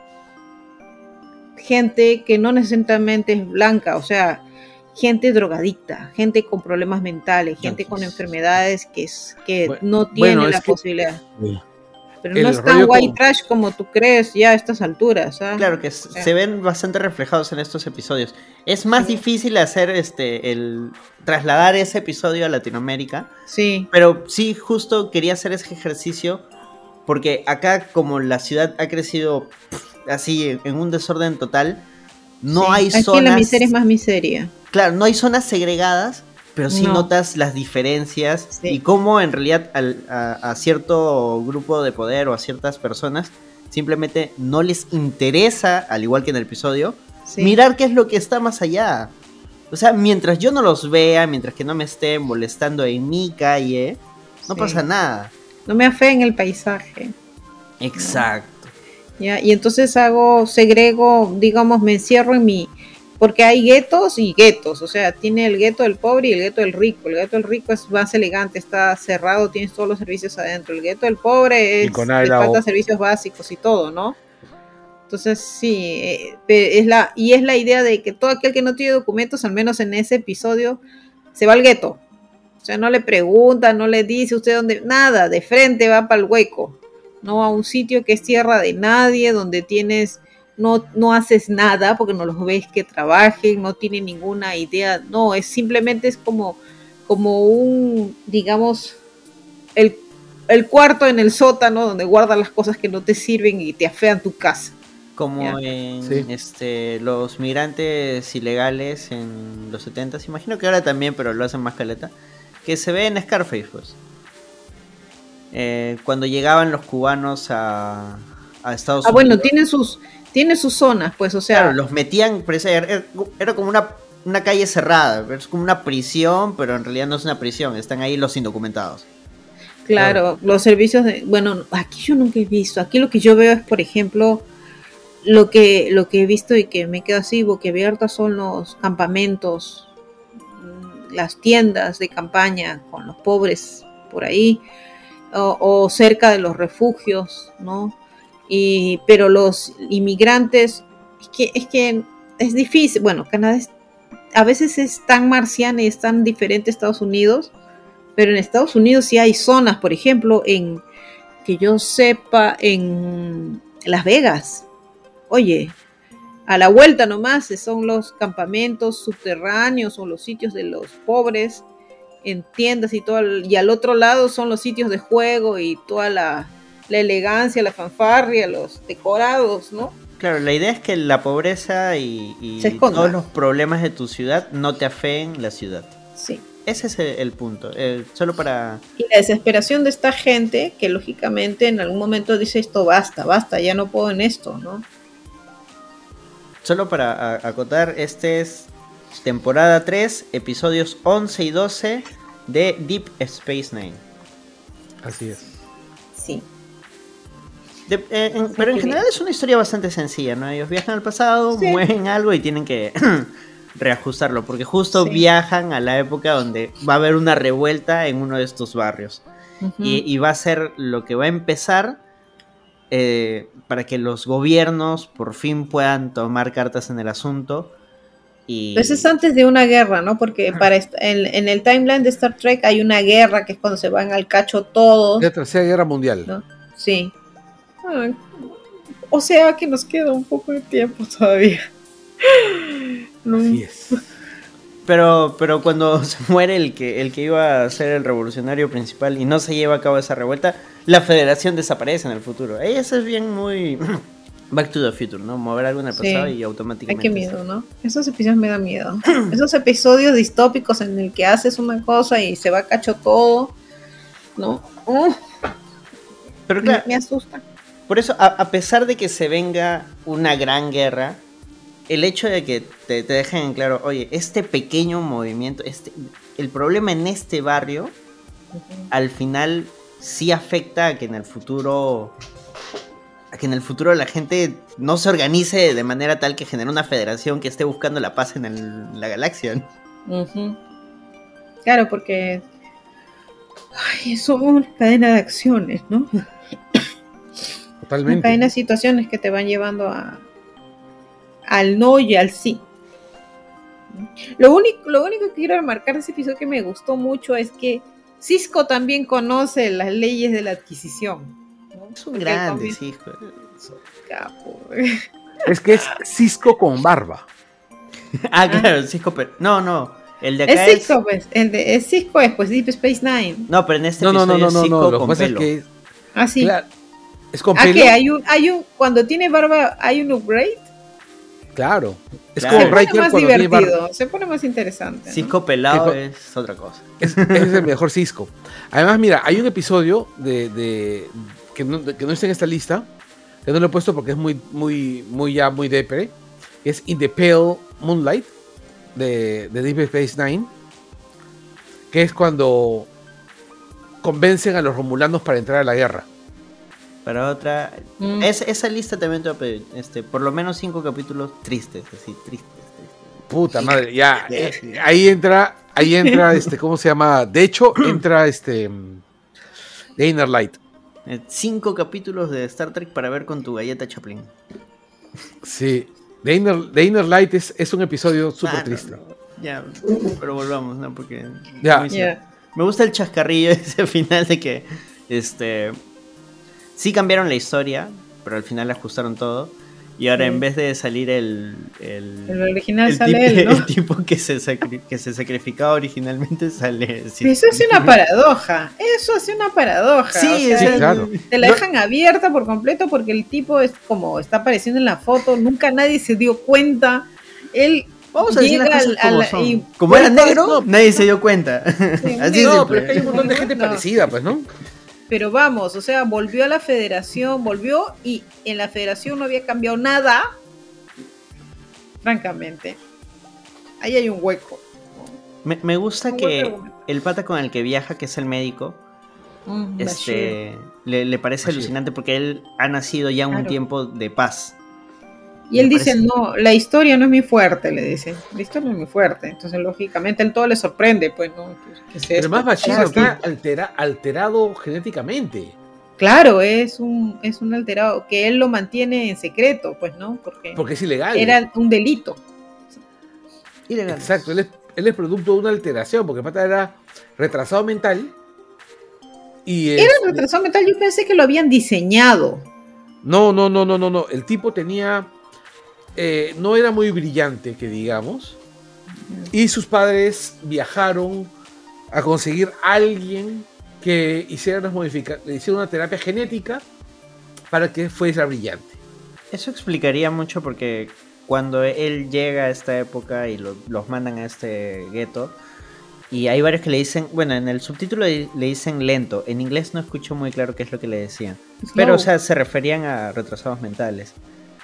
gente que no necesariamente es blanca, o sea, gente drogadicta, gente con problemas mentales, gente con enfermedades que no tiene la posibilidad. Pero no es tan white trash como tú crees ya a estas alturas. ¿sabes? Claro que se ven bastante reflejados en estos episodios. Es más difícil hacer el trasladar ese episodio a Latinoamérica. Sí. Pero sí, justo quería hacer ese ejercicio porque acá, como la ciudad ha crecido así en un desorden total, no hay zonas... Aquí la miseria es más miseria. Claro, no hay zonas segregadas, pero sí notas las diferencias y cómo en realidad a cierto grupo de poder o a ciertas personas simplemente no les interesa, al igual que en el episodio, mirar qué es lo que está más allá. O sea, mientras yo no los vea, mientras que no me estén molestando en mi calle, no pasa nada. No me afecta el paisaje. Exacto. ¿Ya? Y entonces segrego, digamos, me encierro en porque hay guetos y guetos, o sea, tiene el gueto del pobre y el gueto del rico. El gueto del rico es más elegante, está cerrado, tienes todos los servicios adentro. El gueto del pobre te falta servicios básicos y todo, ¿no? Entonces sí, es la idea de que todo aquel que no tiene documentos, al menos en ese episodio, se va al gueto. O sea, no le pregunta, no le dice usted dónde, nada, de frente va para el hueco, no a un sitio que es tierra de nadie, donde no haces nada porque no los ves que trabajen, no tienen ninguna idea, no, simplemente es como un, digamos, el cuarto en el sótano donde guardas las cosas que no te sirven y te afean tu casa. Como en los migrantes ilegales en los 70s, imagino que ahora también, pero lo hacen más caleta, que se ve en Scarface, pues. Cuando llegaban los cubanos a Estados Unidos. Bueno, tiene sus zonas, pues, o sea. Claro, los metían, era como una calle cerrada, es como una prisión, pero en realidad no es una prisión, están ahí los indocumentados. Claro, los servicios bueno, aquí yo nunca he visto, aquí lo que yo veo es, por ejemplo, lo que he visto y que me quedo así boquiabierta son los campamentos, las tiendas de campaña con los pobres por ahí, o cerca de los refugios, ¿no? Pero los inmigrantes, es que es difícil. Bueno, Canadá a veces es tan marciano y es tan diferente a Estados Unidos, pero en Estados Unidos sí hay zonas, por ejemplo, que yo sepa, en Las Vegas. Oye, a la vuelta nomás son los campamentos subterráneos o los sitios de los pobres en tiendas y todo, y al otro lado son los sitios de juego y toda la elegancia, la fanfarria, los decorados, ¿no? Claro, la idea es que la pobreza y todos los problemas de tu ciudad no te afeen la ciudad. Sí. Ese es el punto, solo para... Y la desesperación de esta gente que lógicamente en algún momento dice esto basta, ya no puedo en esto, ¿no? Solo para acotar, este es temporada 3, episodios 11 y 12 de Deep Space Nine. Así es. Sí. Pero en general es una historia bastante sencilla, ¿no? Ellos viajan al pasado, mueven algo y tienen que reajustarlo, porque justo viajan a la época donde va a haber una revuelta en uno de estos barrios. Uh-huh. Y va a ser lo que va a empezar para que los gobiernos por fin puedan tomar cartas en el asunto. Eso es antes de una guerra, ¿no? Porque en el timeline de Star Trek hay una guerra que es cuando se van al cacho todos. La Tercera Guerra Mundial. ¿No? Sí. O sea que nos queda un poco de tiempo todavía. No. Así es. Pero cuando se muere el que iba a ser el revolucionario principal y no se lleva a cabo esa revuelta, la Federación desaparece en el futuro. Eso es bien muy Back to the Future, ¿no? Mover algo en el pasado y automáticamente... Ay, qué miedo, ¿no? Esos episodios me dan miedo. Esos episodios distópicos en el que haces una cosa y se va a cacho todo, ¿no? Pero claro, me asusta. Por eso, a pesar de que se venga una gran guerra, el hecho de que te dejen en claro, oye, este pequeño movimiento, el problema en este barrio, al final sí afecta a que en el futuro la gente no se organice de manera tal que genere una federación que esté buscando la paz en la galaxia, ¿no? Uh-huh. Claro, porque somos una cadena de acciones, ¿no? Totalmente. Una cadena de situaciones que te van llevando al no y al sí. Lo único que quiero remarcar de ese episodio que me gustó mucho es que Sisko también conoce las leyes de la adquisición, ¿no? Es un grande Sisko. Capo. Es que es Sisko con barba. Claro, Sisko, pero no. El de acá es Sisko, pues. Es Sisko, es pues Deep Space Nine. No, pero en este episodio es Sisko con pelo. Es que sí. Claro, es con pelo. ¿Qué? Hay un cuando tiene barba hay un upgrade. Claro. Es claro. como Riker cuando tiene barba. Se pone más interesante, ¿no? Sisko pelado es otra cosa. Es el mejor Sisko. Además, mira, hay un episodio que no está en esta lista, que no lo he puesto porque es muy depre, que es In the Pale Moonlight de Deep Space Nine, que es cuando convencen a los romulanos para entrar a la guerra. Para otra... Esa lista también te va a pedir, por lo menos 5 capítulos tristes, así, tristes. Puta madre, ya. Ahí entra, ¿cómo se llama? De hecho, entra The Inner Light. 5 capítulos de Star Trek para ver con tu galleta Chaplin. Sí. The Inner Light es un episodio súper triste. Ya, pero volvamos, ¿no? Porque Ya. me gusta el chascarrillo ese final de que sí cambiaron la historia, pero al final ajustaron todo. Y ahora en vez de salir el original sale él, ¿no? El tipo que se sacrificaba originalmente sale... Sí. Eso hace una paradoja. Sí, o sea, claro. Te la dejan abierta por completo porque el tipo es como está apareciendo en la foto, nunca nadie se dio cuenta. Él Vamos a decir llega las cosas como son. y Como era negro, nadie se dio cuenta. Sí, Así No, simple. pero es que hay un montón de gente No. parecida, pues, ¿no? Pero vamos, o sea, volvió a la federación, y en la federación no había cambiado nada. Francamente, ahí hay un hueco. Me gusta Un que buen argumento. el pata con el que viaja, que es el médico, Bashir. le parece Bashir. alucinante porque él ha nacido ya en un Claro. tiempo de paz. Y él Me dice, parece- no, la historia no es muy fuerte, le dice. La historia no es muy fuerte. Entonces, lógicamente, él todo le sorprende, pues, ¿no? ¿Qué es Pero esto? además Bashir Claro, está alterado genéticamente. Claro, es un alterado, que él lo mantiene en secreto, pues, ¿no? Porque es ilegal. Era un delito. Ilegal. Exacto, él es producto de una alteración, porque el pata era retrasado mental. Y Era el retrasado mental, yo pensé que lo habían diseñado. No. El tipo tenía. No era muy brillante, que digamos. Y sus padres viajaron a conseguir a alguien que hiciera le hiciera una terapia genética para que fuese brillante. Eso explicaría mucho porque cuando él llega a esta época y los mandan a este gueto, y hay varios que le dicen, bueno, en el subtítulo le dicen lento, en inglés no escucho muy claro qué es lo que le decían, pero o sea, se referían a retrasados mentales.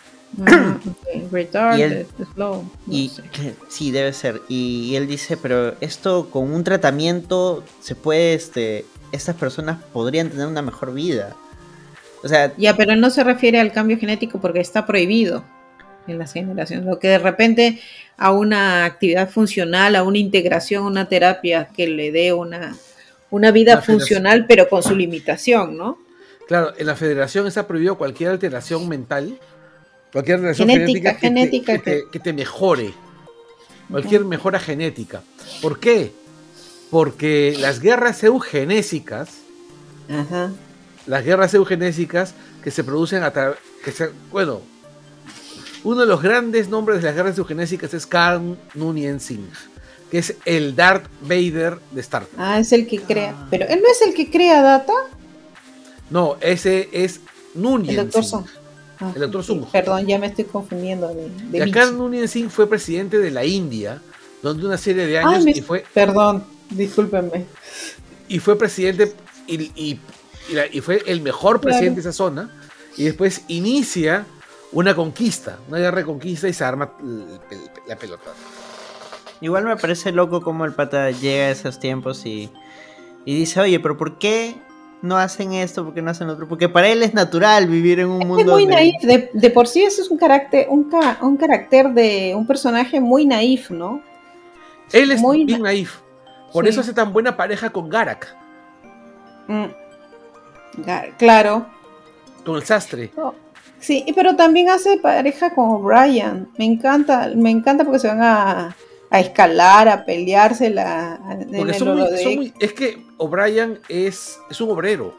Retarded, Y él- slow. no Y sé. sí, debe ser. Y él dice, pero esto con un tratamiento se puede, estas personas podrían tener una mejor vida. O sea, Ya, pero no se refiere al cambio genético porque está prohibido en las generaciones. Lo que de repente a una actividad funcional, a una integración, una terapia que le dé una vida Una funcional, pero con su limitación, ¿no? Claro, en la federación está prohibido cualquier alteración mental, cualquier alteración Genética, genética que te mejore. Cualquier mejora genética. ¿Por qué? Porque las guerras eugenésicas, Ajá. que se producen bueno, uno de los grandes nombres de las guerras eugenésicas es Karl Noonien Singh, que es el Darth Vader de Star Trek. Ah, es el que crea. Pero él no es el que crea Data, No, ese es el Noonien doctor Singh. Song. Ah, El doctor ok. Sung. Perdón, ya me estoy confundiendo de Y bicho. Karl Noonien Singh fue presidente de la India durante una serie de años Ay, perdón, discúlpenme. y fue presidente y fue el mejor presidente de esa zona, y después inicia una conquista, una guerra de conquista, y se arma la pelota. igual me parece loco cómo el pata llega a esos tiempos y dice, oye, pero ¿por qué no hacen esto? ¿Por qué no hacen lo otro? Porque para él es natural vivir en un Es mundo muy donde- naif, de por sí eso es un carácter, un carácter de un personaje muy naif, ¿no? Él es Muy bien naif, por Sí. eso hace tan buena pareja con Garak, Claro. con el sastre. Sí, pero también hace pareja con O'Brien. Me encanta porque se van a escalar, a pelearse Porque es que O'Brien es un obrero.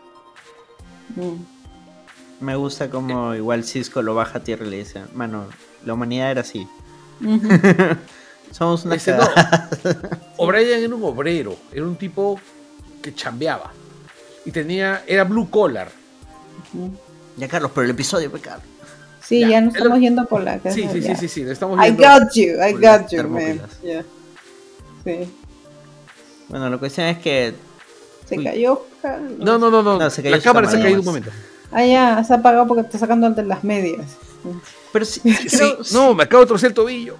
Me gusta como igual Cisco lo baja a tierra y le dice, mano, la humanidad era así. Somos una Ese no. O'Brien era un obrero, era un tipo que chambeaba y era blue collar. Ya, Carlos, pero el episodio, pues, Carlos. Sí, Ya, ya nos el- estamos yendo por la casa. Sí, ya. lo estamos I viendo. got you, I Por las got you, man. termópilas. Ya. Sí. Bueno, la cuestión es que Se Uy. cayó. Carlos. No, No, se cayó la su cámara se ha tamaño caído un más. momento. Ah, ya, se ha apagado porque está sacando de las medias. Pero sí, No, me acabo de torcer el tobillo.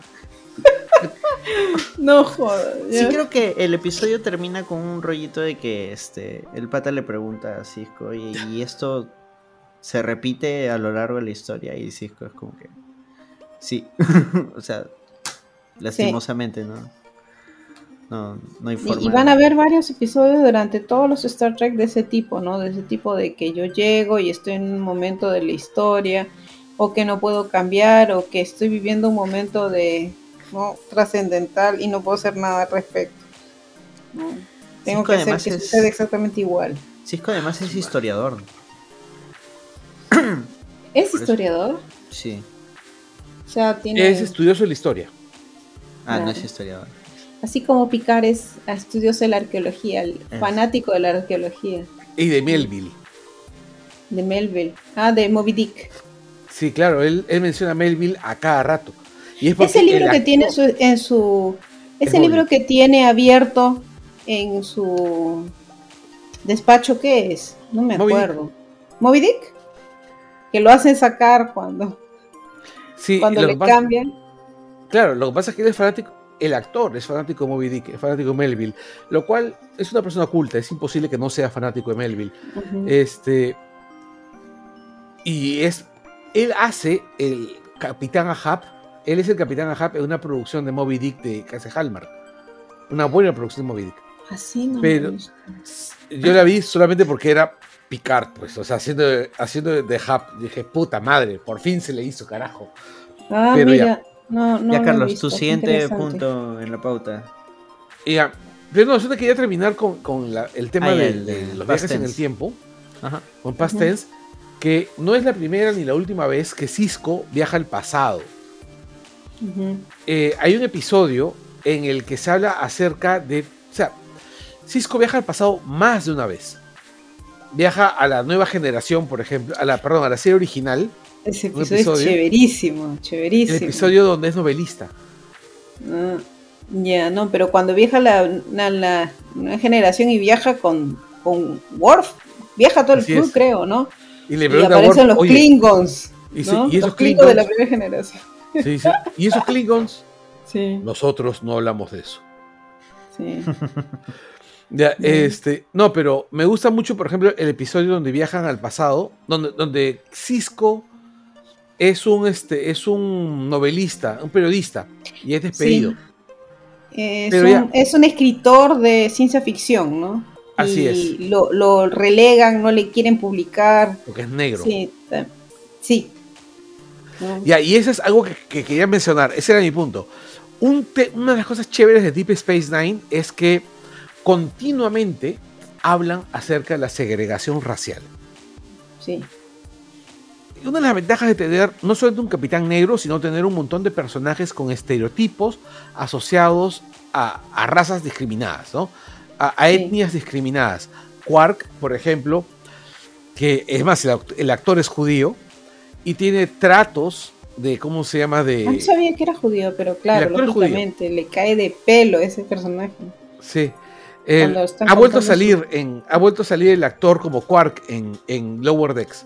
No jodas. sí creo que el episodio termina con un rollito de que el pata le pregunta a Cisco y esto se repite a lo largo de la historia y Cisco es como que sí. O sea, lastimosamente, no hay forma. Y van a haber varios episodios durante todos los Star Trek de ese tipo, ¿no? De ese tipo de que yo llego y estoy en un momento de la historia, o que no puedo cambiar, o que estoy viviendo un momento de, ¿no?, trascendental y no puedo hacer nada al respecto, ¿no? Tengo que hacer que suceda exactamente igual. Cisco además es historiador. ¿Es historiador? Sí. O sea, tiene... Es estudioso de la historia. Ah, no es historiador. Así como Picard es estudioso de la arqueología, fanático de la arqueología. Y de Melville. De Melville. Ah, de Moby Dick. Sí, claro, él menciona a Melville a cada rato. Y es ese libro que tiene ese libro que tiene abierto en su despacho, ¿qué es? No me acuerdo. ¿Moby Dick? Que lo hacen sacar cuando le cambian. Claro, lo que pasa es que él es fanático, el actor es fanático de Moby Dick, es fanático de Melville, lo cual es una persona culta, es imposible que no sea fanático de Melville. Y él hace el Capitán Ahab, él es el Capitán Ahab en una producción de Moby Dick que hace Hallmark, una buena producción de Moby Dick. Así no. Pero yo la vi solamente porque era Picard, pues, o sea, haciendo de Hub. Dije, puta madre, por fin se le hizo, carajo. Ah, pero mira, ya Carlos, tu siguiente punto en la pauta. Ya, pero no, yo te quería terminar con el tema de los viajes en el tiempo. Ajá. Con Past Tense, que no es la primera ni la última vez que Sisko viaja al pasado. Hay un episodio en el que se habla acerca de... O sea, Sisko viaja al pasado más de una vez. Viaja a la nueva generación, por ejemplo, a la serie original. Ese episodio es chéverísimo. El episodio donde es novelista. No, pero cuando viaja a la nueva generación y viaja con Worf, viaja todo el crew, creo, ¿no? Y le pregunta aparecen a Worf, los Klingons, ¿no? ¿y esos los Klingons de la primera generación. Sí. ¿Y esos Klingons? Sí. Nosotros no hablamos de eso. Sí. Ya, no, pero me gusta mucho, por ejemplo, el episodio donde viajan al pasado, donde Sisko es un novelista, un periodista, y es despedido. Sí. Es un escritor de ciencia ficción, ¿no? Así y es. Lo relegan, no le quieren publicar. Porque es negro. Sí. Ya, y eso es algo que quería mencionar, ese era mi punto. Una de las cosas chéveres de Deep Space Nine es que continuamente hablan acerca de la segregación racial. Sí. Una de las ventajas de tener no solamente un capitán negro, sino tener un montón de personajes con estereotipos asociados a razas discriminadas, ¿no? A etnias discriminadas. Quark, por ejemplo, que es más, el actor es judío y tiene tratos de, ¿cómo se llama? No sabía que era judío, pero claro, lógicamente le cae de pelo ese personaje. Sí. Ha vuelto a salir el actor como Quark en Lower Decks.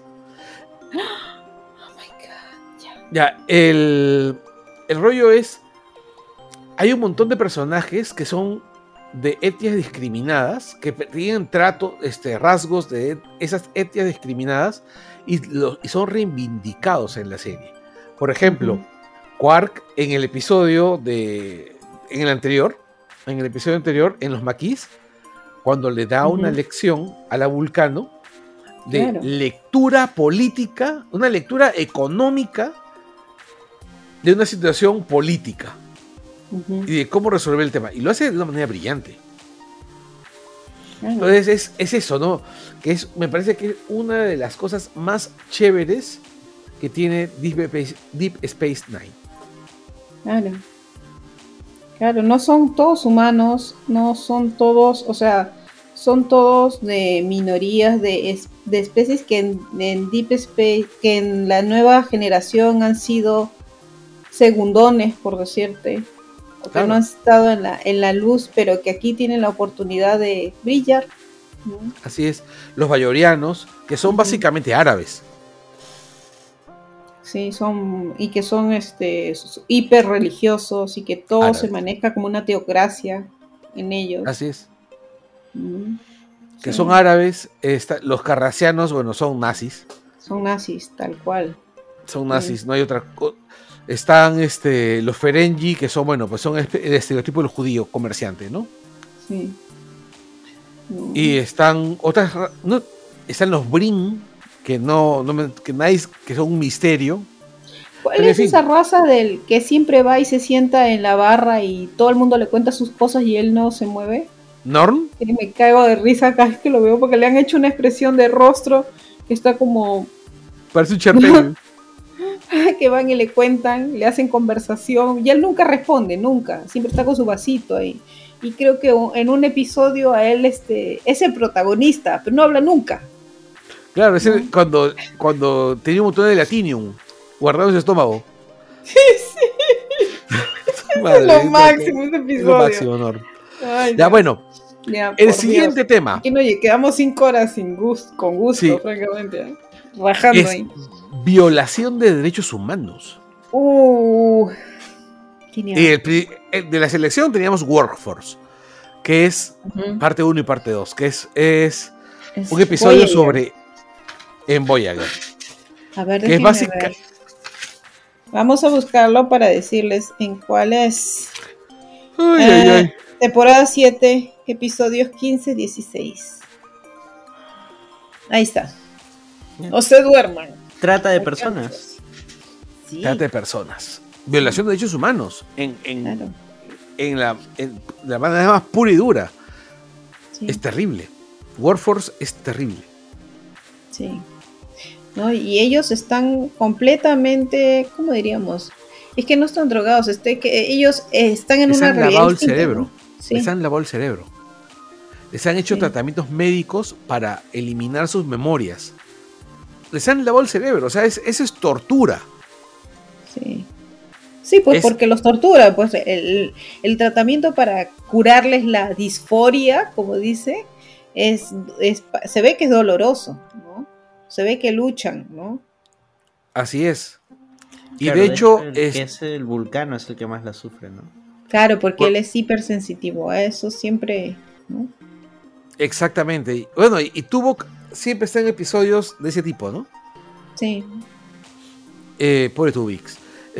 Oh my god. Ya, el rollo es, hay un montón de personajes que son de etnias discriminadas, que tienen rasgos de esas etnias discriminadas y son reivindicados en la serie. Por ejemplo, Quark en el episodio anterior, en los Maquis, cuando le da una lección a la Vulcano de lectura política, una lectura económica de una situación política y de cómo resolver el tema. Y lo hace de una manera brillante. Entonces es eso, ¿no? Me parece que es una de las cosas más chéveres que tiene Deep Space Nine. Claro, no son todos humanos, no son todos, o sea, son todos de minorías, de especies que en Deep Space, que en la nueva generación han sido segundones, por decirte, o que no han estado en la luz, pero que aquí tienen la oportunidad de brillar. Así es, los bayorianos, que son básicamente árabes. Sí, y que son hiper religiosos y que todo árabes. Se maneja como una teocracia en ellos. Así es. Que son árabes, los cardassianos, bueno, son nazis. Son nazis, tal cual. Son nazis, no hay otra cosa. Están los Ferengi, que son, bueno, pues son el estereotipo de los judíos, comerciantes, ¿no? Sí. Y están otras, no, están los Brin, que que nadie, que son un misterio. ¿Cuál Pero, en es fin. esa raza del que siempre va y se sienta en la barra y todo el mundo le cuenta sus cosas y él no se mueve? ¿Norn? Y me caigo de risa cada vez que lo veo porque le han hecho una expresión de rostro que está como Parece un Chernobyl. que van y le cuentan, le hacen conversación y él nunca responde, nunca, siempre está con su vasito ahí. Y creo que en un episodio a él es el protagonista, pero no habla nunca. Claro, cuando tenía un montón de latinium guardado en su estómago. Es lo máximo ese episodio. Es lo máximo, Norn. Ay, Ya, Dios. bueno, Ya, el por siguiente Dios. tema. Aquí nos quedamos 5 horas con gusto, Sí. francamente. Rajando Es ahí. violación de derechos humanos. Genial. Y de la selección teníamos Workforce, que es Ujú. parte 1 y parte 2, que es Es un episodio Voyager. sobre en Voyager. A ver, que es déjenme básica. ver. Vamos a buscarlo para decirles en cuál es. Ay. Temporada 7, episodios 15-16. Ahí está. No se duerman. Trata de personas. Sí, Trata de personas. Violación de derechos humanos. claro. En la manera más pura y dura. Sí, Es terrible. Workforce es terrible. sí. ¿No? Y ellos están completamente, ¿cómo diríamos? Es que no están drogados, que ellos están en Les una han realidad lavado el distinta, cerebro. ¿no? Sí, Les han lavado el cerebro. Les han hecho Sí. tratamientos médicos para eliminar sus memorias. Les han lavado el cerebro. O sea, eso es tortura. sí. Sí, pues Es- porque los tortura, pues el tratamiento para curarles la disforia, como dice, se ve que es doloroso, ¿no? Se ve que luchan, ¿no? Así es. Y Claro, de hecho, el que es el Vulcano es el que más la sufre, ¿no? Claro, porque Por- él es hipersensitivo a eso siempre, ¿no? exactamente. Y, bueno, y siempre está en episodios de ese tipo, ¿no? Sí. Pobre Tubix.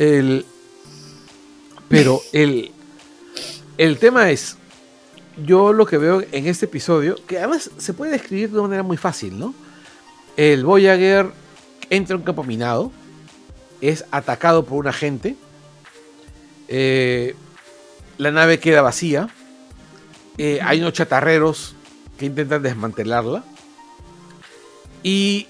Pero el tema es, yo lo que veo en este episodio, que además se puede describir de una manera muy fácil, ¿no? El Voyager entra a un campo minado, es atacado por un agente, la nave queda vacía, hay unos chatarreros que intentan desmantelarla, y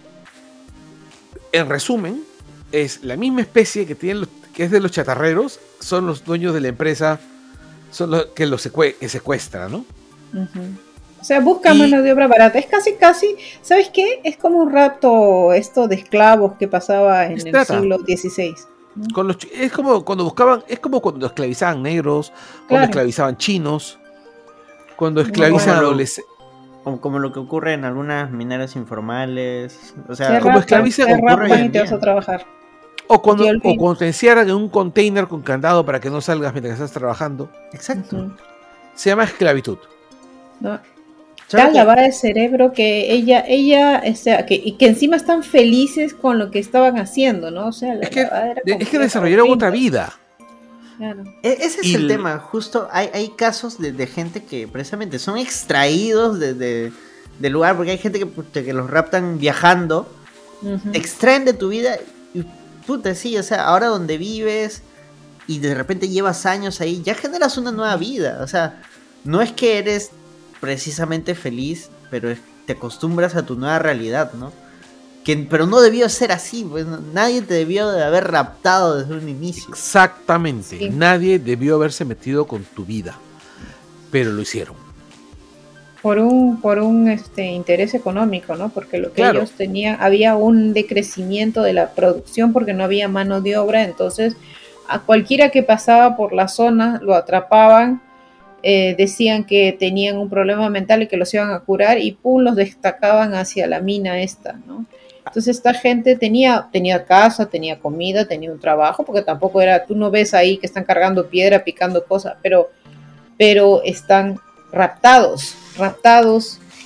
en resumen, es la misma especie que es de los chatarreros, son los dueños de la empresa, son los que secuestran, ¿no? Ujú. O sea, busca Y- mano de obra barata. Es casi, ¿sabes qué? Es como un rapto esto de esclavos que pasaba en Es el trata. siglo XVI. Es como cuando esclavizaban negros, cuando Claro. esclavizaban chinos, cuando esclavizan bueno. adolescentes. Como lo que ocurre en algunas mineras informales. O Te sea, como raptan, esclaviza te ocurre hoy raptan en y te vas día. a trabajar. O cuando Y al fin- te encierran en un container con candado para que no salgas mientras estás trabajando. exacto. Ujú. Se llama esclavitud. ¿No? Solo Tal que- lavada de cerebro que ella, o sea, y que encima están felices con lo que estaban haciendo, ¿no? O sea, la Es que lavada era es que completa, desarrollaron otra horrible. vida. Claro. Ese es Y el tema, justo hay casos de gente que precisamente son extraídos del lugar, porque hay gente que los raptan viajando, Ujú. te extraen de tu vida y puta, sí, o sea, ahora donde vives y de repente llevas años ahí, ya generas una nueva vida, o sea, no es que eres precisamente feliz, pero te acostumbras a tu nueva realidad, ¿no? Pero no debió ser así, pues nadie te debió de haber raptado desde un inicio. Exactamente. Sí. Nadie debió haberse metido con tu vida. Pero lo hicieron. Por un interés económico, ¿no? Porque lo que Claro. ellos tenían, había un decrecimiento de la producción porque no había mano de obra, entonces a cualquiera que pasaba por la zona lo atrapaban, decían que tenían un problema mental y que los iban a curar y pum, los destacaban hacia la mina esta, ¿no? Entonces esta gente tenía casa, tenía comida, tenía un trabajo, porque tampoco era, tú no ves ahí que están cargando piedra, picando cosas, pero están raptados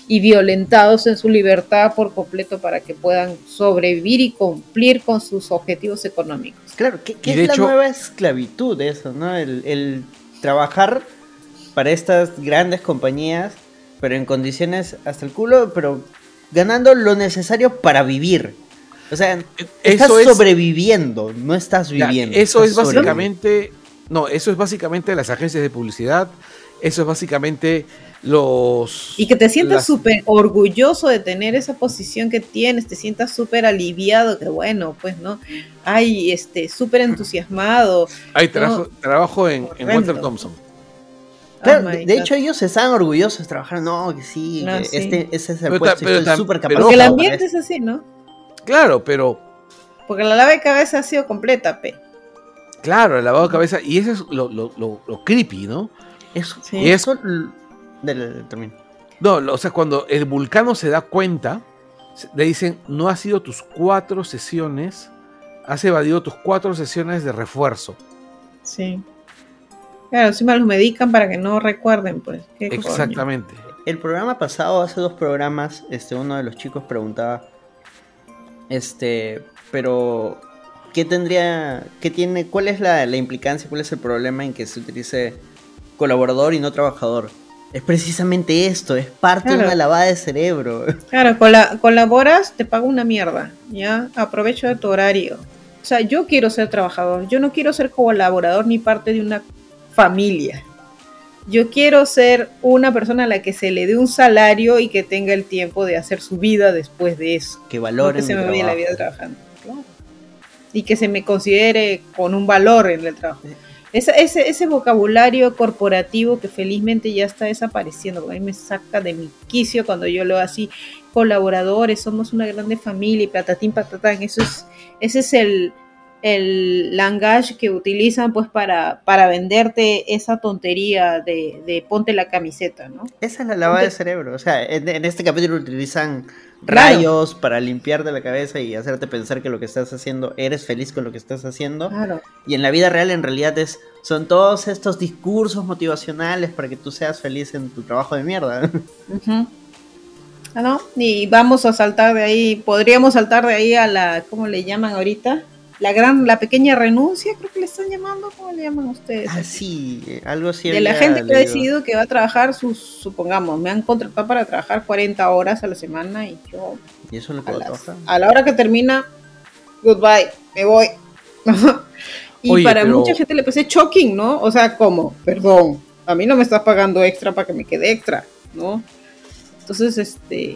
y violentados en su libertad por completo para que puedan sobrevivir y cumplir con sus objetivos económicos. Claro, ¿qué Y de es hecho- la nueva esclavitud de eso, ¿no? El trabajar para estas grandes compañías, pero en condiciones hasta el culo, pero ganando lo necesario para vivir. O sea, estás Eso es- sobreviviendo, no estás Ya, viviendo. eso es estás sobreviviendo. básicamente, no, eso es básicamente las agencias de publicidad, eso es básicamente los... Y que te sientas las- súper orgulloso de tener esa posición que tienes, te sientas súper aliviado, que bueno, pues, ¿no? Ay, súper entusiasmado. Ay, trabajo en Horrendo. Walter Thompson. Claro, Oh my de God. hecho ellos estaban orgullosos de trabajar, no, que sí, No, que sí. ese es el Pero puesto, y estoy súper pero- capacitado Porque el para ambiente esto. es así, ¿no? Claro, pero Porque la lava de cabeza ha sido completa, pe. claro, el lavado de cabeza, y eso es lo creepy, ¿no? Eso, Sí. Y es- termino. No, o sea, cuando el vulcano se da cuenta, le dicen, no has ido tus 4 sesiones, has evadido tus 4 sesiones de refuerzo. Sí. Claro, encima los medican para que no recuerden, pues. ¿Qué coño? Exactamente. El programa pasado, hace 2 programas, uno de los chicos preguntaba, pero cuál es la implicancia, cuál es el problema en que se utilice colaborador y no trabajador? Es precisamente esto, es parte de Claro. una lavada de cerebro. Claro, colaboras, te pago una mierda, ¿ya? Aprovecho de tu horario. O sea, yo quiero ser trabajador, yo no quiero ser colaborador ni parte de una familia. Yo quiero ser una persona a la que se le dé un salario y que tenga el tiempo de hacer su vida después de eso. Que No valoren que se mi me vaya la trabajo. vida trabajando. Claro. Y que se me considere con un valor en el trabajo. Ese vocabulario corporativo que felizmente ya está desapareciendo, porque a mí me saca de mi quicio cuando yo leo así, colaboradores, somos una grande familia y patatín patatán. Ese es el language que utilizan pues para venderte esa tontería de ponte la camiseta, ¿no? Esa es la lavada de cerebro. O sea, en este capítulo utilizan Claro. rayos para limpiarte la cabeza y hacerte pensar que lo que estás haciendo, eres feliz con lo que estás haciendo. Claro. Y en la vida real, en realidad, son todos estos discursos motivacionales para que tú seas feliz en tu trabajo de mierda. Ujú. Ah, ¿no? Y vamos a saltar de ahí, podríamos saltar de ahí a la, ¿cómo le llaman ahorita? La pequeña renuncia, creo que le están llamando, ¿cómo le llaman ustedes? Ah, sí, algo así. De la había gente que ha leído. decidido que va a trabajar supongamos, me han contratado para trabajar 40 horas a la semana y yo ¿Y eso es lo que va a trabajar? a la hora que termina, goodbye, me voy. Y Oye, para pero- mucha gente le parece shocking, ¿no? O sea, ¿cómo? Perdón, a mí no me estás pagando extra para que me quede extra, ¿no? Entonces,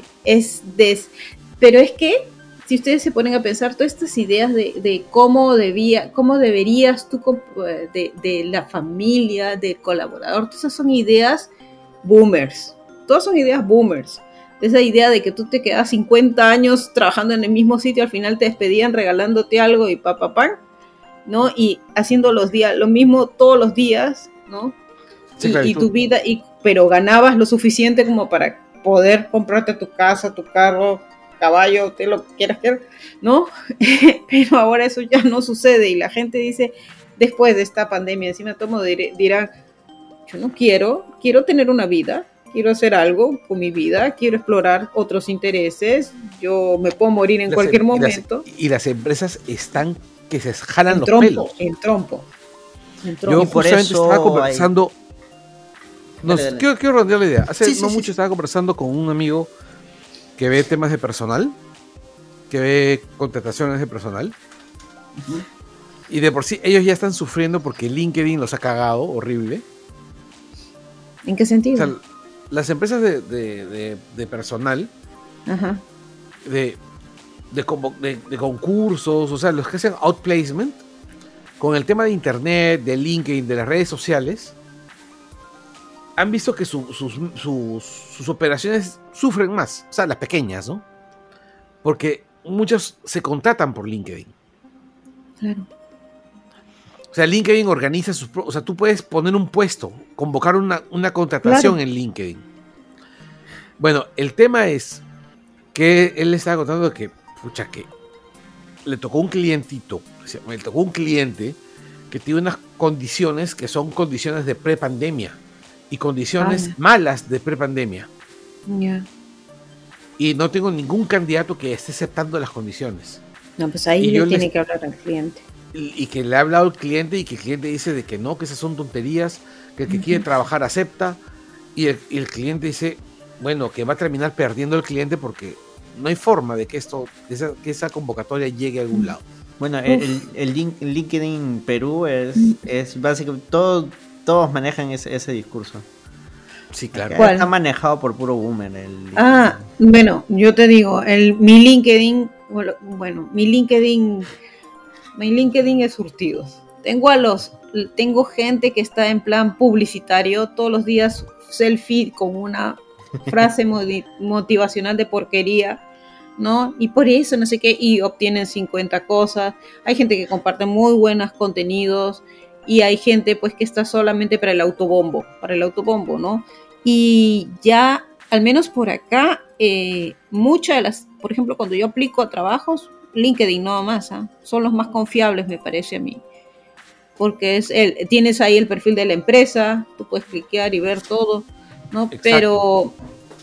pero es que si ustedes se ponen a pensar todas estas ideas de cómo deberías tú de la familia, del colaborador, todas esas son ideas boomers. Todas son ideas boomers. Esa idea de que tú te quedas 50 años trabajando en el mismo sitio, al final te despedían regalándote algo y ¿no? Y haciendo lo mismo todos los días, ¿no? Sí, claro, y tú- tu vida, pero ganabas lo suficiente como para poder comprarte tu casa, tu carro, caballo, te lo que quieras, ¿no? Pero ahora eso ya no sucede y la gente dice, después de esta pandemia, encima tomo dirán, yo no quiero tener una vida, quiero hacer algo con mi vida, quiero explorar otros intereses, yo me puedo morir en las cualquier em- y las- momento. Y las empresas están que se jalan En los trompo, pelos. en trompo. Yo Y por justamente eso estaba conversando. No, Dale, dale. quiero redondear la idea. Hace Sí, sí, no sí, mucho sí. estaba conversando con un amigo que ve temas de personal, que ve contrataciones de personal. Y de por sí ellos ya están sufriendo porque LinkedIn los ha cagado horrible. ¿En qué O sentido? sea, las empresas de personal, Ajá. de concursos, o sea, los que hacen outplacement, con el tema de internet, de LinkedIn, de las redes sociales, han visto que sus operaciones sufren más, o sea, las pequeñas, ¿no? Porque muchos se contratan por LinkedIn. Claro. O sea, LinkedIn organiza o sea, tú puedes poner un puesto, convocar una contratación Claro. en LinkedIn. Bueno, el tema es que él le estaba contando que, pucha, que le tocó un clientito, o sea, le tocó un cliente que tiene unas condiciones que son condiciones de prepandemia y condiciones Ah. malas de prepandemia. Ya. y no tengo ningún candidato que esté aceptando las condiciones. No, pues ahí le tiene que hablar al cliente. Y que le ha hablado al cliente y que el cliente dice de que no, que esas son tonterías, que el que quiere trabajar acepta, y el cliente dice, bueno, que va a terminar perdiendo el cliente porque no hay forma de que que esa convocatoria llegue a algún lado. Bueno, el LinkedIn Perú es básicamente, todos manejan ese discurso. Sí, claro. ¿Cuál? Está manejado por puro boomer. Bueno, yo te digo, mi LinkedIn, bueno, mi LinkedIn es surtidos. Tengo gente que está en plan publicitario, todos los días selfie con una frase motivacional de porquería, ¿no? Y por eso no sé qué, y obtienen 50 cosas. Hay gente que comparte muy buenos contenidos y hay gente pues que está solamente para el autobombo, ¿no? Y ya, al menos por acá, muchas de las, por ejemplo, cuando yo aplico a trabajos, LinkedIn nada más, son los más confiables, me parece a mí. Porque tienes ahí el perfil de la empresa, tú puedes cliquear y ver todo, ¿no? Exacto. Pero,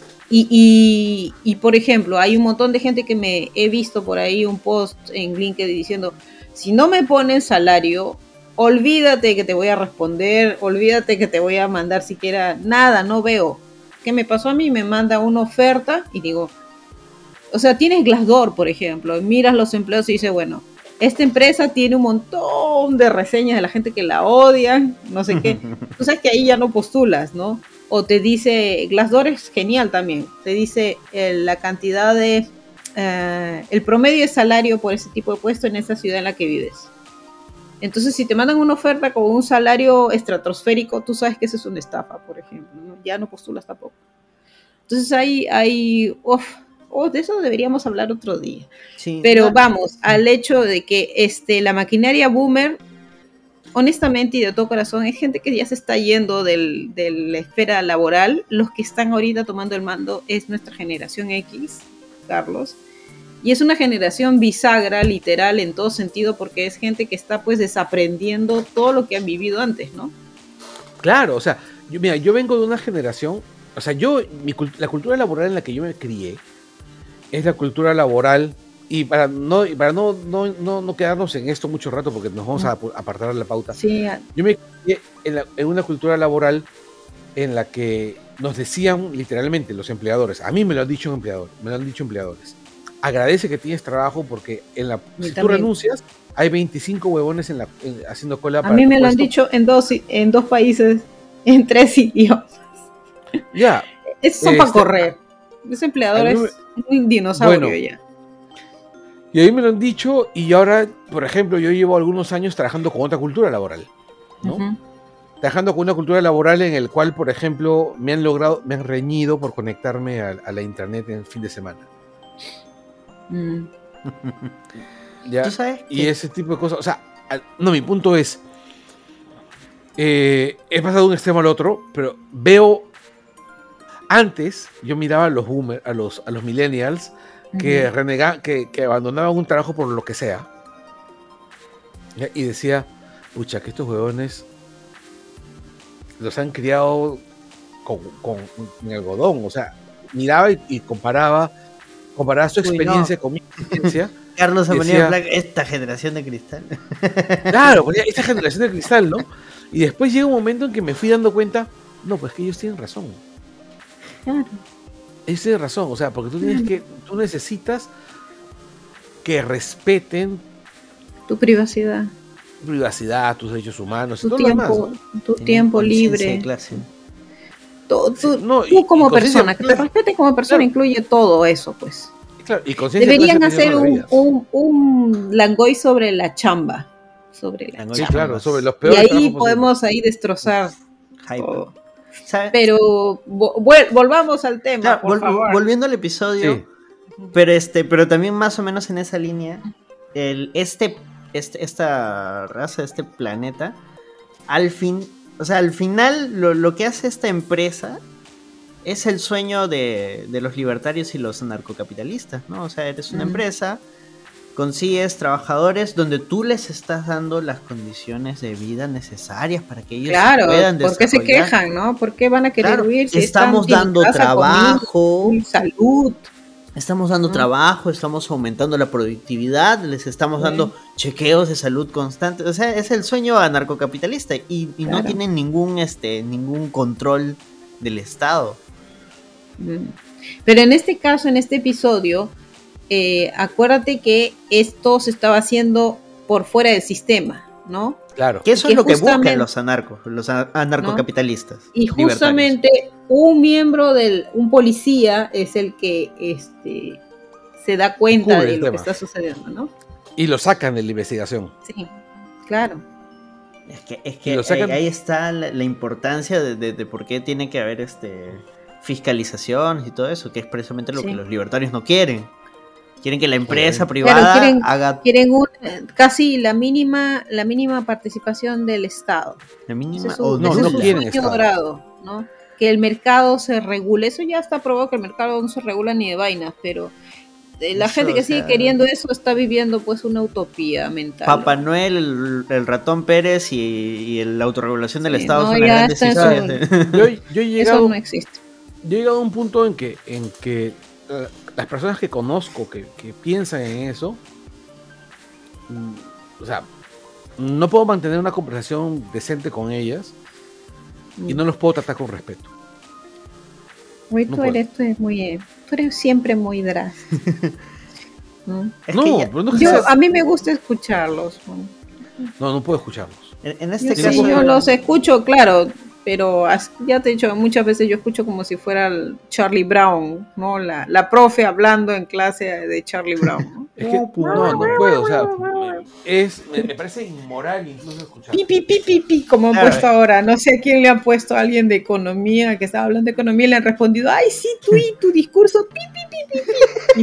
y por ejemplo, hay un montón de gente que me he visto por ahí un post en LinkedIn diciendo, si no me ponen salario, olvídate que te voy a responder, olvídate que te voy a mandar siquiera nada, no veo. ¿Qué me pasó a mí? Me manda una oferta y digo, o sea, tienes Glassdoor, por ejemplo, miras los empleos y dices, bueno, esta empresa tiene un montón de reseñas de la gente que la odian, no sé qué. Tú sabes que ahí ya no postulas, ¿no? O te dice, Glassdoor es genial también, te dice la cantidad de, el promedio de salario por ese tipo de puesto en esa ciudad en la que vives. Entonces, si te mandan una oferta con un salario estratosférico, tú sabes que eso es una estafa, por ejemplo, ¿no? Ya no postulas tampoco. Entonces, de eso deberíamos hablar otro día. Sí, pero vamos, al hecho de que la maquinaria boomer, honestamente y de todo corazón, es gente que ya se está yendo de la esfera laboral. Los que están ahorita tomando el mando es nuestra generación X, Carlos. Y es una generación bisagra, literal, en todo sentido, porque es gente que está pues desaprendiendo todo lo que han vivido antes, ¿no? Claro, o sea, yo vengo de una generación, o sea, la cultura laboral en la que yo me crié es la cultura laboral, y para no quedarnos en esto mucho rato, porque nos vamos a apartar de la pauta. Sí. Yo me crié en una cultura laboral en la que nos decían literalmente los empleadores, a mí me lo han dicho empleadores, agradece que tienes trabajo porque si tú renuncias, hay 25 huevones haciendo cola para. A mí me lo han dicho en dos países, en 3 idiomas. Ya. Son para correr. Ese empleador es un dinosaurio ya. Y a mí me lo han dicho, y ahora, por ejemplo, yo llevo algunos años trabajando con otra cultura laboral, ¿no? Uh-huh. Trabajando con una cultura laboral en el cual, por ejemplo, me han reñido por conectarme a la internet en fin de semana. ¿Ya? ¿Tú sabes y ese tipo de cosas, o sea, no, mi punto es, he pasado de un extremo al otro, pero veo, antes yo miraba a los boomers, a los millennials que renegaban, que abandonaban un trabajo por lo que sea, ¿ya? Y decía, pucha, que estos huevones los han criado con algodón, o sea, miraba y comparaba su experiencia con mi experiencia. Carlos se ponía en plan, esta generación de cristal. Claro, ponía esta generación de cristal, ¿no? Y después llega un momento en que me fui dando cuenta, no, pues que ellos tienen razón. Claro. Ellos tienen razón, o sea, porque tú necesitas que respeten tu privacidad. Tus derechos humanos, tu y todo tiempo, lo demás, ¿no? Tu tiempo libre. Tú como persona, que te respete como persona, incluye todo eso, pues. Claro, y deberían hacer un Langoy sobre la chamba. Sobre los peores. Y ahí podemos destrozar. Pero volvamos al tema, por favor. Volviendo al episodio, sí. Pero también más o menos en esa línea, esta raza, este planeta, al final lo que hace esta empresa es el sueño de los libertarios y los anarcocapitalistas, ¿no? O sea, eres una empresa, consigues trabajadores donde tú les estás dando las condiciones de vida necesarias para que ellos puedan desarrollar. ¿Por qué se quejan, no? ¿Por qué van a querer huir? Si estamos dando trabajo, salud. Estamos dando trabajo, estamos aumentando la productividad, les estamos dando chequeos de salud constantes. O sea, es el sueño anarcocapitalista y no tienen ningún control del Estado. Pero en este caso, en este episodio, acuérdate que esto se estaba haciendo por fuera del sistema, ¿no? Claro. Que eso es lo que buscan los anarcocapitalistas. ¿No? Y justamente un policía es el que se da cuenta de lo que está sucediendo, ¿no? Y lo sacan de la investigación. Sí, claro. Es que ahí está la importancia de por qué tiene que haber fiscalizaciones y todo eso, que es precisamente lo que los libertarios no quieren. Quieren que la empresa privada quieren casi la mínima participación del Estado. La mínima. No quieren Estado. Dorado, ¿no? Que el mercado se regule. Eso ya está probado, que el mercado no se regula ni de vainas, pero la gente que sigue queriendo eso está viviendo pues una utopía mental. Papá Noel, el ratón Pérez y la autorregulación del Estado son ya las grandes historias. Eso no existe. Yo he llegado a un punto en que las personas que conozco que piensan en eso, o sea, no puedo mantener una conversación decente con ellas y no los puedo tratar con respeto. Uy, tú eres siempre muy drástico. A mí me gusta escucharlos. No puedo escucharlos. En este caso, yo los escucho, claro, pero ya te he dicho, muchas veces yo escucho como si fuera el Charlie Brown, ¿no? La profe hablando en clase de Charlie Brown, ¿no? Es que no puedo, o sea, me parece inmoral incluso escuchar. Pi, como han puesto ahora, no sé a quién le han puesto a alguien de economía, que estaba hablando de economía, y le han respondido, ay, sí, tú y tu discurso, pi.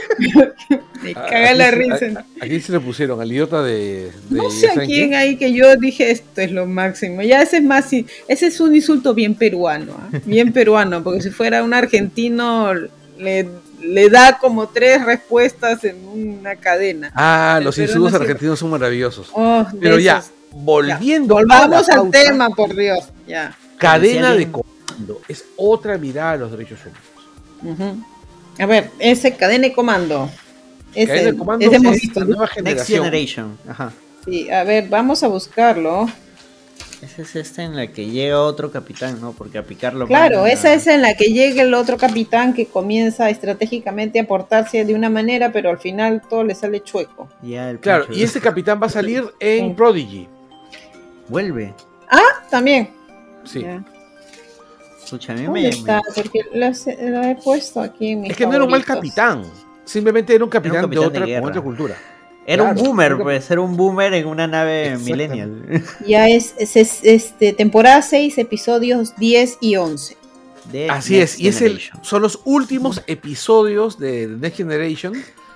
Me caga la risa. Aquí se le pusieron al idiota de no sé a quién ahí, que yo dije esto es lo máximo. Ya ese es un insulto bien peruano, bien peruano, porque si fuera un argentino le da como 3 respuestas en una cadena. Los insultos argentinos son maravillosos. Pero ya, volviendo volvamos al tema, por Dios. Ya. Cadena de comando es otra mirada a los derechos humanos. A ver, ese cadena de comando. Cadena de comando es la nueva generación. Next Generation. Ajá. Sí, a ver, vamos a buscarlo. Esa es en la que llega otro capitán, ¿no? Porque a picarlo. Claro, esa es en la que llega el otro capitán que comienza estratégicamente a portarse de una manera, pero al final todo le sale chueco. Claro, y ese capitán va a salir en Prodigy. Vuelve. También. Sí. Ya. Escucha, ¿Dónde está? Porque lo he puesto aquí en mis Es que no era un mal capitán. Simplemente era un capitán de otra cultura. Era un boomer, pues, era un boomer en una nave millennial. Ya es temporada 6, episodios 10 y 11. Así es, y son los últimos episodios de Next Generation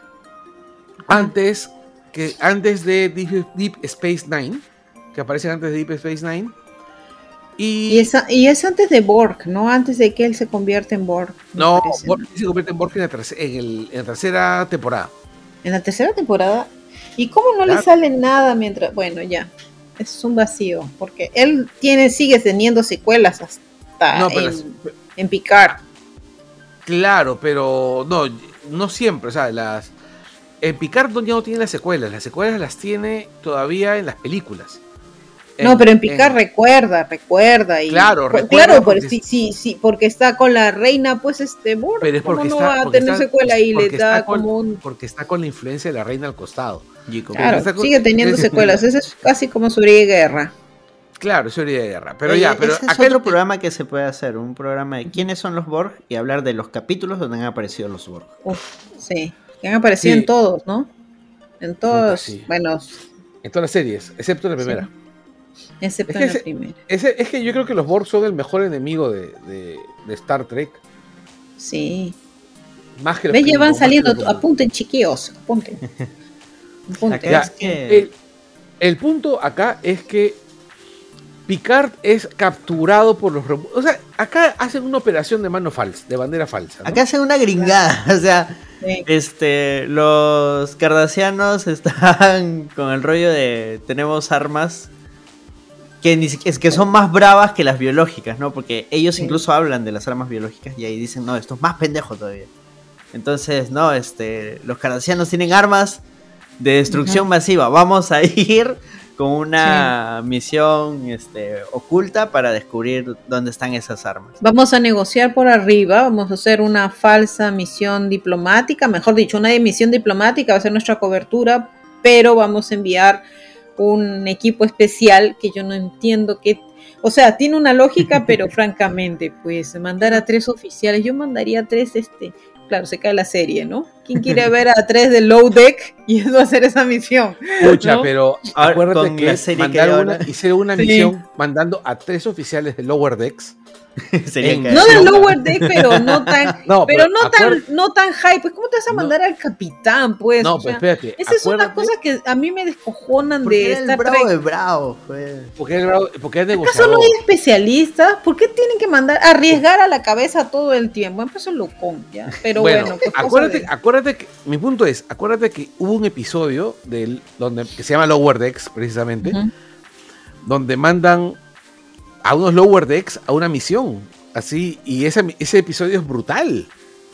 antes de Deep Space Nine, que aparecen antes de Deep Space Nine. Y es antes de Borg, ¿no? Antes de que él se convierta en Borg. No, Borg se convierte en Borg en la tercera temporada. ¿En la tercera temporada? ¿Y cómo no le sale nada mientras...? Bueno, ya. Es un vacío. Porque él sigue teniendo secuelas hasta en Picard. Claro, pero no siempre. O sea, en Picard ya no tiene las secuelas. Las secuelas las tiene todavía en las películas. Pero en Picard recuerda y claro, porque sí, porque está con la reina, pues Borg, pero es porque no va a tener secuela y le da porque está con la influencia de la reina al costado. Claro, sigue teniendo secuelas, eso es casi como su herida de guerra. Claro, su herida de guerra, pero ese es otro programa que se puede hacer, un programa de quiénes son los Borg y hablar de los capítulos donde han aparecido los Borg. Sí, que han aparecido en todos, ¿no? En todos, bueno, en todas las series, excepto la primera. Excepto en la primera. Es que yo creo que los Borg son el mejor enemigo de Star Trek. Sí. Más que los ya van saliendo, apunten chiquillos, apunten. El punto acá es que Picard es capturado por los... O sea, acá hacen una operación de bandera falsa, ¿no? Acá hacen una gringada, o sea... los cardasianos están con el rollo de tenemos armas que son más bravas que las biológicas, ¿no? Porque ellos incluso hablan de las armas biológicas y ahí dicen, no, esto es más pendejo todavía. Entonces, no, los cardassianos tienen armas de destrucción masiva. Vamos a ir con una misión oculta para descubrir dónde están esas armas. Vamos a negociar por arriba, vamos a hacer una falsa misión diplomática, mejor dicho, una misión diplomática va a ser nuestra cobertura, pero vamos a enviar un equipo especial que yo no entiendo qué... O sea, tiene una lógica, pero francamente, pues mandar a 3 oficiales, yo mandaría a 3, claro, se cae la serie, ¿no? ¿Quién quiere ver a 3 de Low Deck y eso hacer esa misión? Pucha, ¿no? pero Ahora, acuérdate con que la serie hicieron una misión mandando a 3 oficiales de Lower Decks. No del Lower Deck, pero no tan, no tan high. Pues, ¿cómo te vas a mandar al capitán? Pues, no, pues espérate. Esas son las cosas que a mí me descojonan de Star Trek. Porque bravo, pues. Porque es negociador. ¿Acaso no hay especialistas? ¿Por qué tienen que arriesgar a la cabeza todo el tiempo? Empezó locón, ya. Pero bueno, pues acuérdate que mi punto es, acuérdate que hubo un episodio que se llama Lower Decks, precisamente, donde mandan a unos Lower Decks a una misión, así, y ese episodio es brutal.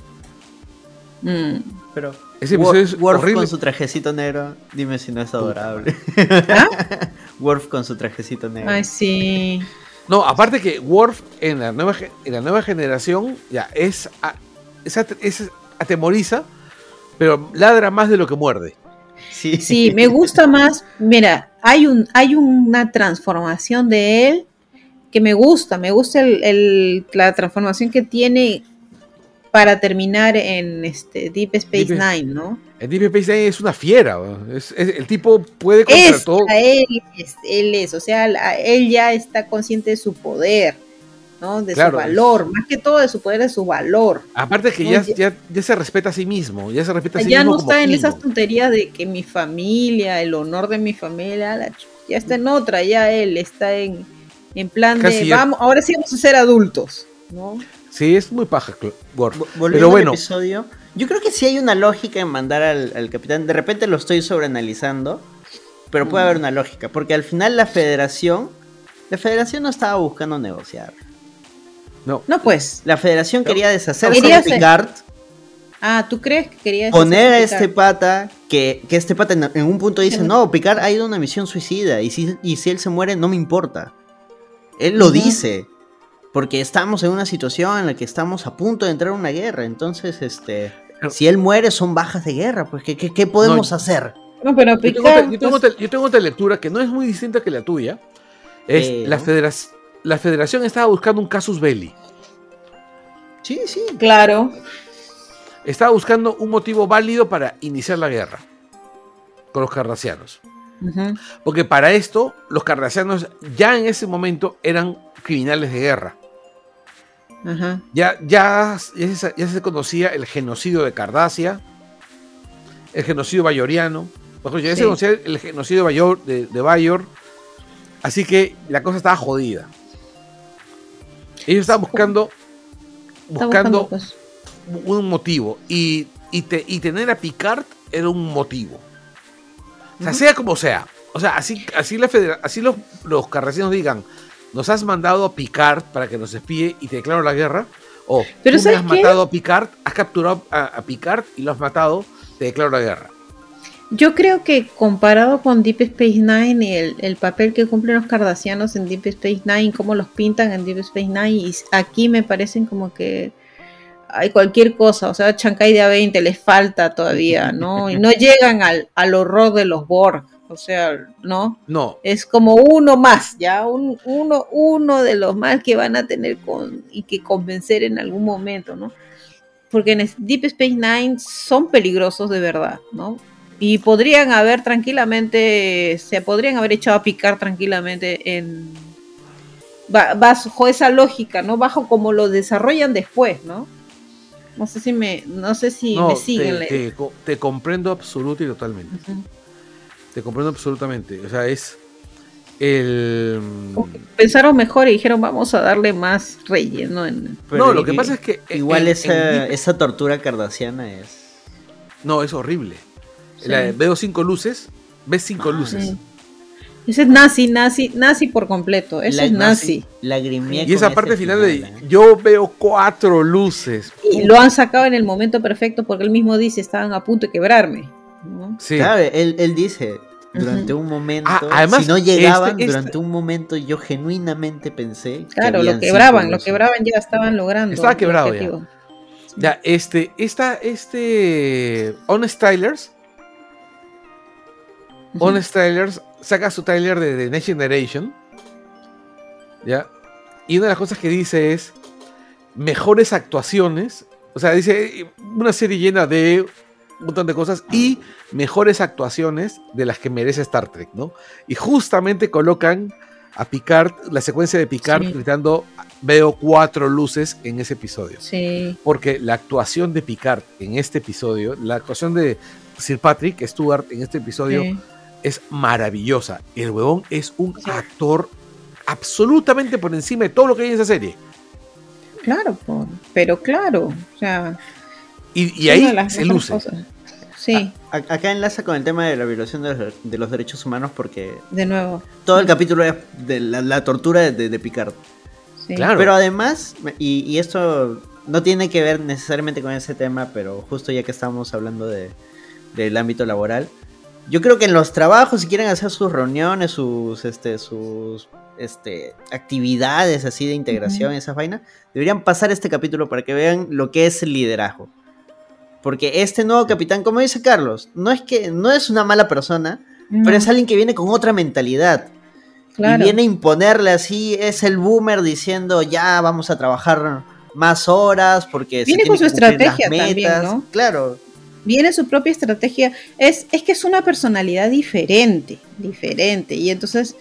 Pero ese episodio es Worf horrible. con su trajecito negro, dime si no es adorable. Worf con su trajecito negro. Ay, sí. No, aparte que Worf en la nueva generación ya es atemoriza, pero ladra más de lo que muerde. Sí, me gusta más. Mira, hay una transformación de él que me gusta la transformación que tiene para terminar en Deep Space Nine, ¿no? El Deep Space Nine es una fiera, el tipo puede contra todo. Él es, o sea, él ya está consciente de su poder, ¿no? De su valor, más que todo de su poder, de su valor. Aparte que ¿no? ya se respeta a sí mismo, ya no está en esas tonterías de que mi familia, el honor de mi familia, ya está en otra, ya él está en plan casi de, ahora sí vamos a ser adultos, ¿no? Sí, es muy paja, Volviendo al episodio, yo creo que sí hay una lógica en mandar al capitán. De repente lo estoy sobreanalizando, pero puede haber una lógica, porque al final la federación no estaba buscando negociar. No, pues. La federación quería deshacerse de Picard. ¿Tú crees que quería poner a este pata, que este pata en un punto dice, no, Picard ha ido a una misión suicida, y si él se muere no me importa. Él lo dice, porque estamos en una situación en la que estamos a punto de entrar a una guerra. Entonces, si él muere son bajas de guerra, pues ¿qué podemos hacer? No, pero Picard, yo tengo otra lectura que no es muy distinta que la tuya. La federación estaba buscando un casus belli. Sí. Claro. Estaba buscando un motivo válido para iniciar la guerra con los cardassianos. Porque para esto, los cardassianos ya en ese momento eran criminales de guerra. Ya se conocía el genocidio de Cardassia, el genocidio bayoriano, se conocía el genocidio de Bayor, así que la cosa estaba jodida. Ellos estaban buscando pues un motivo, y tener a Picard era un motivo. O sea, sea como sea. O sea, así los cardassianos digan, nos has mandado a Picard para que nos espíe y te declaro la guerra. O pero tú me has matado a Picard, has capturado a Picard y lo has matado, te declaro la guerra. Yo creo que comparado con Deep Space Nine y el papel que cumplen los cardassianos en Deep Space Nine, cómo los pintan en Deep Space Nine, y aquí me parecen como que hay cualquier cosa, o sea, Chancay de A20 les falta todavía, ¿no? Y no llegan al horror de los Borg, o sea, ¿no? No. Es como uno más, ya, uno de los más que van a tener y que convencer en algún momento, ¿no? Porque en Deep Space Nine son peligrosos de verdad, ¿no? Y podrían haber echado a Picard tranquilamente bajo esa lógica, ¿no? Bajo como lo desarrollan después, ¿no? No sé si me siguen. Te comprendo absoluta y totalmente. Te comprendo absolutamente. O sea, es pensaron mejor y dijeron, vamos a darle más relleno. No, lo que pasa es que igual esa tortura cardassiana es... No, es horrible. Sí. Veo 5 luces. ¿Ves 5 luces? Ese es nazi por completo. Eso es nazi. Lagrimé Y esa con parte ese final final, de yo veo 4 luces. Y lo han sacado en el momento perfecto porque él mismo dice, estaban a punto de quebrarme, ¿no? Sí. Claro, él dice, durante un momento, además, si no llegaban, durante un momento yo genuinamente pensé claro, que lo habían quebraban, 5 luces. ya estaban logrando. Estaba el quebrado objetivo. Sí. Ya, Honest Trailers. Honest Trailers saca su trailer de The Next Generation. ¿Ya? Y una de las cosas que dice es mejores actuaciones. O sea, dice una serie llena de un montón de cosas y mejores actuaciones de las que merece Star Trek, ¿no? Y justamente colocan a Picard, la secuencia de Picard gritando veo 4 luces en ese episodio. Sí. Porque la actuación de Picard en este episodio, la actuación de Sir Patrick Stewart en este episodio es maravillosa. El huevón es un actor absolutamente por encima de todo lo que hay en esa serie. Claro, pero claro, o sea... Y ahí se luce. Sí. Acá enlaza con el tema de la violación de los derechos humanos porque... De nuevo. Todo el capítulo es de la tortura de Picard. Sí. Claro. Pero además, y esto no tiene que ver necesariamente con ese tema, pero justo ya que estamos hablando del ámbito laboral, yo creo que en los trabajos, si quieren hacer sus reuniones, sus actividades así de integración, esas vainas, deberían pasar este capítulo para que vean lo que es el liderazgo. Porque este nuevo capitán, como dice Carlos, no es una mala persona, pero es alguien que viene con otra mentalidad. Claro. Y viene a imponerle así, es el boomer diciendo ya vamos a trabajar más horas porque viene con su estrategia también, ¿no? Claro. Viene su propia estrategia. Es que es una personalidad diferente. Y entonces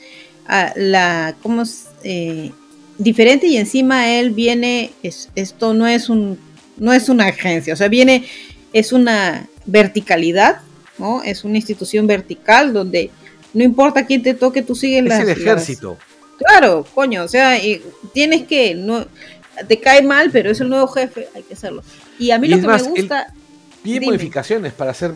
diferente, y encima él viene, esto no es una agencia, o sea, es una verticalidad, ¿no? Es una institución vertical donde no importa quién te toque, tú sigues el ejército. Claro, coño, o sea, tienes que, no, te cae mal, pero es el nuevo jefe, hay que hacerlo. Y a mí lo que me gusta... Pide modificaciones para hacer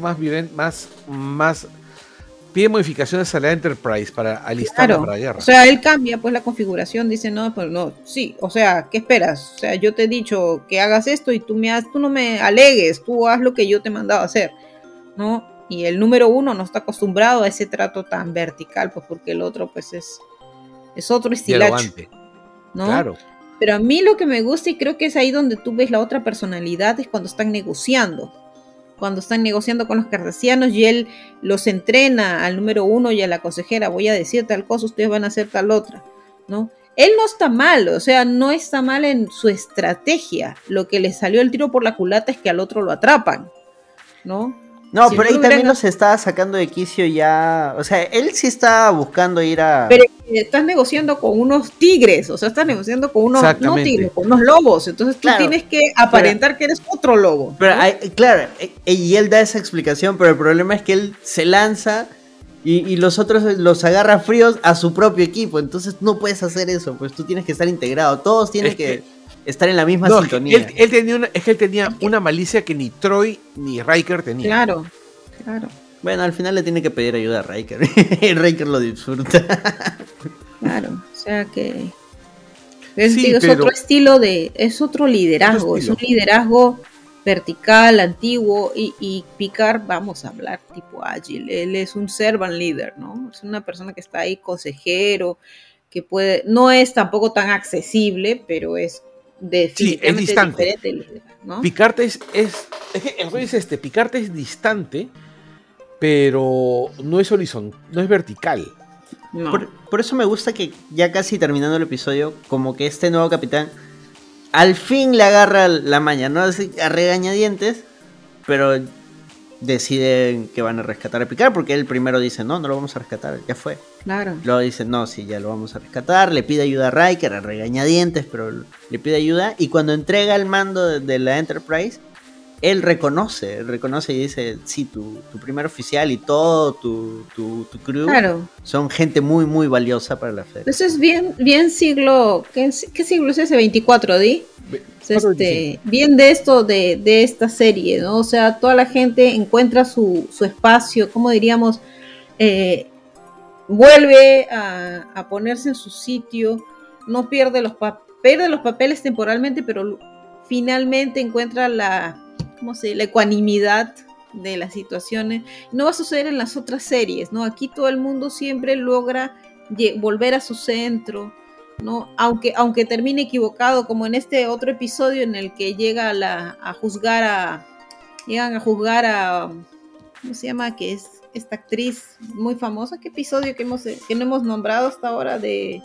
más pide modificaciones a la Enterprise para alistarla para la guerra. O sea, él cambia pues la configuración, dice no, pues no, sí, o sea, ¿qué esperas? O sea, yo te he dicho que hagas esto y tú no me alegues, tú haz lo que yo te he mandado a hacer, ¿no? Y el número 1 no está acostumbrado a ese trato tan vertical, pues porque el otro pues es otro estilacho, ¿no? Claro. Pero a mí lo que me gusta, y creo que es ahí donde tú ves la otra personalidad, es cuando están negociando. Cuando están negociando con los cardassianos y él los entrena al número 1 y a la consejera, voy a decir tal cosa, ustedes van a hacer tal otra, ¿no? Él no está mal, o sea, no está mal en su estrategia. Lo que le salió el tiro por la culata es que al otro lo atrapan, ¿no? No, pero ahí también los estaba sacando de quicio ya. O sea, él sí está buscando ir a... Pero estás negociando con unos tigres, o sea, estás negociando con unos, no tigres, con unos lobos. Entonces tú tienes que aparentar que eres otro lobo, ¿no? Pero claro, y él da esa explicación, pero el problema es que él se lanza y los otros los agarra fríos a su propio equipo. Entonces no puedes hacer eso, pues tú tienes que estar integrado. Todos tienen que estar en la misma sintonía. Él tenía una malicia que ni Troy ni Riker tenía. Claro. Bueno, al final le tiene que pedir ayuda a Riker. Y Riker lo disfruta. Claro, o sea que... es otro estilo es otro liderazgo. Es un liderazgo vertical, antiguo, y Picard, vamos a hablar tipo ágil. Él es un servant leader, ¿no? Es una persona que está ahí, consejero, que puede... No es tampoco tan accesible, pero es definitivamente diferente, ¿no? Picard es que el rollo es Picard es distante, pero no es horizontal, no es vertical. No. Por eso me gusta que ya casi terminando el episodio, como que este nuevo capitán al fin le agarra la maña, ¿no? Así, a regañadientes, pero deciden que van a rescatar a Picard, porque él primero dice, no lo vamos a rescatar, ya fue. Claro. Luego dice, no, sí, ya lo vamos a rescatar, le pide ayuda a Riker, a regañadientes, pero le pide ayuda, y cuando entrega el mando de la Enterprise, él reconoce y dice, sí, tu primer oficial y todo tu crew son gente muy, muy valiosa para la Fed. Eso es bien siglo, ¿qué siglo es ese? 24, ¿di? Bien de esto, de esta serie, ¿no? O sea, toda la gente encuentra su espacio, ¿cómo diríamos? vuelve a ponerse en su sitio, no pierde pierde los papeles temporalmente, pero finalmente encuentra la ecuanimidad de las situaciones. No va a suceder en las otras series, ¿no? Aquí todo el mundo siempre logra volver a su centro, ¿no? Aunque termine equivocado, como en este otro episodio en el que llegan a juzgar a ¿cómo se llama? Que es esta actriz muy famosa. ¿Qué episodio que no hemos nombrado hasta ahora de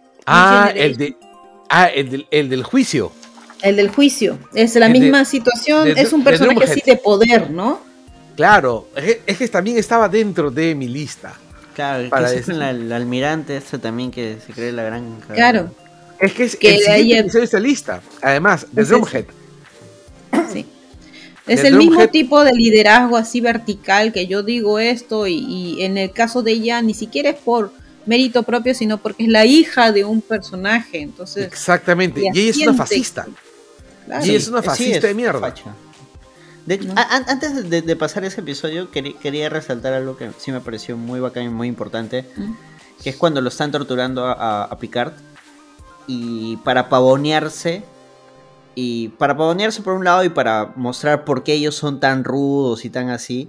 el del juicio. El del juicio. Es la misma situación, es un personaje así de poder, ¿no? Claro, es que también estaba dentro de mi lista. Claro, para que es con el almirante este también que se cree la gran... Claro. Es que es el siguiente episodio de esta lista. Además, de Drumhead. Sí. Es el mismo tipo de liderazgo así vertical que yo digo esto y en el caso de ella ni siquiera es por mérito propio, sino porque es la hija de un personaje. Entonces, exactamente. Y ella es una fascista. Claro. Y ella es una fascista de mierda. Facha. De hecho, antes de pasar ese episodio, quería resaltar algo que sí me pareció muy bacán y muy importante, que es cuando lo están torturando a Picard, y para pavonearse por un lado y para mostrar por qué ellos son tan rudos y tan así,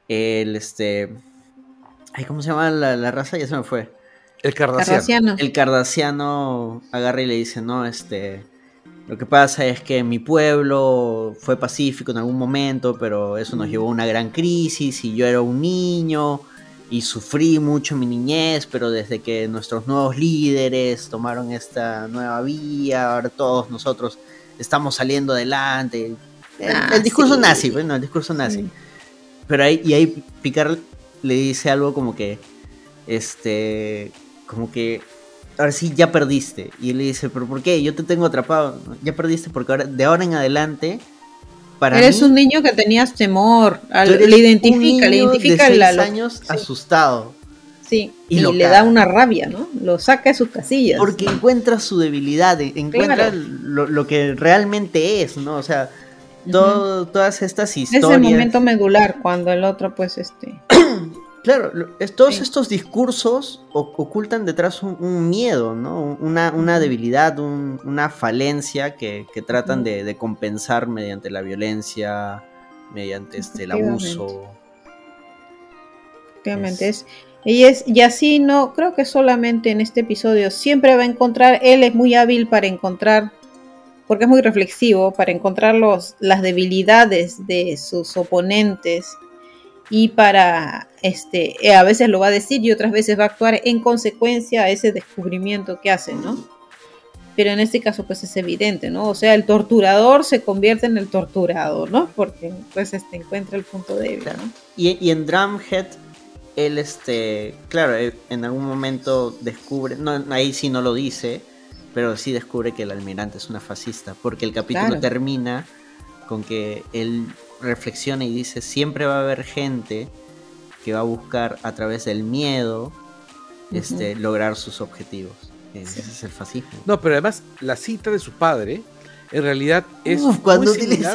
¿cómo se llama la raza? Ya se me fue. El Cardassiano. El Cardassiano agarra y le dice, no, lo que pasa es que mi pueblo fue pacífico en algún momento, pero eso nos llevó a una gran crisis y yo era un niño y sufrí mucho en mi niñez, pero desde que nuestros nuevos líderes tomaron esta nueva vía, ahora todos nosotros estamos saliendo adelante. El discurso nazi, bueno, el discurso nazi. Sí. Pero ahí Picard le dice algo como que, ahora sí, ya perdiste. Y él le dice, ¿pero por qué? Yo te tengo atrapado. Ya perdiste porque de ahora en adelante, eres un niño que tenías temor. Le identifica de 6 años asustado. Sí, y le da una rabia, ¿no? Lo saca de sus casillas. Porque encuentra su debilidad, encuentra lo que realmente es, ¿no? O sea, todas estas historias... Es el momento medular cuando el otro, pues, Claro, todos estos discursos ocultan detrás un miedo, ¿no? Una debilidad, una falencia que tratan de compensar mediante la violencia, mediante el abuso. Efectivamente, y así no, creo que solamente en este episodio siempre va a encontrar, él es muy hábil para encontrar, porque es muy reflexivo, para encontrar las debilidades de sus oponentes. Y para, a veces lo va a decir y otras veces va a actuar en consecuencia a ese descubrimiento que hace, ¿no? Pero en este caso, pues es evidente, ¿no? O sea, el torturador se convierte en el torturado, ¿no? Porque, pues, encuentra el punto débil, claro. ¿no? Y en Drumhead, él, claro, en algún momento descubre, no, ahí sí no lo dice, pero sí descubre que el almirante es una fascista, porque el capítulo termina con que él reflexiona y dice, siempre va a haber gente que va a buscar a través del miedo lograr sus objetivos. Ese es el fascismo. No, pero además la cita de su padre en realidad es cuando muy utiliza...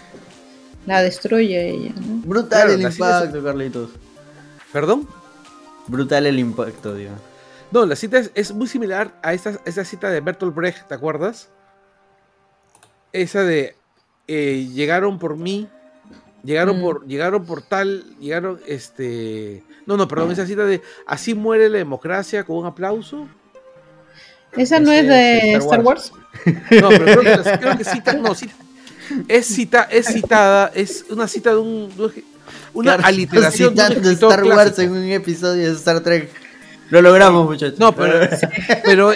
La destruye ella, ¿no? Brutal el impacto, Carlitos. ¿Perdón? Brutal el impacto, digo. No, la cita es muy similar a esa cita de Bertolt Brecht, ¿te acuerdas? Esa de llegaron por mí, llegaron por tal, perdón, esa cita de así muere la democracia con un aplauso. ¿Esa no es de Star Wars? No, pero creo que cita, no, es citada, es una cita de una aliteración de un escritor Star Wars clásico. en un episodio de Star Trek. Lo logramos, muchachos. No, pero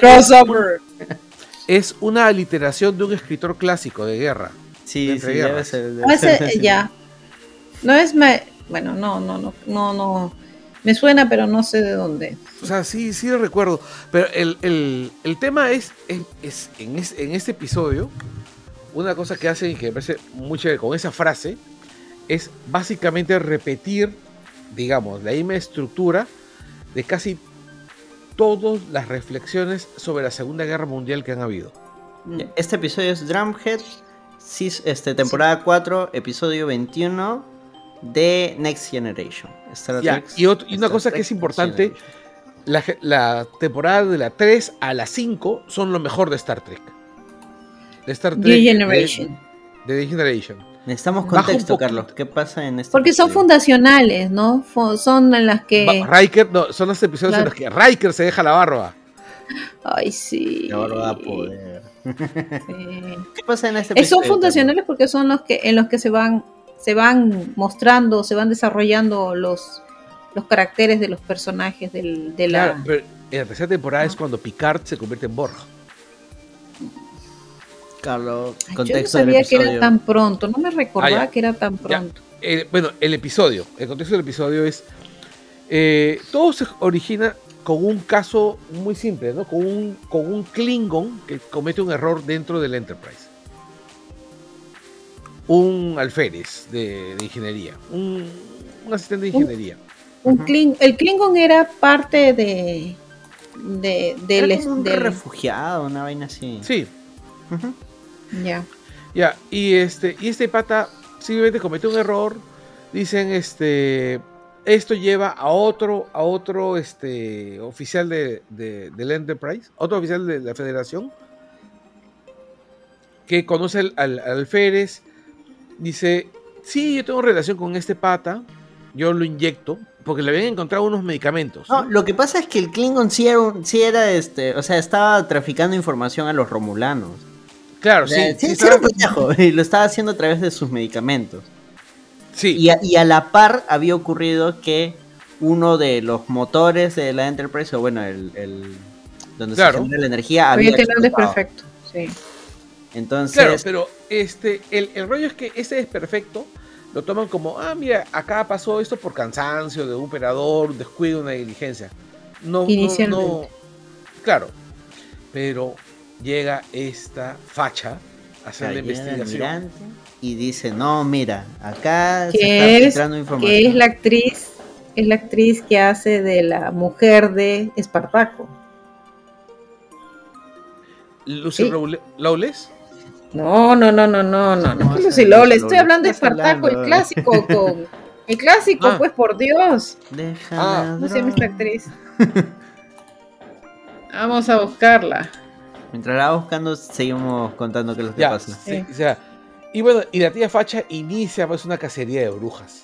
es una aliteración de un escritor clásico de guerra. Sí, debe ser. Ya. No es bueno, no. Me suena, pero no sé de dónde. O sea, sí lo recuerdo. Pero el tema es en este episodio, una cosa que hacen y que me parece muy chévere con esa frase, es básicamente repetir, digamos, la misma estructura de casi todas las reflexiones sobre la Segunda Guerra Mundial que han habido. Este episodio es Drumhead, temporada 4, episodio 21 de Next Generation. Y una cosa que es importante, la temporada de la 3 a la 5 son lo mejor de Star Trek. De Star Trek New Generation. De The Generation. Necesitamos Baja un contexto, poquito. Carlos. ¿Qué pasa en este Porque son episodio? fundacionales, ¿no? Son en las que... Riker, no, son los episodios Claro. en los que Riker se deja la barba. Ay, sí. Ahora va a poder. Sí. ¿Qué pasa en este Son episodio? fundacionales porque son los que en los que se van mostrando, se van desarrollando los caracteres de los personajes de la... Claro, pero en la tercera temporada es cuando Picard se convierte en Borg. Carlos, Ay, yo no contexto del sabía que episodio. era tan pronto, no me recordaba ya. que era tan Ya. pronto. Bueno, el contexto del episodio es... todo se origina con un caso muy simple, ¿no? Con un Klingon que comete un error dentro del Enterprise. Un alférez de ingeniería. Un asistente de ingeniería. El Klingon era parte del Era como un del- refugiado, una vaina así. Sí, Ujú. ya. ya. Y este pata simplemente cometió un error. Dicen, esto lleva a otro oficial del Enterprise, otro oficial de la Federación, que conoce al alférez. Dice, sí, yo tengo relación con este pata, yo lo inyecto, porque le habían encontrado unos medicamentos. No, ¿no? lo que pasa es que el Klingon sí era o sea, estaba traficando información a los romulanos. Claro, O sea, sí, sí, sí, era estaba- un pendejo, y lo estaba haciendo a través de sus medicamentos. sí, Y a la par había ocurrido que uno de los motores de la Enterprise, o bueno, donde Claro. se genera la energía, Había había tenido un explotado. desperfecto. Sí. Entonces, claro, pero el rollo es que ese desperfecto lo toman como, mira, acá pasó esto por cansancio de un operador, un descuido, una negligencia. No, Inicialmente. claro, pero llega esta facha a hacer la llega el investigación. almirante y dice, no, mira, acá se Que está es, filtrando información. que es la actriz que hace de la mujer de Espartaco. Lucy Sí. Lawless. No. No, ¿Qué o Lucy sea, Lawless? Lucy Estoy Lawless. hablando de Estás Espartaco, hablando. el clásico el clásico, Ah. pues por Dios. Deja ¿Cómo se llama esta actriz? Vamos a buscarla. Mientras la va buscando, seguimos contando qué es lo que Ya, pasa. sí, o sea, y bueno, y la tía facha inicia pues una cacería de brujas.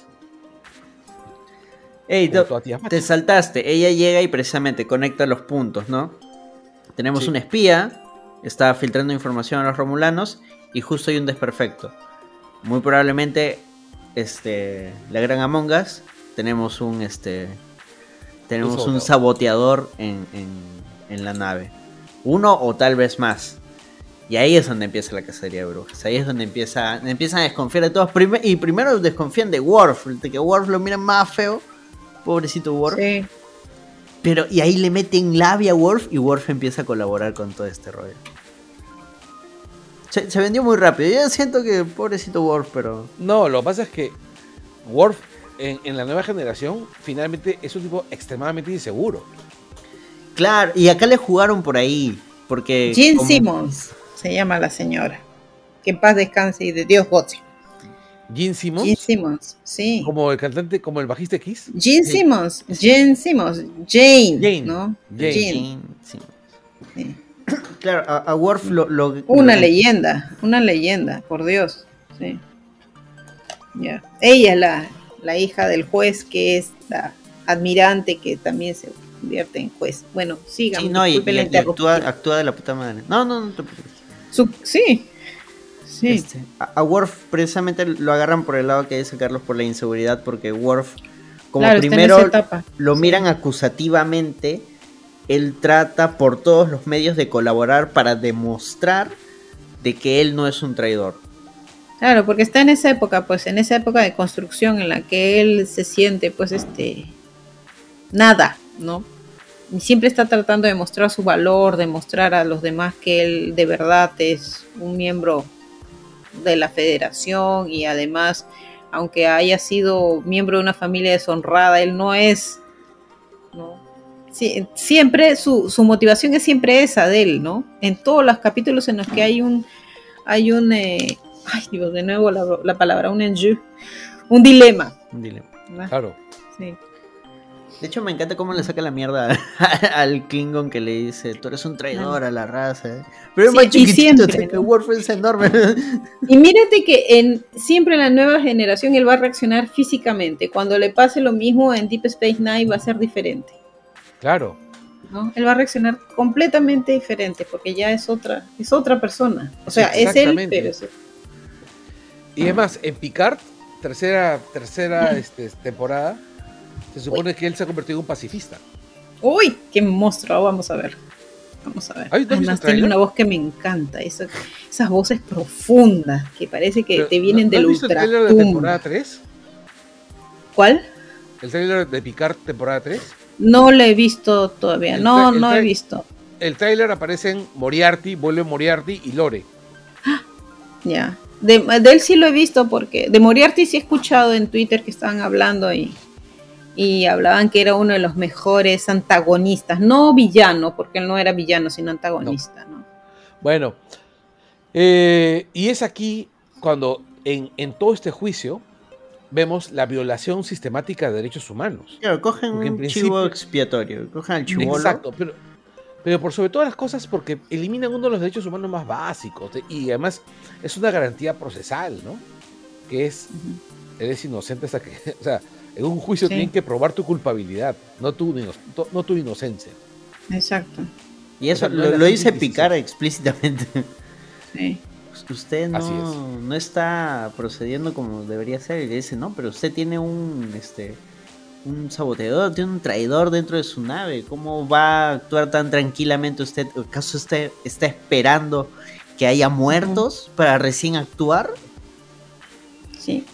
Ey, Como toda tía facha. te saltaste. Ella llega y precisamente conecta los puntos, ¿no? Tenemos Sí. un espía, está filtrando información a los romulanos y justo hay un desperfecto. Muy probablemente, la gran Among Us, tenemos un saboteador. saboteador en la nave. Uno o tal vez más. Y ahí es donde empieza la cacería de brujas. Ahí es donde empiezan a desconfiar de todos. Y primero desconfían de Worf, de que Worf lo miran más feo. Pobrecito Worf. Sí. Pero, y ahí le meten labia a Worf y Worf empieza a colaborar con todo este rollo. Se vendió muy rápido. Yo siento que pobrecito Worf, pero... No, lo que pasa es que Worf en la nueva generación finalmente es un tipo extremadamente inseguro. Claro, y acá le jugaron por ahí. Porque... Gene como- Simmons se llama la señora. Que en paz descanse y de Dios goce. Gene Simmons, Gene Simmons, sí. como el cantante, como el bajista Kiss. Gene Simmons, Jane, Jane. ¿no? Jane. Jane. Sí. Sí. Claro, a Worf lo... Una leyenda, por Dios. Sí. Ya. Ella es la hija del juez, que es la admirante, que también se convierte en juez. Bueno, sigan. Sí, no, y disculpen la interrupción. actúa de la puta madre. No te preocupes. Sí. A Worf precisamente lo agarran por el lado que dice Carlos, por la inseguridad, porque Worf, como Claro, está en primero esa etapa. lo miran acusativamente, él trata por todos los medios de colaborar para demostrar de que él no es un traidor. Claro, porque está en esa época, pues, en esa época de construcción en la que él se siente, pues, nada, ¿no? Y siempre está tratando de mostrar su valor, de mostrar a los demás que él de verdad es un miembro de la federación, y además, aunque haya sido miembro de una familia deshonrada, él no es, ¿no? Sí, siempre su motivación es siempre esa de él, ¿no? En todos los capítulos en los que hay un ay Dios, de nuevo la palabra, un dilema, Dile. ¿verdad? Claro. Sí. De hecho, me encanta cómo le saca la mierda al Klingon que le dice, tú eres un traidor a la raza. Pero es Sí, más y chiquitito, siempre, que ¿no? Worf es enorme. Y mírate que siempre en la nueva generación él va a reaccionar físicamente. Cuando le pase lo mismo en Deep Space Nine va a ser diferente, Claro. ¿no? Él va a reaccionar completamente diferente porque ya es otra persona. O sea, es él, Exactamente. pero es... Y es más, en Picard, tercera temporada, se supone que él se ha convertido en un pacifista. ¡Uy! ¡Qué monstruo! Vamos a ver. Vamos a ver. Ay, ¿no has visto Además el tiene tráiler? una voz que me encanta. Esas voces profundas que parece que Pero, te vienen ¿no del has visto el trailer de temporada ultratumba. 3? ¿Cuál? ¿El trailer de Picard temporada 3? No lo he visto todavía. El No, tra- el no he tra- visto. El trailer aparecen Moriarty, vuelve Moriarty y Lore. Ya. De él sí lo he visto porque de Moriarty sí he escuchado en Twitter que estaban hablando y hablaban que era uno de los mejores antagonistas. No villano, porque él no era villano, sino antagonista, ¿no? Bueno, y es aquí cuando en todo este juicio vemos la violación sistemática de derechos humanos. Claro, cogen Porque en un principio- chivo expiatorio. Cogen al chivolo. Exacto, pero por sobre todas las cosas porque eliminan uno de los derechos humanos más básicos y además es una garantía procesal, ¿no? Que es, eres inocente hasta que, o sea, en un juicio Sí. tienen que probar tu culpabilidad, no tu inocencia. Exacto. Y eso O sea, no es la lo gente dice inquisición. Picard explícitamente. Sí. Usted Así no está procediendo como debería ser. Y le dice, no, pero usted tiene un saboteador, tiene un traidor dentro de su nave. ¿Cómo va a actuar tan tranquilamente usted? ¿Acaso usted está esperando que haya muertos para recién actuar? Sí.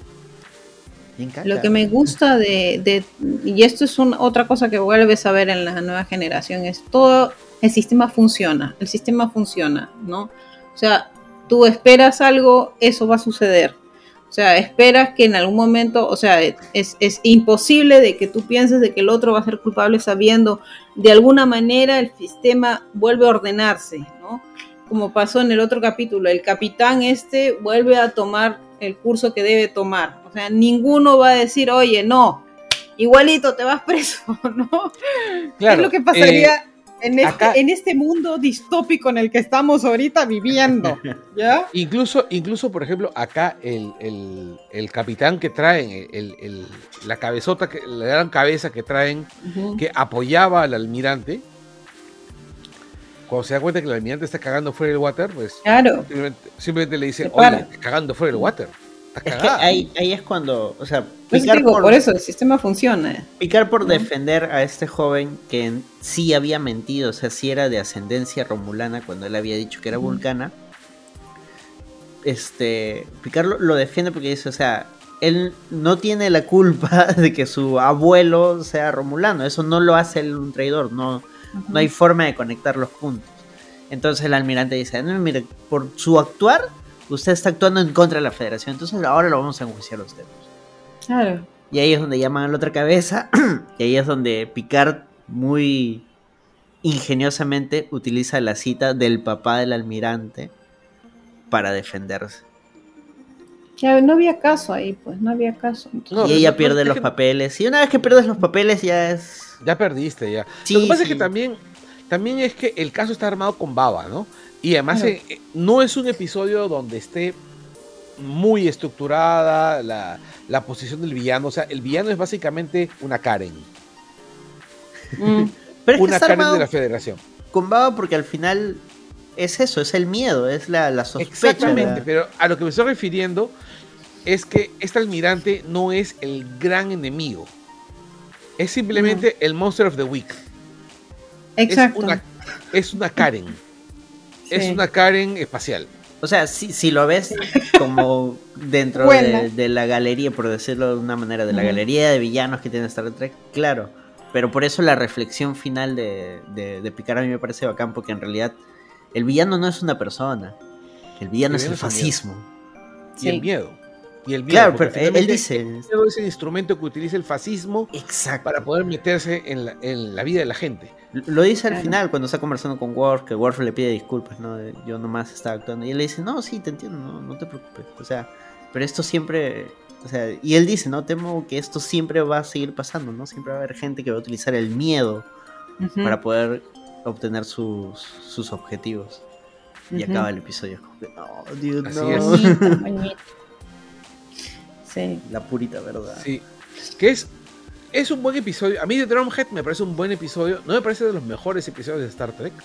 Bien caca. Lo que me gusta y esto es otra cosa que vuelves a ver en la nueva generación, es todo el sistema funciona, ¿no? O sea, tú esperas algo, eso va a suceder. O sea, esperas que en algún momento, o sea, es imposible de que tú pienses de que el otro va a ser culpable sabiendo de alguna manera el sistema vuelve a ordenarse, ¿no? Como pasó en el otro capítulo, el capitán vuelve a tomar el curso que debe tomar. O sea, ninguno va a decir, oye, no, igualito te vas preso, ¿no? Claro, es lo que pasaría acá- en este mundo distópico en el que estamos ahorita viviendo, ¿ya? Incluso, por ejemplo, acá el capitán que traen, la cabezota, la gran cabeza que traen, Ujú. que apoyaba al almirante, cuando se da cuenta que el almirante está cagando fuera del water, pues Claro. simplemente le dice, Se para. oye, estás cagando fuera del water. Estás Es que cagada. ahí es cuando, o sea, Pues Picard digo, por eso el sistema funciona. Picard por ¿no? defender a este joven que sí había mentido, o sea, sí era de ascendencia romulana cuando él había dicho que era vulcana. Picard lo defiende porque dice, o sea, él no tiene la culpa de que su abuelo sea romulano, eso no lo hace él un traidor, no hay forma de conectar los puntos. Entonces el almirante dice, no, mire, por su actuar, usted está actuando en contra de la federación, entonces ahora lo vamos a enjuiciar a usted. Claro. Y ahí es donde llaman a la otra cabeza. Y ahí es donde Picard muy ingeniosamente utiliza la cita del papá del almirante para defenderse. Ya, no había caso ahí, pues, no había caso. No, y ella no, pierde es los que- papeles. Y una vez que pierdes los papeles ya es... Ya perdiste, ya. Sí, Lo que pasa es sí. que también es que el caso está armado con baba, ¿no? Y además Claro. no es un episodio donde esté muy estructurada la posición del villano. O sea, el villano es básicamente una Karen. Mm. Pero es que Una está Karen armado de la federación. con baba porque al final es eso, es el miedo, es la sospecha. Exactamente, la- pero a lo que me estoy refiriendo es que este almirante no es el gran enemigo. Es simplemente el Monster of the Week. Exacto. Es una Karen. Es Sí. una Karen espacial. O sea, si lo ves como dentro Buena. de la galería, por decirlo de una manera, de la Ujú. galería de villanos que tiene Star Trek, claro. Pero por eso la reflexión final de Picard a mí me parece bacán, porque en realidad el villano no es una persona. El villano es el villano es el fascismo. Y Sí. el miedo. Y el miedo. Claro, porque pero él finalmente dice... el miedo es el instrumento que utiliza el fascismo Exacto. para poder meterse en la vida de la gente. Lo dice al Claro. final cuando está conversando con Worf, que Worf le pide disculpas, ¿no? Yo nomás estaba actuando. Y él le dice, no, sí, te entiendo, no te preocupes. O sea, pero esto siempre O sea, y él dice, ¿no? Temo que esto siempre va a seguir pasando, ¿no? Siempre va a haber gente que va a utilizar el miedo para poder obtener sus objetivos. Y acaba el episodio. Como que, no, Dios, Así no. es. Bonito, bonito. Sí. La purita verdad. Sí. Que es un buen episodio. A mí The Drumhead me parece un buen episodio. No me parece de los mejores episodios de Star Trek.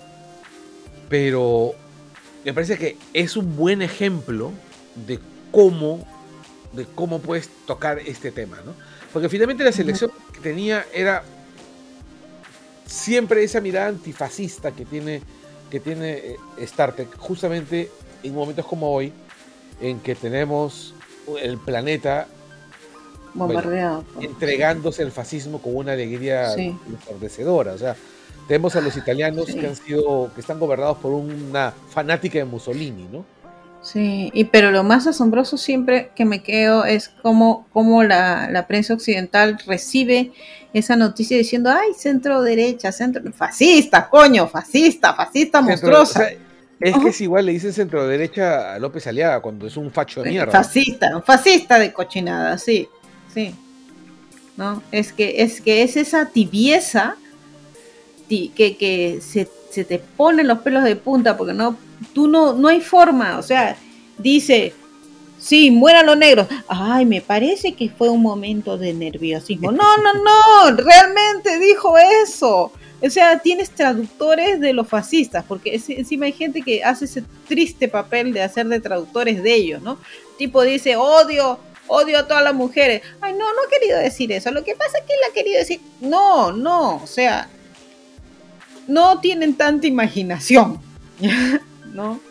Pero me parece que es un buen ejemplo de cómo puedes tocar este tema, ¿no? Porque finalmente la selección que tenía era siempre esa mirada antifascista que tiene Star Trek, justamente en momentos como hoy, en que tenemos el planeta Bombardeado. entregándose al fascismo con una alegría Sí. ensordecedora. O sea, tenemos a los italianos Sí. que están gobernados por una fanática de Mussolini, ¿no? Sí, pero lo más asombroso siempre que me quedo es cómo la prensa occidental recibe esa noticia diciendo, ay, centro derecha, fascista, coño, fascista monstruosa. O sea, es que es igual, le dicen centro derecha a López Aliaga cuando es un facho de mierda. Fascista de cochinada, sí, sí. ¿No? Es que es esa tibieza que se te ponen los pelos de punta porque no hay forma, o sea, dice, sí, mueran los negros, ay, me parece que fue un momento de nerviosismo, no, realmente dijo eso, o sea, tienes traductores de los fascistas, porque encima hay gente que hace ese triste papel de hacer de traductores de ellos, ¿no? Tipo dice, odio a todas las mujeres, ay, no he querido decir eso, lo que pasa es que él ha querido decir, no, o sea, no tienen tanta imaginación, ¿no?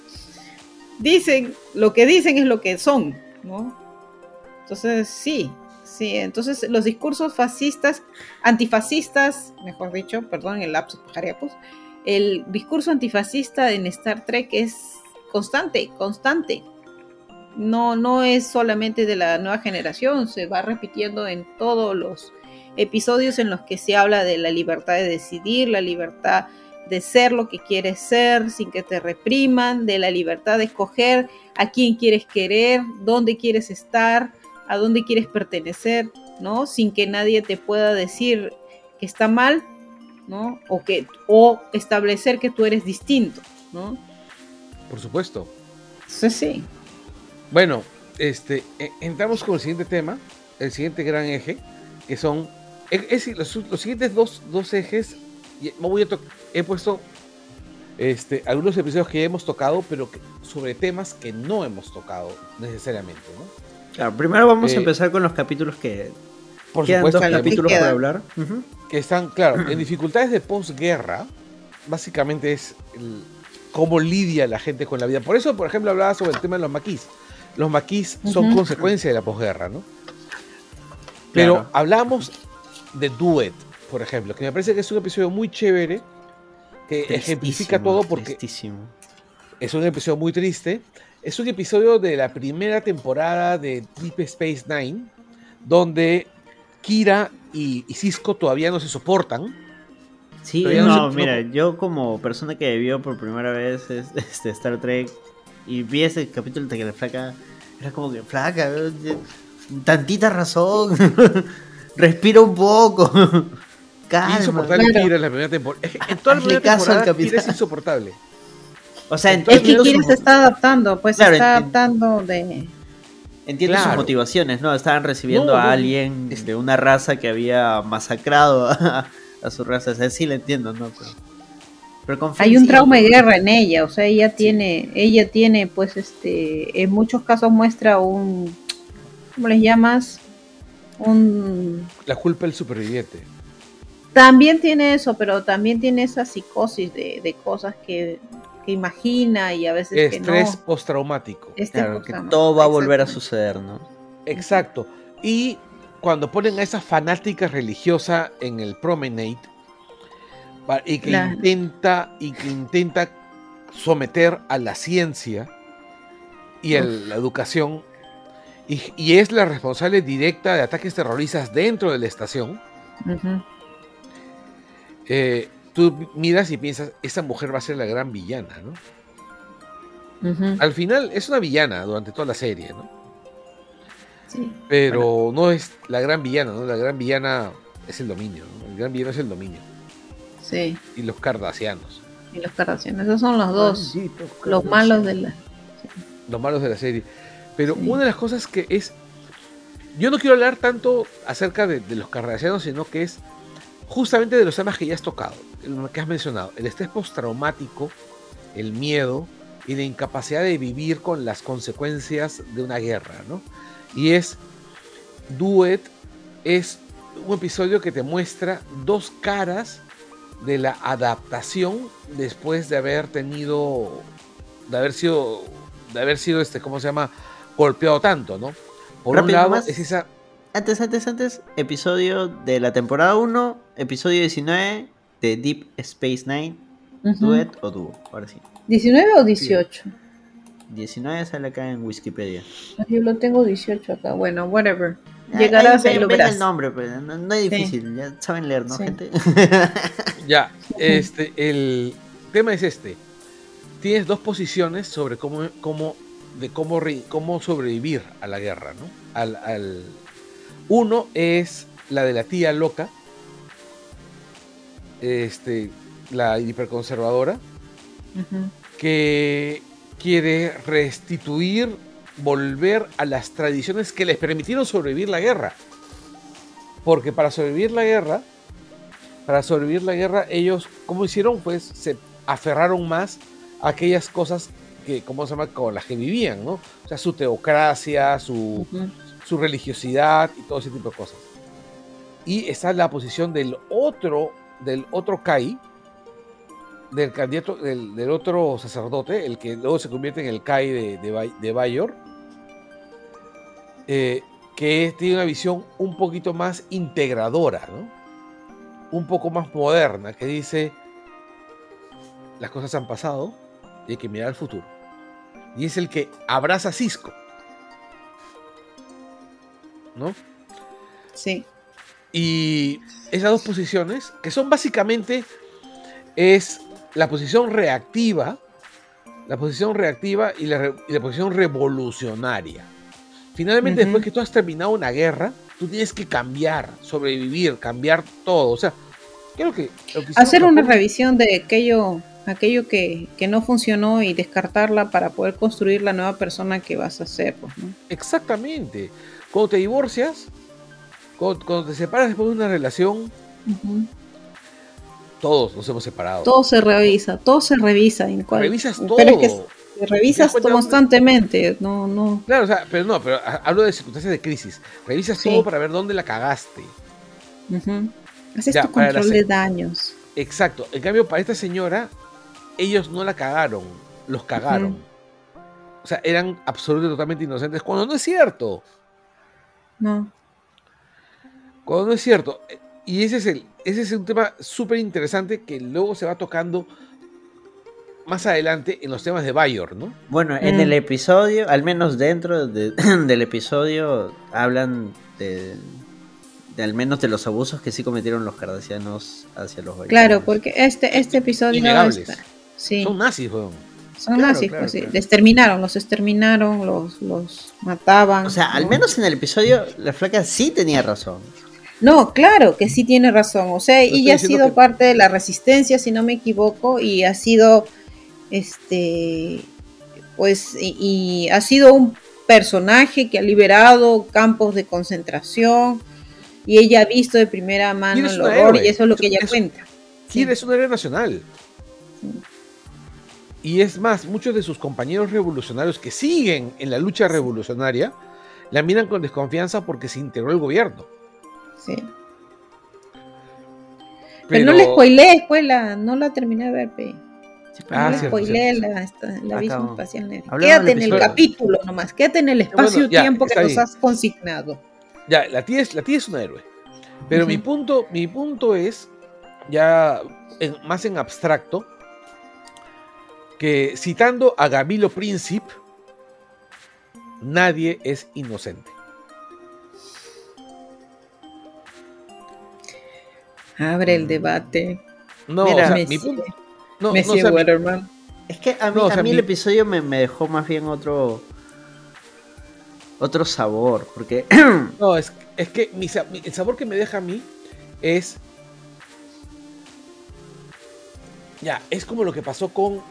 Lo que dicen es lo que son, ¿no? Entonces, sí, entonces los discursos antifascistas, mejor dicho, perdón, el lapsus pajareapos, el discurso antifascista en Star Trek es constante, no es solamente de la nueva generación, se va repitiendo en todos los episodios en los que se habla de la libertad de decidir, la libertad de ser lo que quieres ser sin que te repriman, de la libertad de escoger a quién quieres querer, dónde quieres estar, a dónde quieres pertenecer, ¿no? Sin que nadie te pueda decir que está mal, ¿no? O establecer que tú eres distinto, ¿no? Por supuesto. Sí. Bueno, entramos con el siguiente tema, el siguiente gran eje, que son los siguientes dos ejes. He puesto algunos episodios que ya hemos tocado, pero sobre temas que no hemos tocado necesariamente, ¿no? Claro, primero vamos a empezar con los capítulos que por quedan supuesto, dos capítulos por hablar. Que están, claro, en dificultades de posguerra. Básicamente es cómo lidia la gente con la vida. Por eso, por ejemplo, hablaba sobre el tema de los maquis. Los maquis son consecuencia de la posguerra, ¿no? Pero claro, hablamos de Duet, por ejemplo, que me parece que es un episodio muy chévere, que ejemplifica todo porque es un episodio muy triste. Es un episodio de la primera temporada de Deep Space Nine, donde Kira y Sisko todavía no se soportan. Sí, mira, yo como persona que vio por primera vez Star Trek y vi ese capítulo de que la flaca era como que flaca, tantita razón, respira un poco. Calma. Insoportable Kira en la primera temporada. En toda la primera temporada Kira es insoportable. O sea, es que Kira se está adaptando, pues claro, se está adaptando de... Entiendo sus motivaciones, ¿no? Estaban recibiendo a alguien de una raza que había masacrado a su raza. O sea, sí la entiendo, ¿no? Pero hay un trauma de guerra en ella, o sea, ella tiene, pues, en muchos casos muestra un... ¿Cómo les llamas? La culpa del superviviente. También tiene eso, pero también tiene esa psicosis de cosas que imagina y a veces estrés postraumático. Claro, que todo va a volver a suceder, ¿no? Exacto. Y cuando ponen a esa fanática religiosa en el Promenade y que intenta someter a la ciencia y a la educación y es la responsable directa de ataques terroristas dentro de la estación. Tú miras y piensas, esa mujer va a ser la gran villana, ¿no? Al final es una villana durante toda la serie, ¿no? Sí. Pero no es la gran villana, ¿no? La gran villana es el dominio, ¿no? El gran villano es el dominio. Sí. Y los Cardassianos. Y los Cardassianos, esos son los dos. Malditos Los Cardassianos. malos de la. Los malos de la serie. Pero Sí. una de las cosas que es... Yo no quiero hablar tanto acerca de los Cardassianos, sino que es justamente de los temas que ya has tocado, lo que has mencionado. El estrés postraumático, el miedo y la incapacidad de vivir con las consecuencias de una guerra, ¿no? Y Duet es un episodio que te muestra dos caras de la adaptación después de haber tenido, de haber sido, ¿cómo se llama? Golpeado tanto, ¿no? Por un Rápido lado nomás. es esa... Antes, episodio de la temporada 1, episodio 19 de Deep Space Nine, Ujú. Duet o Dúo, ahora sí. ¿19 o 18? 19 sale acá en Wikipedia. Yo lo tengo 18 acá. Bueno, whatever. Ahí Llegarás y lo ven verás. el nombre, pero no es difícil, ya saben leer, ¿no, Sí. gente? Ya, el tema es este. Tienes dos posiciones sobre cómo sobrevivir a la guerra, ¿no? Uno es la de la tía loca, la hiperconservadora, Ujú. que quiere volver a las tradiciones que les permitieron sobrevivir la guerra. Porque para sobrevivir la guerra, ellos, ¿cómo hicieron? Pues se aferraron más a aquellas cosas que, ¿cómo se llama? Con las que vivían, ¿no? O sea, su teocracia, su religiosidad y todo ese tipo de cosas. Y está la posición del otro Kai, del candidato, del otro sacerdote, el que luego se convierte en el Kai de Bayor, que tiene una visión un poquito más integradora, ¿no? Un poco más moderna, que dice, las cosas han pasado y hay que mirar al futuro. Y es el que abraza a Cisco, ¿no? Sí. Y esas dos posiciones, que son básicamente, es la posición reactiva y la posición revolucionaria. Finalmente, después que tú has terminado una guerra, tú tienes que cambiar, sobrevivir, cambiar todo. O sea, creo que hacer una revisión de aquello que no funcionó y descartarla para poder construir la nueva persona que vas a ser, pues, ¿no? Exactamente. Cuando te divorcias, cuando te separas después de una relación, todos nos hemos separado. Todo se revisa. Revisas todo. Pero es que revisas Te das cuenta, constantemente, no. Claro, o sea, pero hablo de circunstancias de crisis. Revisas Sí. todo para ver dónde la cagaste. Haces Ya, tu para control de daños. Exacto. En cambio, para esta señora, ellos no la cagaron, los cagaron. O sea, eran absolutamente totalmente inocentes, cuando no es cierto. No. Cuando no es cierto. Y ese es un tema súper interesante que luego se va tocando más adelante en los temas de Bayor, ¿no? Bueno, en el episodio, al menos dentro del episodio, hablan de al menos de los abusos que sí cometieron los cardassianos hacia los Bayorianos. Claro, porque este episodio Innegables. sí. Son nazis, weón. Son Claro, nazis, claro, pues sí. claro. Los exterminaron, los mataban. O sea, al menos en el episodio, la flaca sí tenía razón. No, claro que sí tiene razón. O sea, No ella estoy ha diciendo sido que- parte de la resistencia, si no me equivoco, y ha sido, pues, y ha sido un personaje que ha liberado campos de concentración, y ella ha visto de primera mano eres el una horror, héroe. y eso es lo que ella Es- cuenta. Kira es un héroe nacional. Y es más, muchos de sus compañeros revolucionarios que siguen en la lucha revolucionaria la miran con desconfianza porque se integró el gobierno. Sí. Pero no le spoileé, no la terminé de ver, pe. No le cierto, spoileé cierto. la visión Acabó. espacial negra. Hablemos Quédate del en el episodio. capítulo nomás, quédate en el Bueno, espacio-tiempo ya, que nos está has consignado. Ya, la tía es un héroe. Pero Ujú. mi punto es, ya más en abstracto, que citando a Gavrilo Princip, nadie es inocente. Abre el debate. No, Mira, o sea, Messi- mi punto... No, Messi o sea, Waterman. Es que a mí, No, o sea, el episodio me dejó más bien otro... otro sabor, porque No, es que el sabor que me deja a mí es... Ya, es como lo que pasó con...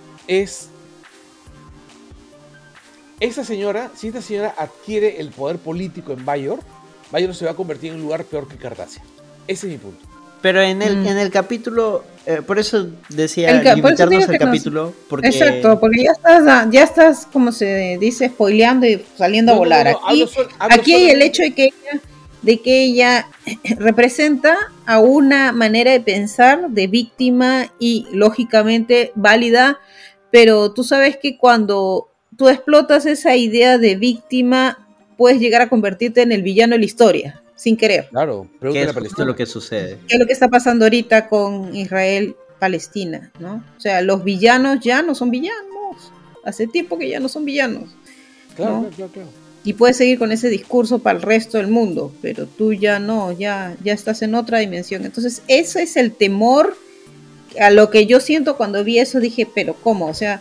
Esta señora, si esta señora adquiere el poder político en Bayor se va a convertir en un lugar peor que Cardasia. Ese es mi punto. pero en el capítulo, por eso decía por eso digo limitarnos al que capítulo, porque Exacto, porque ya estás, como se dice, spoileando y saliendo a volar. Hablo Aquí hay el solamente- hecho de que ella representa a una manera de pensar de víctima y lógicamente válida, pero tú sabes que cuando tú explotas esa idea de víctima, puedes llegar a convertirte en el villano de la historia, sin querer. Claro, que pregúntale es a justo Palestina. lo que sucede. ¿Qué es lo que está pasando ahorita con Israel-Palestina, ¿no? O sea, los villanos ya no son villanos. Hace tiempo que ya no son villanos. Claro, ¿no? claro. Y puedes seguir con ese discurso para el resto del mundo, pero tú ya no, ya estás en otra dimensión. Entonces, ese es el temor a lo que yo siento cuando vi eso. Dije, pero ¿cómo? O sea,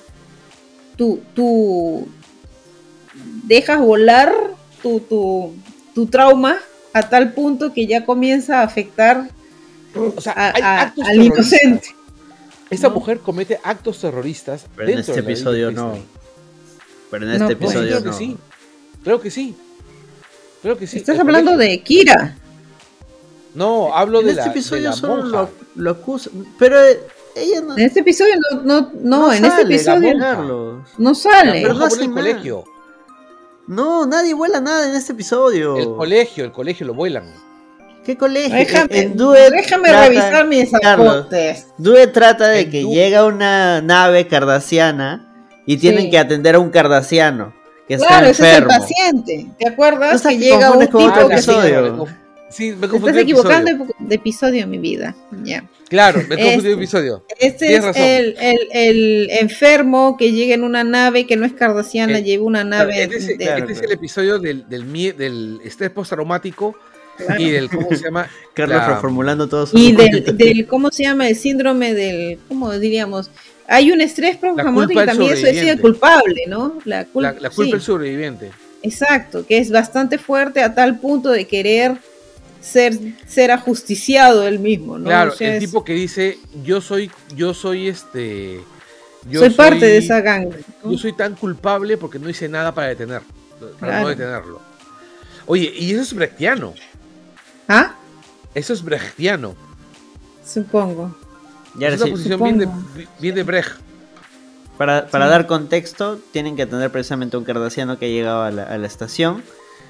tú dejas volar tu trauma a tal punto que ya comienza a afectar O sea, hay actos al terroristas. inocente. Esta ¿no? mujer comete actos terroristas Pero en dentro este de la episodio Disney. no. Pero en No, este pues, episodio Creo que no. sí. Creo que sí. Creo que sí. Estás El hablando colegio. de Kira. No, hablo En de este la, episodio de la solo monja. lo acusa, pero ella no. En este episodio no, en este sale, episodio monja. Carlos. no La sale. pero monja no vuela hace el nada. colegio. No, nadie vuela nada en este episodio. El colegio lo vuelan. ¿Qué colegio? Déjame Due revisar mis Carlos, apuntes. Due trata de En que Due- llega una nave cardasiana y tienen Sí. que atender a un cardasiano que está Claro, ese es el enfermo. paciente. ¿Te Tú acuerdas estás que que llega un confundes con tipo otro que episodio. Sí, me te confundí estás de episodio. equivocando de episodio, mi vida. Ya. Claro, me confundí de Este. episodio. Este Tienes es razón. el enfermo que llega en una nave que no es cardasiana, Eh, lleva una Claro, nave este es claro. el episodio del estrés postraumático claro. y del, ¿cómo se llama? Carlos La- reformulando todo su Y del, ¿cómo se llama? El síndrome del, ¿cómo diríamos? Hay un estrés postraumático culpa y del también eso es el sobreviviente. culpable, ¿no? La La culpa culpa del sobreviviente. exacto, que es bastante fuerte a tal punto de querer ser ajusticiado él mismo, ¿no? Claro, O sea, el tipo que dice, yo soy soy parte de esa gang, ¿no? Yo soy tan culpable porque no hice nada para detenerlo. Claro. Oye, y eso es brechtiano. ¿Ah? Eso es brechtiano. Supongo. Y ahora Es una sí, posición supongo. bien de Brecht. para dar contexto, tienen que atender precisamente a un cardasiano que ha llegado a la estación.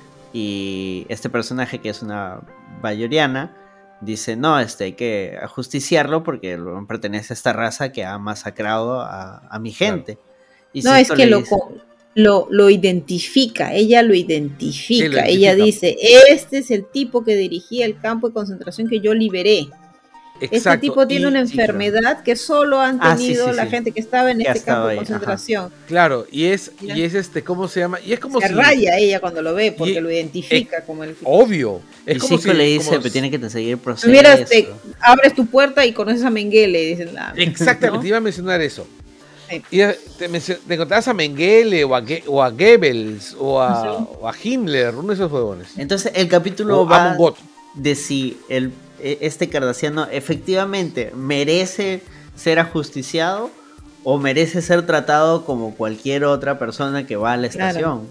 Y este personaje, que es una bayoriana, dice: no, hay que ajusticiarlo porque pertenece a esta raza que ha masacrado a mi gente. Y No, Sisto es que le lo dice, lo identifica, ella lo identifica, Sí, lo ella identifica. dice, este es el tipo que dirigía el campo de concentración que yo liberé. Este Exacto. tipo tiene y- una sí, claro. enfermedad que solo han Ah, sí, tenido sí, la sí. gente que estaba en Que ha este campo estado de ahí, concentración. Claro, y es Ya. ¿cómo se llama? Y es como Se si raya ella cuando lo ve porque Y- lo identifica como el tipo. obvio. Es y como Sisto si le dice: como- pero tiene que seguir el proceso. Tuvieras, abres tu puerta y conoces a Mengele, dicen la. Exactamente, ¿no? iba a mencionar eso. Sí. Y te encontrabas a Mengele o a Goebbels o a Himmler, uno de esos huevones. Entonces el capítulo O va Amon Goth. de si este cardasiano efectivamente merece ser ajusticiado o merece ser tratado como cualquier otra persona que va a la Claro. estación.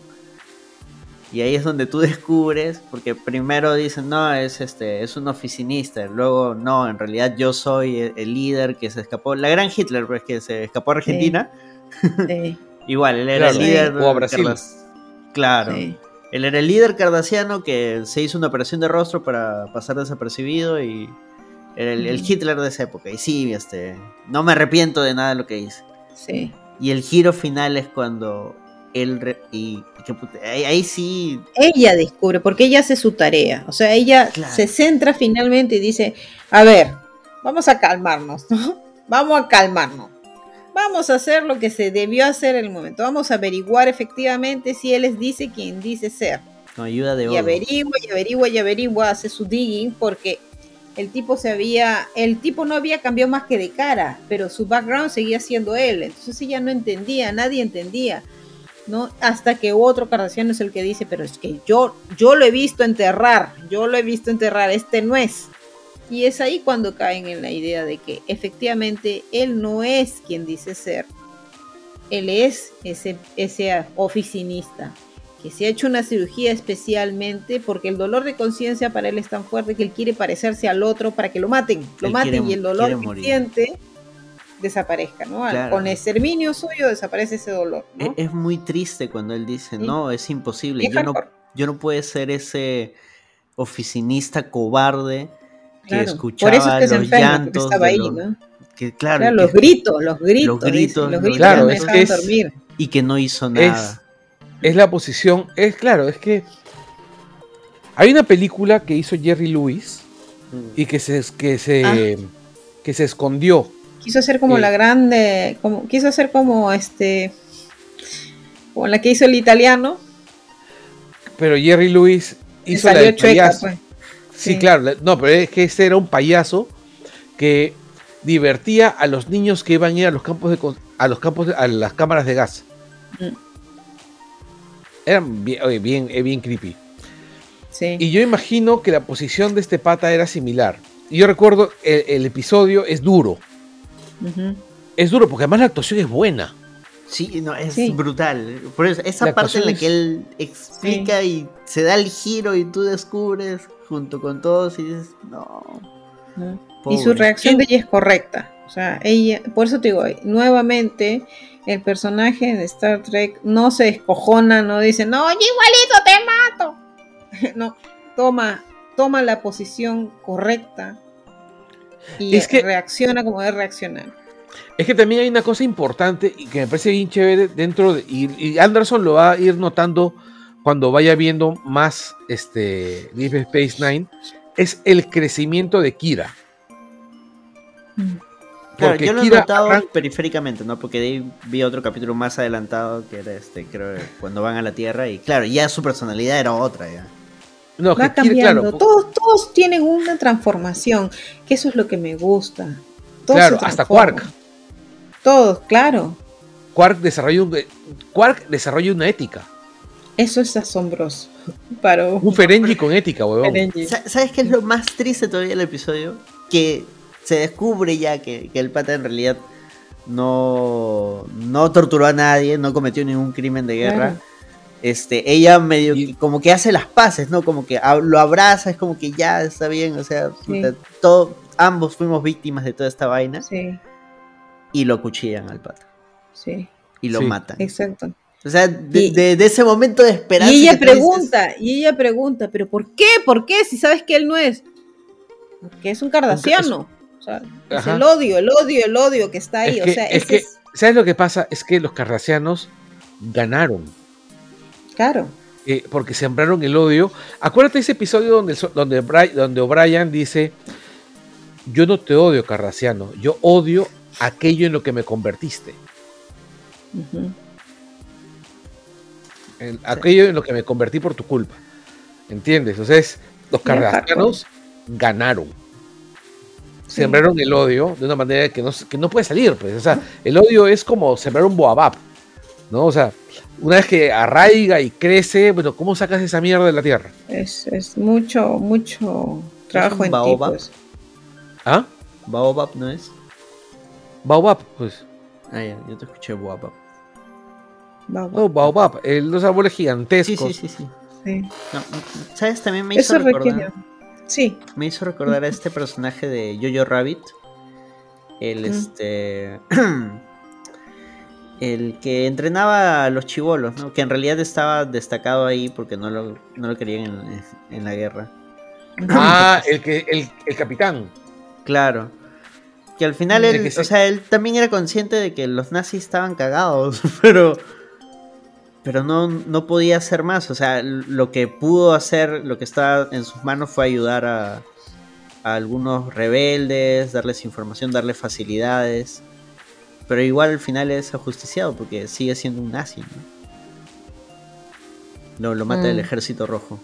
Y ahí es donde tú descubres, porque primero dicen: no, es un oficinista, luego no, en realidad yo soy el líder que se escapó, la gran Hitler, pues, que se escapó a Argentina. Sí, Igual, él era Claro. el líder. O a Brasil. Claro. sí. Él era el líder cardasiano que se hizo una operación de rostro para pasar desapercibido y era el Hitler de esa época. Y sí, no me arrepiento de nada de lo que hice. Sí. Y el giro final es cuando él ahí sí. Ella descubre, porque ella hace su tarea. O sea, ella Claro. se centra finalmente y dice, a ver, vamos a calmarnos, ¿no? Vamos a calmarnos. Vamos a hacer lo que se debió hacer en el momento. Vamos a averiguar efectivamente si él dice quien dice ser. Con ayuda de Y Odo. averigua, hace su digging, porque el tipo no había cambiado más que de cara, pero su background seguía siendo él. Entonces ella no entendía, nadie entendía. ¿no? Hasta que otro cardassiano es el que dice, pero es que yo lo he visto enterrar, este no es. Y es ahí cuando caen en la idea de que efectivamente él no es quien dice ser. Él es ese oficinista que se ha hecho una cirugía especialmente porque el dolor de conciencia para él es tan fuerte que él quiere parecerse al otro para que lo maten y el dolor que siente desaparezca, ¿no? Claro. Con el exterminio suyo desaparece ese dolor, ¿no? Es muy triste cuando él dice, Sí. no, es imposible, Es hardcore. yo no puedo ser ese oficinista cobarde que Claro, escuchaba por eso es que se los enferma, porque llantos estaba de ahí, los, ¿no? que, claro, Claro, que- los gritos, Claro, no es dejaban que es- dormir. y que no hizo nada. Es la posición, es que hay una película que hizo Jerry Lewis y que se escondió. Quiso hacer como la grande, quiso hacer como como la que hizo el italiano. Pero Jerry Lewis hizo la Salió del chueca, payaso. pues. Sí, Sí. claro, no, pero es que ese era un payaso que divertía a los niños que iban a ir a a las cámaras de gas. Eran bien creepy. Sí. Y yo imagino que la posición de este pata era similar. Y yo recuerdo el episodio es duro. Ujú. Es duro porque además la actuación es buena. Sí, no, es Sí. brutal. Por eso, esa La parte en la actuación que él explica y se da el giro y tú descubres junto con todos y dices, no. ¿no? Pobre. Y su reacción de ella es correcta. O sea, ella, por eso te digo, nuevamente, el personaje de Star Trek no se descojona, no dice, no, yo igualito te mato. No, toma la posición correcta y Es que- reacciona como debe reaccionar. Es que también hay una cosa importante y que me parece bien chévere y Anderson lo va a ir notando cuando vaya viendo más Deep Space Nine, es el crecimiento de Kira. Claro, Porque yo lo he Kira notado arranca- periféricamente, ¿no? Porque de ahí vi otro capítulo más adelantado que era creo, cuando van a la Tierra y claro, ya su personalidad era otra ya. No, Va que Kira, cambiando. claro, Todos tienen una transformación, que eso es lo que me gusta. Todos claro, se hasta transforman. Quark. Todos, claro. Quark desarrolla una ética. Eso es asombroso. Para Un Ferengi con ética, huevón. Ferengi. ¿Sabes qué es lo más triste todavía del episodio? Que se descubre ya que el pata en realidad no torturó a nadie, no cometió ningún crimen de guerra. Claro. Ella medio Y- que como que hace las paces, ¿no? Como que lo abraza, es como que ya está bien, o sea, Sí. ambos fuimos víctimas de toda esta vaina Sí, y lo cuchillan al pata sí, y lo Sí. matan. exacto. O sea, Y- de ese momento de esperanza. Y ella que tú dices, pregunta, ¿pero por qué? ¿Por qué? Si sabes que él no es. Porque es un cardassiano. O sea, es Ajá. el odio que está ahí. Es que, o sea, es que, ¿sabes lo que pasa? Es que los cardassianos ganaron. claro. Porque sembraron el odio. Acuérdate ese episodio donde O'Brien dice: yo no te odio, cardassiano, yo odio aquello en lo que me convertiste. Ujú. Aquello en lo que me convertí por tu culpa. ¿Entiendes? Entonces, los Bien cardassianos ganaron. Sembraron el odio de una manera que no puede salir. Pues. O sea, el odio es como sembrar un boabab, ¿no? O sea, una vez que arraiga y crece, bueno, ¿cómo sacas esa mierda de la tierra? Es mucho trabajo en ti. baobab? Pues. ¿Ah? Baobab, ¿no es? Baobab, pues. Ah, ya, yo te escuché Baobab. Baobab. No, baobab, los árboles Sí, gigantescos. sí. Sí. No, ¿sabes? También me hizo Eso recordar. requiere. Sí. Me hizo recordar a este personaje de Jojo Rabbit. El que entrenaba a los chibolos, ¿no? Que en realidad estaba destacado ahí porque no lo querían en la guerra. Ah, el capitán. Claro. Que al final El que él también era consciente de que los nazis estaban cagados, pero no podía hacer más. O sea, lo que pudo hacer, lo que estaba en sus manos fue ayudar a algunos rebeldes, darles información, darles facilidades. Pero igual al final es ajusticiado porque sigue siendo un nazi, ¿no? Lo mata el ejército rojo.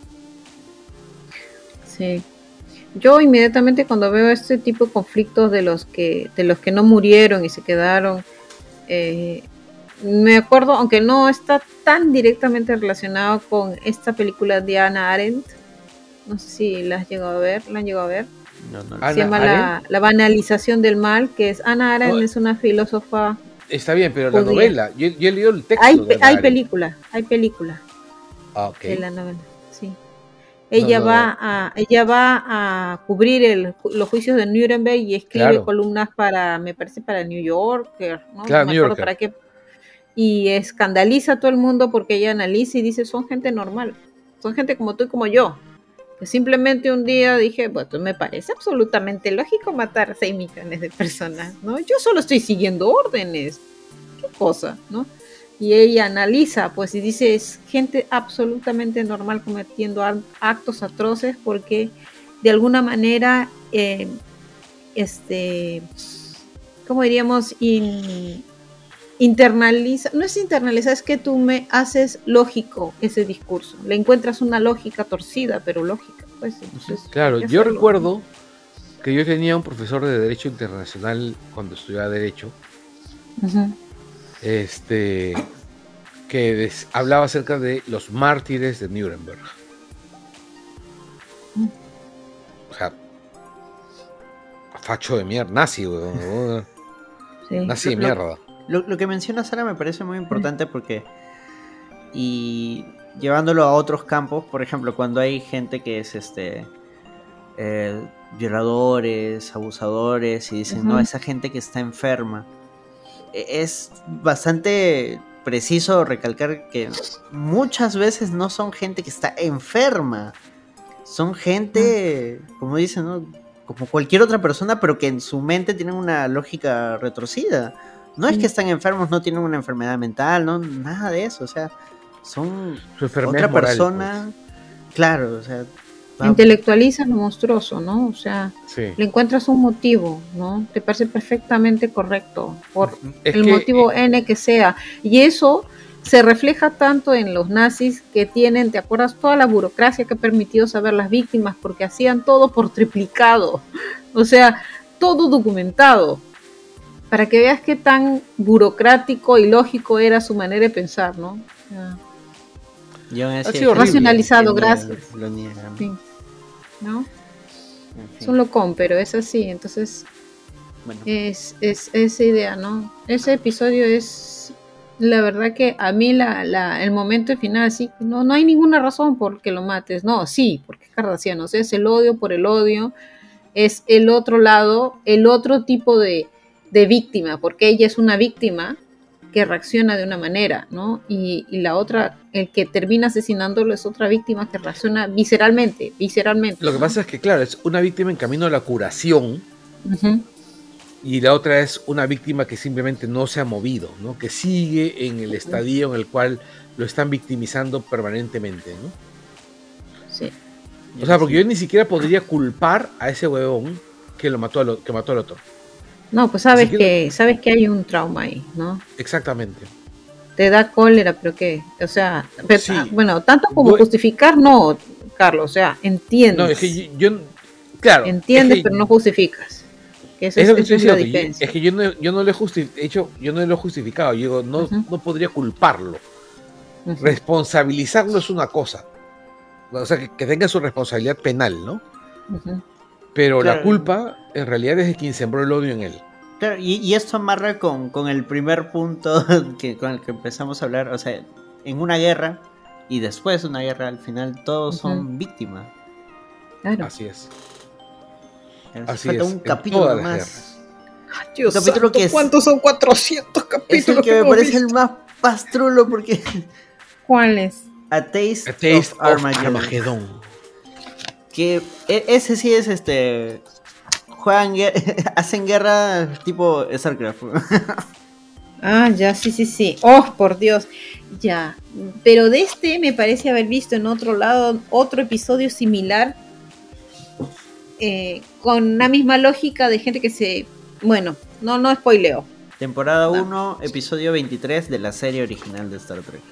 Sí. Yo inmediatamente cuando veo este tipo de conflictos de los que no murieron y se quedaron, me acuerdo, aunque no está tan directamente relacionado con esta película de Hannah Arendt, no sé si la has llegado a ver, ¿la han llegado a ver? No. Se llama la banalización del mal, que es Hannah Arendt, es una filósofa. Está bien, pero judía. la novela, yo he leído el texto. Hay película Okay. de la novela, sí. Ella va a cubrir los juicios de Nuremberg y escribe columnas para, me parece, para New Yorker, ¿no? Claro, no me acuerdo para qué. Y escandaliza a todo el mundo porque ella analiza y dice, son gente normal, son gente como tú y como yo. Pues simplemente un día dije, bueno, me parece absolutamente lógico matar a 6 millones de personas, ¿no? Yo solo estoy siguiendo órdenes. ¿Qué cosa, no? Y ella analiza, pues, y dice, es gente absolutamente normal cometiendo actos atroces porque de alguna manera, ¿cómo diríamos? Internaliza, no es internaliza, es que tú me haces lógico ese discurso, le encuentras una lógica torcida, pero lógica, pues. Entonces, claro, yo recuerdo que yo tenía un profesor de Derecho Internacional cuando estudiaba Derecho, que hablaba acerca de los mártires de Nuremberg. O sea, facho de mierda, nazi, weón. Sí. Nazi de mierda. Lo que menciona Sara me parece muy importante porque, y llevándolo a otros campos, por ejemplo, cuando hay gente que es violadores, abusadores, y dicen, no, esa gente que está enferma, es bastante preciso recalcar que muchas veces no son gente que está enferma, son gente, como dicen, ¿no? Como cualquier otra persona, pero que en su mente tienen una lógica retorcida. No es que están enfermos, no tienen una enfermedad mental, no, nada de eso, o sea, son otra persona, pues. Claro, o sea, intelectualizan lo monstruoso, ¿no? O sea, sí. Le encuentras un motivo, ¿no? Te parece perfectamente correcto, por motivo N que sea, y eso se refleja tanto en los nazis que tienen, ¿te acuerdas? Toda la burocracia que ha permitido saber las víctimas, porque hacían todo por triplicado, o sea, todo documentado, para que veas qué tan burocrático y lógico era su manera de pensar, ¿no? Ha sido racionalizado, gracias. Sí. ¿No? En fin. Es un locón, pero es así, entonces bueno. es esa idea, ¿no? Ese episodio es, la verdad que a mí el momento final, sí, no hay ninguna razón por que lo mates, no, sí, porque es cardassiano, o sea, es el odio por el odio, es el otro lado, el otro tipo de víctima, porque ella es una víctima que reacciona de una manera, ¿no? Y la otra, el que termina asesinándolo es otra víctima que reacciona visceralmente. Lo que pasa es que, claro, es una víctima en camino a la curación, y la otra es una víctima que simplemente no se ha movido, ¿no? Que sigue en el estadio en el cual lo están victimizando permanentemente, ¿no? Sí. O sea, porque yo ni siquiera podría culpar a ese huevón que mató al otro. No, pues sabes que hay un trauma ahí, ¿no? Exactamente. Te da cólera, pero ¿qué? O sea, sí. Bueno, tanto como justificar, no, Carlos, o sea, entiendes. No, es que yo claro. Entiendes, pero no justificas. Esa es la diferencia. Es que yo no lo he justificado. Yo digo, no podría culparlo. Responsabilizarlo es una cosa. O sea, que tenga su responsabilidad penal, ¿no? Pero claro, la culpa en realidad es de quien sembró el odio en él. Claro, y esto amarra con el primer punto con el que empezamos a hablar. O sea, en una guerra y después de una guerra, al final todos son víctimas. Claro. Así es. Así falta un capítulo más. Dios un capítulo santo, ¿cuántos son 400 capítulos? Es el que me parece el más pastrulo porque... ¿Cuál es? A Taste of Armageddon. Que ese sí es hacen guerra tipo StarCraft. Ya, sí. Oh, por Dios. Ya. Pero de me parece haber visto en otro lado otro episodio similar. Con la misma lógica de gente que se... Bueno, no spoileo. Temporada 1, episodio 23 de la serie original de Star Trek.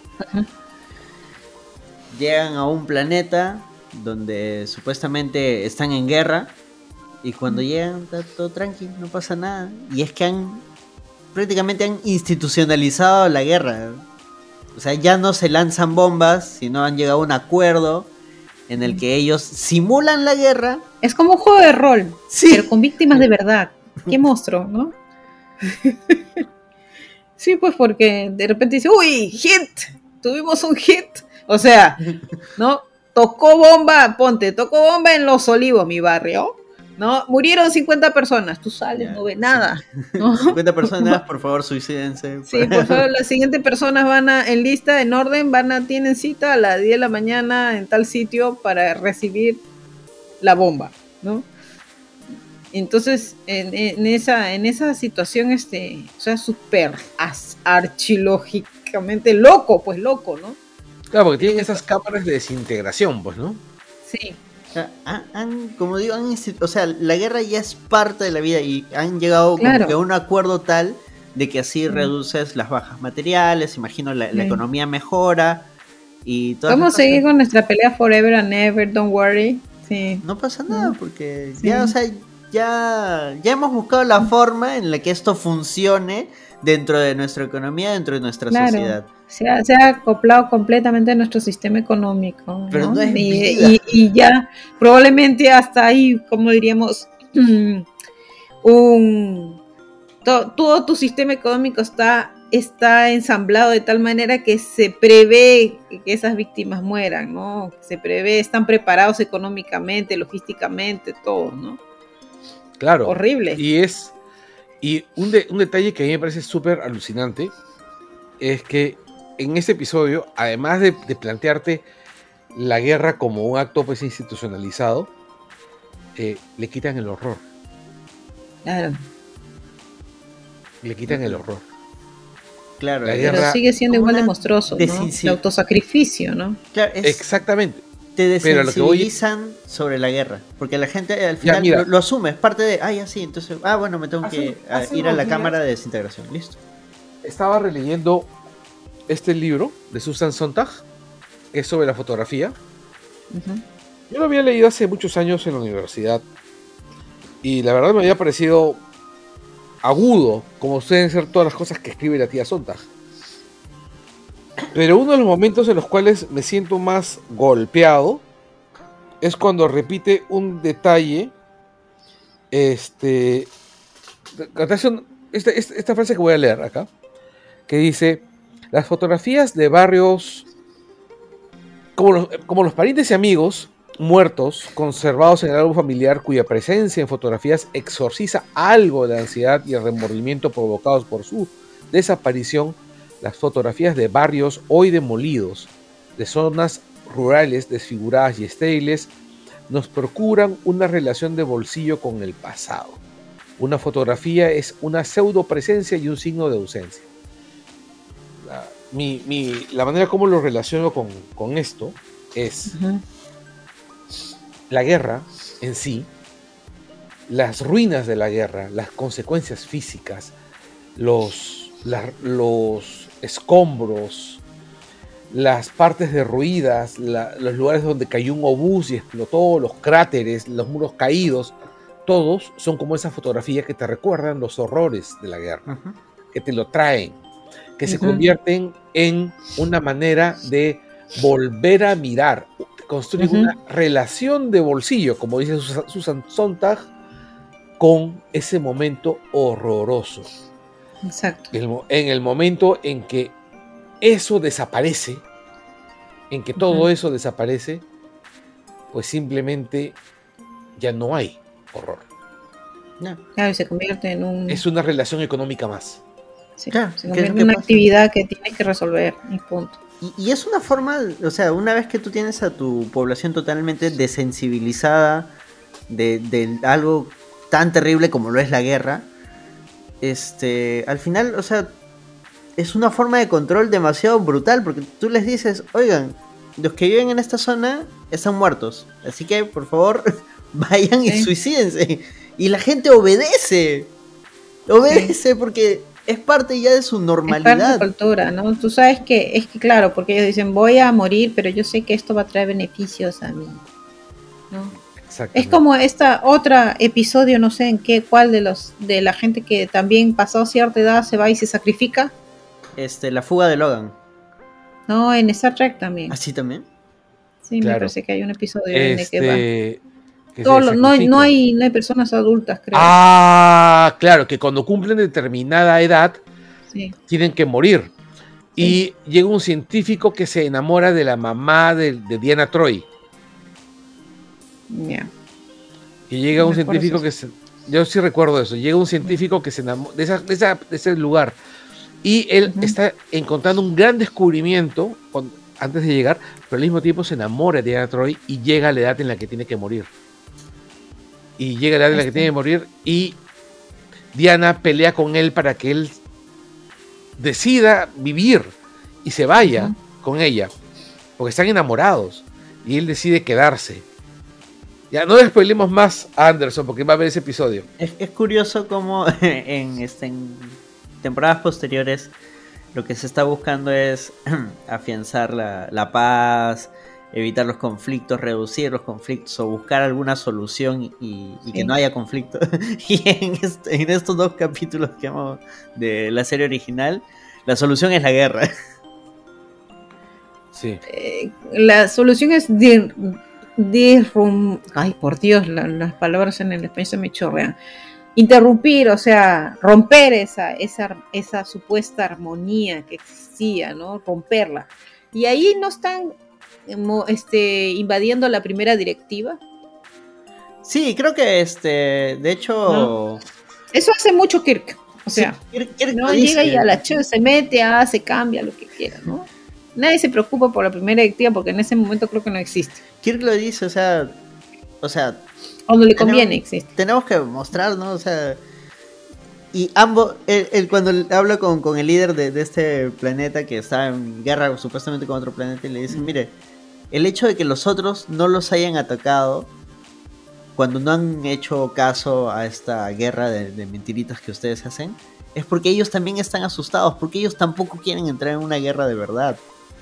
Llegan a un planeta donde supuestamente están en guerra y cuando llegan está todo tranquilo, no pasa nada, y es que han prácticamente han institucionalizado la guerra. O sea, ya no se lanzan bombas, sino han llegado a un acuerdo en el que ellos simulan la guerra. Es como un juego de rol, Sí. pero con víctimas de verdad. Qué monstruo, ¿no? Sí, pues porque de repente dice, uy, hit, tuvimos un hit. O sea, ¿no? Tocó bomba en Los Olivos, mi barrio, ¿no? Murieron 50 personas, tú sales, Ya, no ves nada, ¿no? 50 personas, por favor, suicídense. Sí, por favor, las siguientes personas en lista, en orden, tienen cita a las 10 de la mañana en tal sitio para recibir la bomba, ¿no? Entonces, en esa situación, o sea, súper archilógicamente loco, ¿no? Claro, porque tienen esas cámaras de desintegración, pues, ¿no? Sí. O sea, como digo, o sea, la guerra ya es parte de la vida y han llegado como Claro. que a un acuerdo tal de que así reduces las bajas materiales, imagino la economía mejora y todas Vamos a las seguir cosas. con nuestra pelea forever and ever, don't worry. Sí. No pasa nada porque Sí. ya, o sea, ya hemos buscado la forma en la que esto funcione dentro de nuestra economía, dentro de nuestra sociedad. Se ha acoplado completamente a nuestro sistema económico, Pero ¿no? no es vida. Y ya probablemente hasta ahí, como diríamos, todo tu sistema económico está ensamblado de tal manera que se prevé que esas víctimas mueran, ¿no? Se prevé, están preparados económicamente, logísticamente, todo, ¿no? Claro. Horrible. Y un detalle que a mí me parece súper alucinante es que en este episodio, además de plantearte la guerra como un acto pues institucionalizado, le quitan el horror. Claro. Le quitan el horror. Claro, La Pero guerra- sigue siendo igual de una monstruoso, ¿no? El autosacrificio, ¿no? claro, Exactamente. te pero lo que voy- desensibilizan sobre la guerra, porque la gente al Ya, final mira. lo asume, es parte de, ya sí, entonces, bueno, me tengo que Hace ir a unos la días- cámara de desintegración, listo. Estaba releyendo este libro de Susan Sontag, que es sobre la fotografía. Ujú. Yo lo había leído hace muchos años en la universidad y la verdad me había parecido agudo, como suelen ser todas las cosas que escribe la tía Sontag. Pero uno de los momentos en los cuales me siento más golpeado es cuando repite un detalle, esta frase que voy a leer acá, que dice: las fotografías de barrios, como los parientes y amigos muertos conservados en el álbum familiar, cuya presencia en fotografías exorciza algo de la ansiedad y el remordimiento provocados por su desaparición, las fotografías de barrios hoy demolidos, de zonas rurales desfiguradas y estériles, nos procuran una relación de bolsillo con el pasado. Una fotografía es una pseudo presencia y un signo de ausencia. La manera como lo relaciono con esto es Ujú. la guerra en sí, las ruinas de la guerra, las consecuencias físicas, los escombros, las partes derruidas, los lugares donde cayó un obús y explotó, los cráteres, los muros caídos, todos son como esa fotografía que te recuerdan los horrores de la guerra, que te lo traen, que se Ujú. convierten en una manera de volver a mirar, construir Ujú. una relación de bolsillo, como dice Susan Sontag, con ese momento horroroso. Exacto. En el momento en que eso desaparece, en que todo Ujú. eso desaparece, pues simplemente ya no hay horror. Claro, y se convierte en un... Es una relación económica más. sí, Claro, se ¿qué es convierte lo en que una pasa? actividad que tienes que resolver, y punto. Y es una forma, o sea, una vez que tú tienes a tu población totalmente desensibilizada de algo tan terrible como lo es la guerra, al final, o sea, es una forma de control demasiado brutal, porque tú les dices, oigan, los que viven en esta zona están muertos, así que por favor vayan y Sí. suicídense. Y la gente obedece, porque es parte ya de su Es parte de normalidad. la cultura, ¿no? Tú sabes que, es que claro, porque ellos dicen, voy a morir, pero yo sé que esto va a traer beneficios a mí, ¿no? Es como esta otra episodio, no sé en qué, cuál de la gente que también pasado cierta edad se va y se sacrifica. La fuga de Logan. No, en Star Trek también. ¿Así también? Sí, Claro. Me parece que hay un episodio en el que va. Que No hay personas adultas, creo. Ah, claro, que cuando cumplen determinada edad Sí. tienen que morir. Y llega un científico que se enamora de la mamá de Diana Troy. Yeah. Y llega un científico que se... Yo sí recuerdo eso. Llega un científico que se enamora de ese lugar. Y él está encontrando un gran descubrimiento antes de llegar, pero al mismo tiempo se enamora de Diana Troy y llega a la edad en la que tiene que morir. Y llega a la edad en la que tiene que morir y Diana pelea con él para que él decida vivir y se vaya con ella, porque están enamorados y él decide quedarse. Ya no spoilemos más a Anderson porque va a ver ese episodio. Es curioso cómo en temporadas posteriores lo que se está buscando es afianzar la paz, evitar los conflictos, reducir los conflictos o buscar alguna solución y que no haya conflicto. Y en estos 2 capítulos que hemos de la serie original, la solución es la guerra. Sí. La solución es ay, por Dios, las palabras en el español se me chorrean. Interrumpir, o sea, romper esa supuesta armonía que existía, ¿no? Romperla. Y ahí no están invadiendo la primera directiva. Sí, creo que de hecho... ¿No? Eso hace mucho Kirk. O sea, sí, Kirk no llega y a la chévere se mete, se cambia lo que quiera, ¿no? Nadie se preocupa por la primera directiva porque en ese momento creo que no existe. Kirk lo dice, o sea, cuando le conviene existe. Tenemos que mostrar, ¿no? O sea, y ambos, él cuando habla con el líder de este planeta que está en guerra supuestamente con otro planeta y le dice, mire, el hecho de que los otros no los hayan atacado cuando no han hecho caso a esta guerra de mentiritas que ustedes hacen, es porque ellos también están asustados, porque ellos tampoco quieren entrar en una guerra de verdad.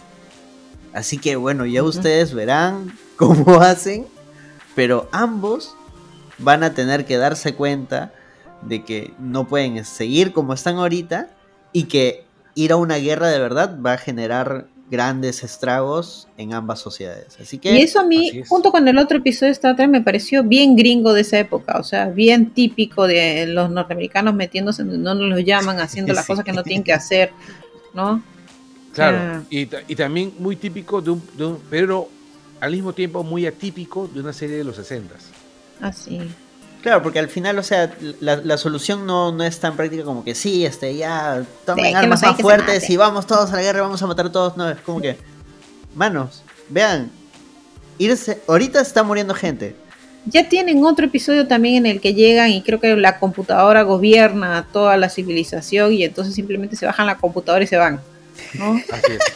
Así que bueno, ya ustedes verán cómo hacen, pero ambos van a tener que darse cuenta de que no pueden seguir como están ahorita y que ir a una guerra de verdad va a generar grandes estragos en ambas sociedades. Así que, y eso a mí, junto con el otro episodio de Star Trek, me pareció bien gringo de esa época, o sea, bien típico de los norteamericanos metiéndose en donde no los llaman, haciendo las cosas que no tienen que hacer, ¿no? Claro, y también muy típico de un, pero al mismo tiempo muy atípico de una serie de los 60s. Así. Claro, porque al final, o sea, la solución no es tan práctica como que sí, ya tomen armas más fuertes y vamos todos a la guerra y vamos a matar a todos. No, es como que, manos, vean, ahorita está muriendo gente. Ya tienen otro episodio también en el que llegan y creo que la computadora gobierna toda la civilización y entonces simplemente se bajan la computadora y se van, ¿no? Así es.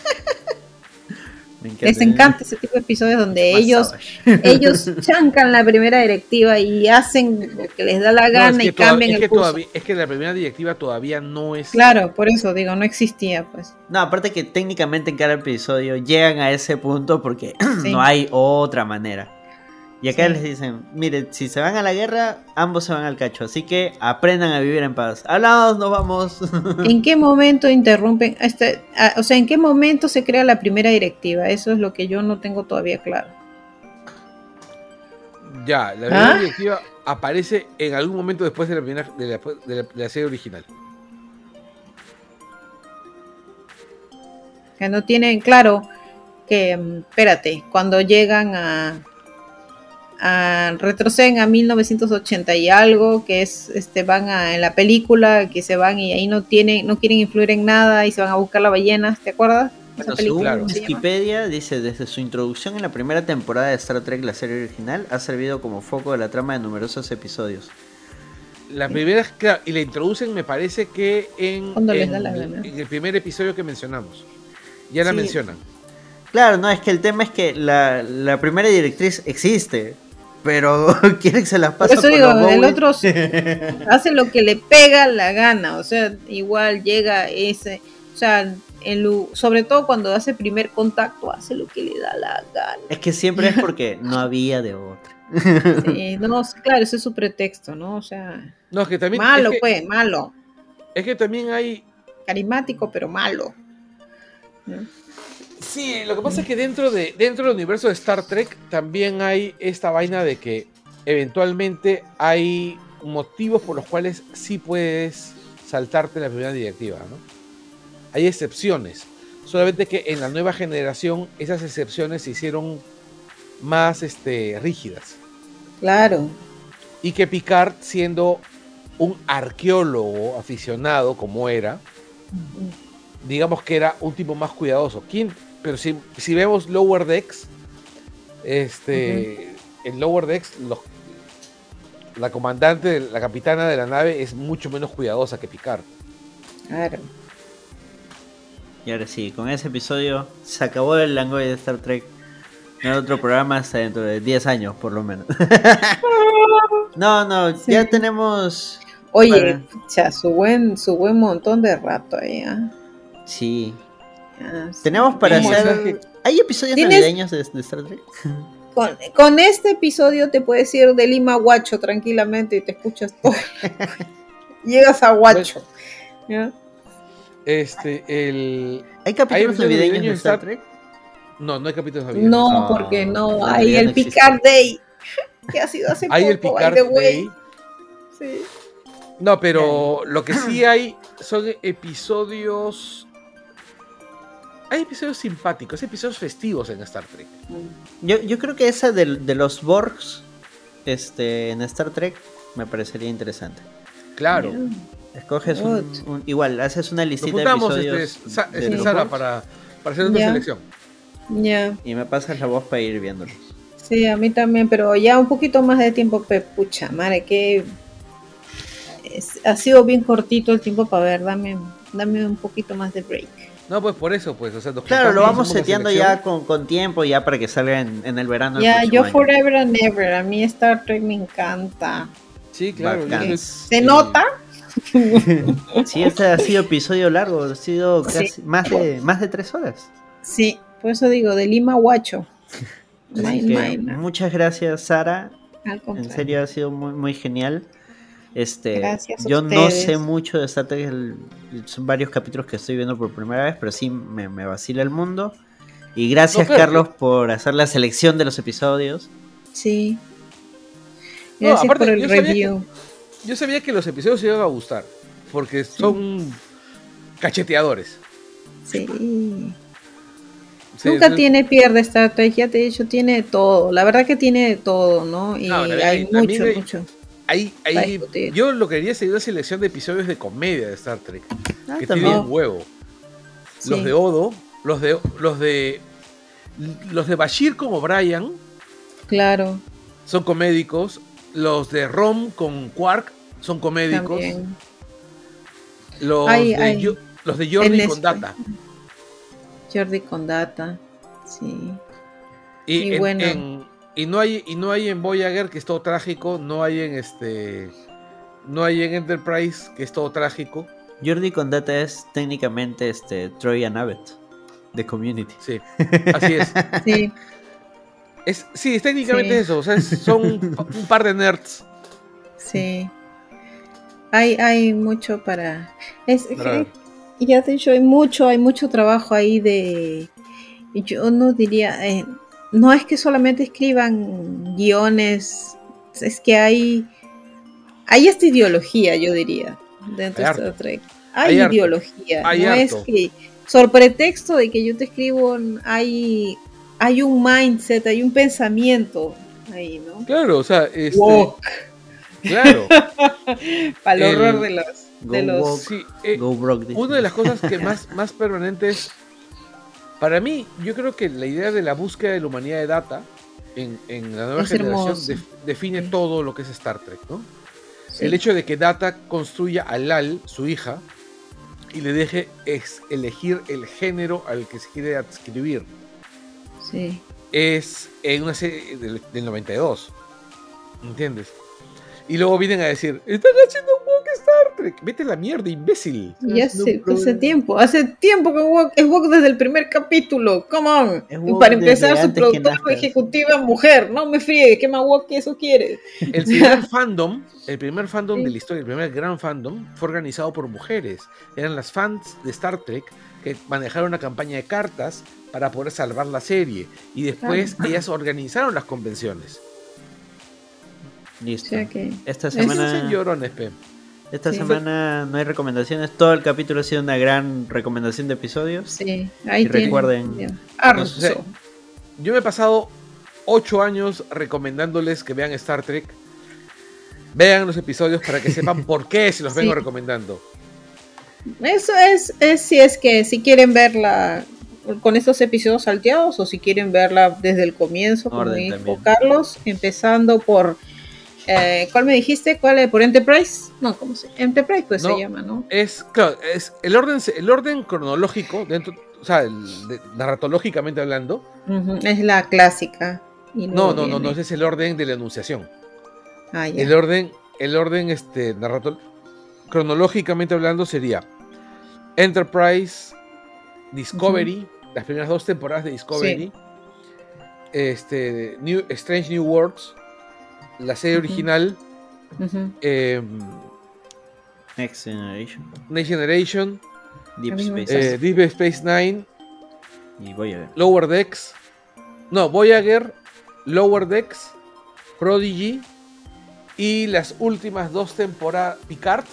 Les encanta ese tipo de episodios donde ellos chancan la primera directiva y hacen lo que les da la gana y cambian el curso. Es que la primera directiva todavía no es... Claro, por eso digo, no existía, pues. No, aparte que técnicamente en cada episodio llegan a ese punto porque no hay otra manera. Y acá les dicen, mire, si se van a la guerra, ambos se van al cacho, así que aprendan a vivir en paz. Hablamos, nos vamos. ¿En qué momento interrumpen? O sea, ¿en qué momento se crea la primera directiva? Eso es lo que yo no tengo todavía claro. Ya, la primera directiva aparece en algún momento después de la serie original. Que no tienen claro que, espérate, cuando llegan retroceden a 1980 y algo, que es van en la película, que se van y ahí no quieren influir en nada y se van a buscar las ballenas, ¿te acuerdas? Bueno, según Wikipedia dice, desde su introducción en la primera temporada de Star Trek, la serie original, ha servido como foco de la trama de numerosos episodios. La primera, claro, y la introducen, me parece que en el primer episodio que mencionamos. Ya la mencionan. Claro, no, es que el tema es que la primera directriz existe, pero quieren que se las pase. Por eso digo, el otro hace lo que le pega la gana, o sea, igual llega o sea, sobre todo cuando hace primer contacto, hace lo que le da la gana. Es que siempre es porque no había de otra. Sí, no, claro, ese es su pretexto, ¿no? O sea, No, es que también... malo, pues, malo. Es que también hay... Carismático, pero malo. ¿No? Sí, lo que pasa es que dentro del universo de Star Trek también hay esta vaina de que eventualmente hay motivos por los cuales sí puedes saltarte la primera directiva, ¿no? Hay excepciones. Solamente que en la nueva generación esas excepciones se hicieron más rígidas. Claro. Y que Picard, siendo un arqueólogo aficionado como era, digamos que era un tipo más cuidadoso. Pero si vemos Lower Decks, en Lower Decks la comandante, la capitana de la nave es mucho menos cuidadosa que Picard. Claro. Y ahora sí, con ese episodio se acabó el Langoy de Star Trek. No hay otro programa hasta dentro de 10 años, por lo menos. No, sí. Ya tenemos... Oye, su buen montón de rato ahí, ¿eh? Sí. Tenemos para hacer... ¿Hay episodios navideños de Star Trek? Con este episodio te puedes ir de Lima a Huacho tranquilamente y te escuchas todo. Llegas a Huacho. ¿Ya? ¿Hay capítulos navideños de Star Trek? No hay capítulos navideños. No, porque no. Hay el Picard Day, que ha sido hace poco. Hay el Picard Day. Sí. No, pero lo que sí hay son episodios... Hay episodios simpáticos, episodios festivos en Star Trek. Yo creo que esa de los Borgs en Star Trek me parecería interesante. Claro. Escoges igual, haces una listita de episodios. Sara, para hacer una selección. Ya. Y me pasas la voz para ir viéndolos. Sí, a mí también, pero ya un poquito más de tiempo, pucha, madre, que ha sido bien cortito el tiempo para ver, dame un poquito más de break. No, pues por eso, pues, o sea, claro, lo vamos seteando ya con tiempo, ya para que salga en el verano. Ya, yo forever and ever, a mí Star Trek me encanta. Sí, claro. ¿Se nota? Sí, este ha sido episodio largo, ha sido casi más de 3 horas. Sí, por eso digo, de Lima a Huacho. Muchas gracias, Sara. En serio, ha sido muy, muy genial. Gracias a yo ustedes. No sé mucho de Star Trek, son varios capítulos que estoy viendo por primera vez, pero sí me vacila el mundo. Y gracias, Carlos, por hacer la selección de los episodios. Sí. Gracias por el review. Yo sabía que los episodios se iban a gustar, porque son cacheteadores. Sí. Nunca pierde Star Trek, ya te he dicho, tiene todo. La verdad que tiene de todo, ¿no? Y hay mucho. Yo lo que quería sería una selección de episodios de comedia de Star Trek. Que tienen un huevo. Sí. Los de Odo, los de Bashir como Brian. Claro. Son comédicos. Los de Rom con Quark son comédicos. También. Los de Jordi con Data. Jordi con Data, sí. Y no hay en Voyager, que es todo trágico, no hay en Enterprise, que es todo trágico. Jordi con Data es técnicamente Troy and Abbott de Community. Sí, así es. Sí. Es técnicamente eso, o sea, son un par de nerds. Sí. Hay mucho para... Ya te he dicho, hay mucho trabajo ahí yo no diría... no es que solamente escriban guiones, es que hay esta ideología, yo diría, dentro de Star Trek. Hay ideología, no es que sobre pretexto de que yo te escribo, hay un mindset, hay un pensamiento ahí, ¿no? Claro, o sea, claro. Para el horror de los... Una de las cosas que más permanentes para mí, yo creo que la idea de la búsqueda de la humanidad de Data en la nueva generación define todo lo que es Star Trek, ¿no? Sí. El hecho de que Data construya a Lal, su hija, y le deje elegir el género al que se quiere adscribir. Sí. Es en una serie del 92, ¿entiendes? Y luego vienen a decir, están haciendo un woke Star Trek. Vete a la mierda, imbécil. Ya hace tiempo que woke es woke desde el primer capítulo. Come on. Y para empezar, su productora ejecutiva mujer. No me friegue, ¿qué más woke que eso quieres? El primer fandom de la historia, el primer gran fandom, fue organizado por mujeres. Eran las fans de Star Trek que manejaron una campaña de cartas para poder salvar la serie. Y después ellas organizaron las convenciones. Listo. O sea que Esta semana no hay recomendaciones. Todo el capítulo ha sido una gran recomendación de episodios. Sí, ahí y recuerden. Yo me he pasado 8 años recomendándoles que vean Star Trek. Vean los episodios para que sepan por qué se los vengo recomendando. Eso es si quieren verla con estos episodios salteados o si quieren verla desde el comienzo, como dijo Carlos, empezando por ¿cuál me dijiste? ¿Cuál? ¿Por Enterprise? No, ¿cómo se llama? Enterprise pues se llama, ¿no? Es el orden cronológico dentro, o sea, narratológicamente hablando. Es la clásica. No, ese es el orden de la enunciación. Ah, ya. El orden cronológicamente hablando sería Enterprise, Discovery, las primeras 2 temporadas de Discovery, Strange New Worlds, la serie original, Next Generation, Deep Space Nine y Voyager. Voyager, Lower Decks, Prodigy y las últimas 2 temporadas Picard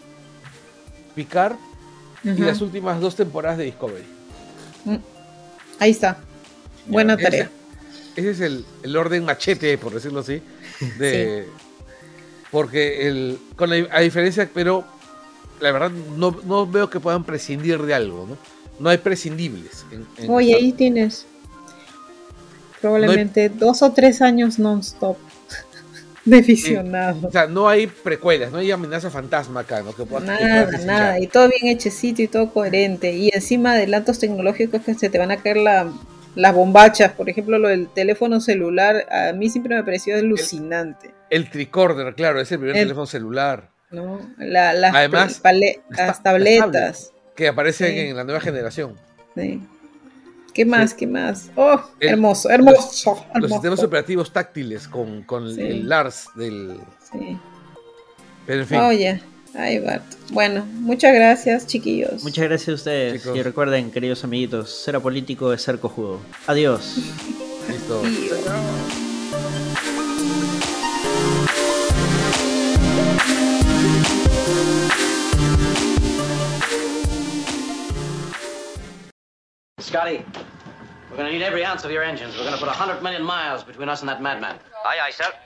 y las últimas 2 temporadas de Discovery. Ahí está. Buena tarea. Ese es el orden machete, por decirlo así. Porque a diferencia, pero la verdad no veo que puedan prescindir de algo, ¿no? No hay prescindibles. Oye, ahí tienes probablemente 2 o 3 años non-stop de visionado. O sea, no hay precuelas, no hay amenaza fantasma acá, ¿no? Nada, y todo bien hechecito y todo coherente. Y encima adelantos tecnológicos que se te van a caer las bombachas. Por ejemplo, lo del teléfono celular, a mí siempre me pareció alucinante. El tricorder, claro, es el primer teléfono celular. ¿No? Además, las tabletas que aparecen en la nueva generación. Sí. ¿Qué más? Oh, hermoso. Los sistemas operativos táctiles con el Lars del... Sí. Pero en fin. Oye, ahí va. Bueno, muchas gracias, chiquillos. Muchas gracias a ustedes. Chicos. Y recuerden, queridos amiguitos, ser apolítico es ser cojudo. Adiós. Listo. Scotty, we're going to need every ounce of your engines. We're going to put 100 million miles between us and that madman. Aye, aye, sir.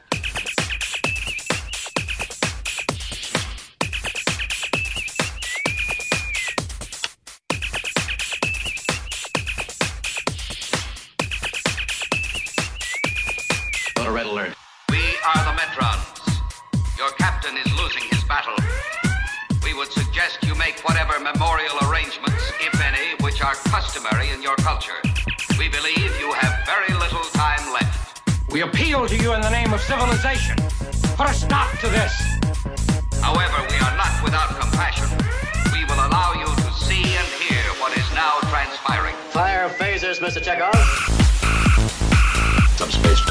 Got a red alert. We are the Metrons. Your captain is losing his battle. We would suggest you make whatever memorial arrangements, if any, which are customary in your culture. We believe you have very little time left. We appeal to you in the name of civilization. Put a stop to this. However, we are not without compassion. We will allow you to see and hear what is now transpiring. Fire phasers, Mr. Chekhov. Subspace.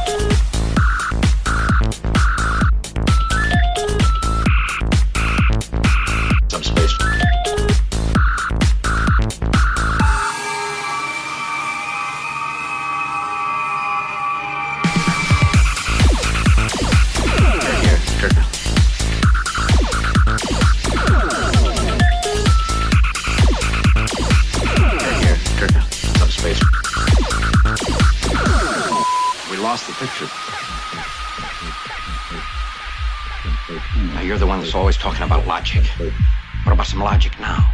The picture. Now you're the one that's always talking about logic. What about some logic now?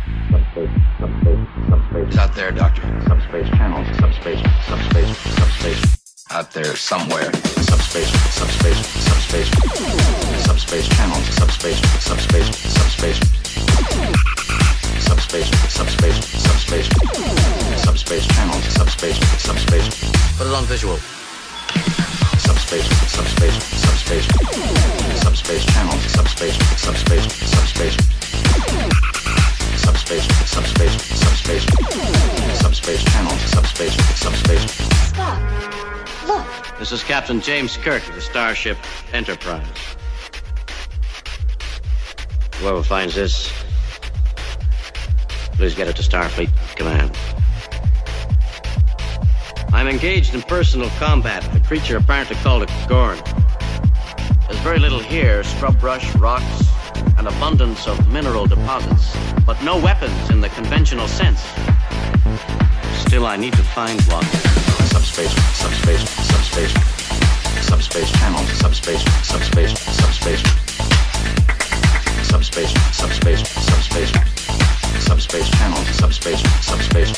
It's out there, Doctor. Subspace channels, subspace. Out there somewhere. Subspace channels, subspace. Subspace channels, subspace. Put it on visual. Subspace. This is Captain James Kirk of the Starship Enterprise. Whoever finds this, please get it to Starfleet Command. I'm engaged in personal combat with a creature apparently called a Gorn. There's very little here, scrub brush, rocks, an abundance of mineral deposits, but no weapons in the conventional sense. Still, I need to find one. Subspace channel, subspace channel, subspace.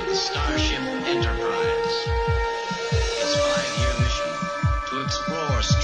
Starship Enterprise. Its 5-year mission to explore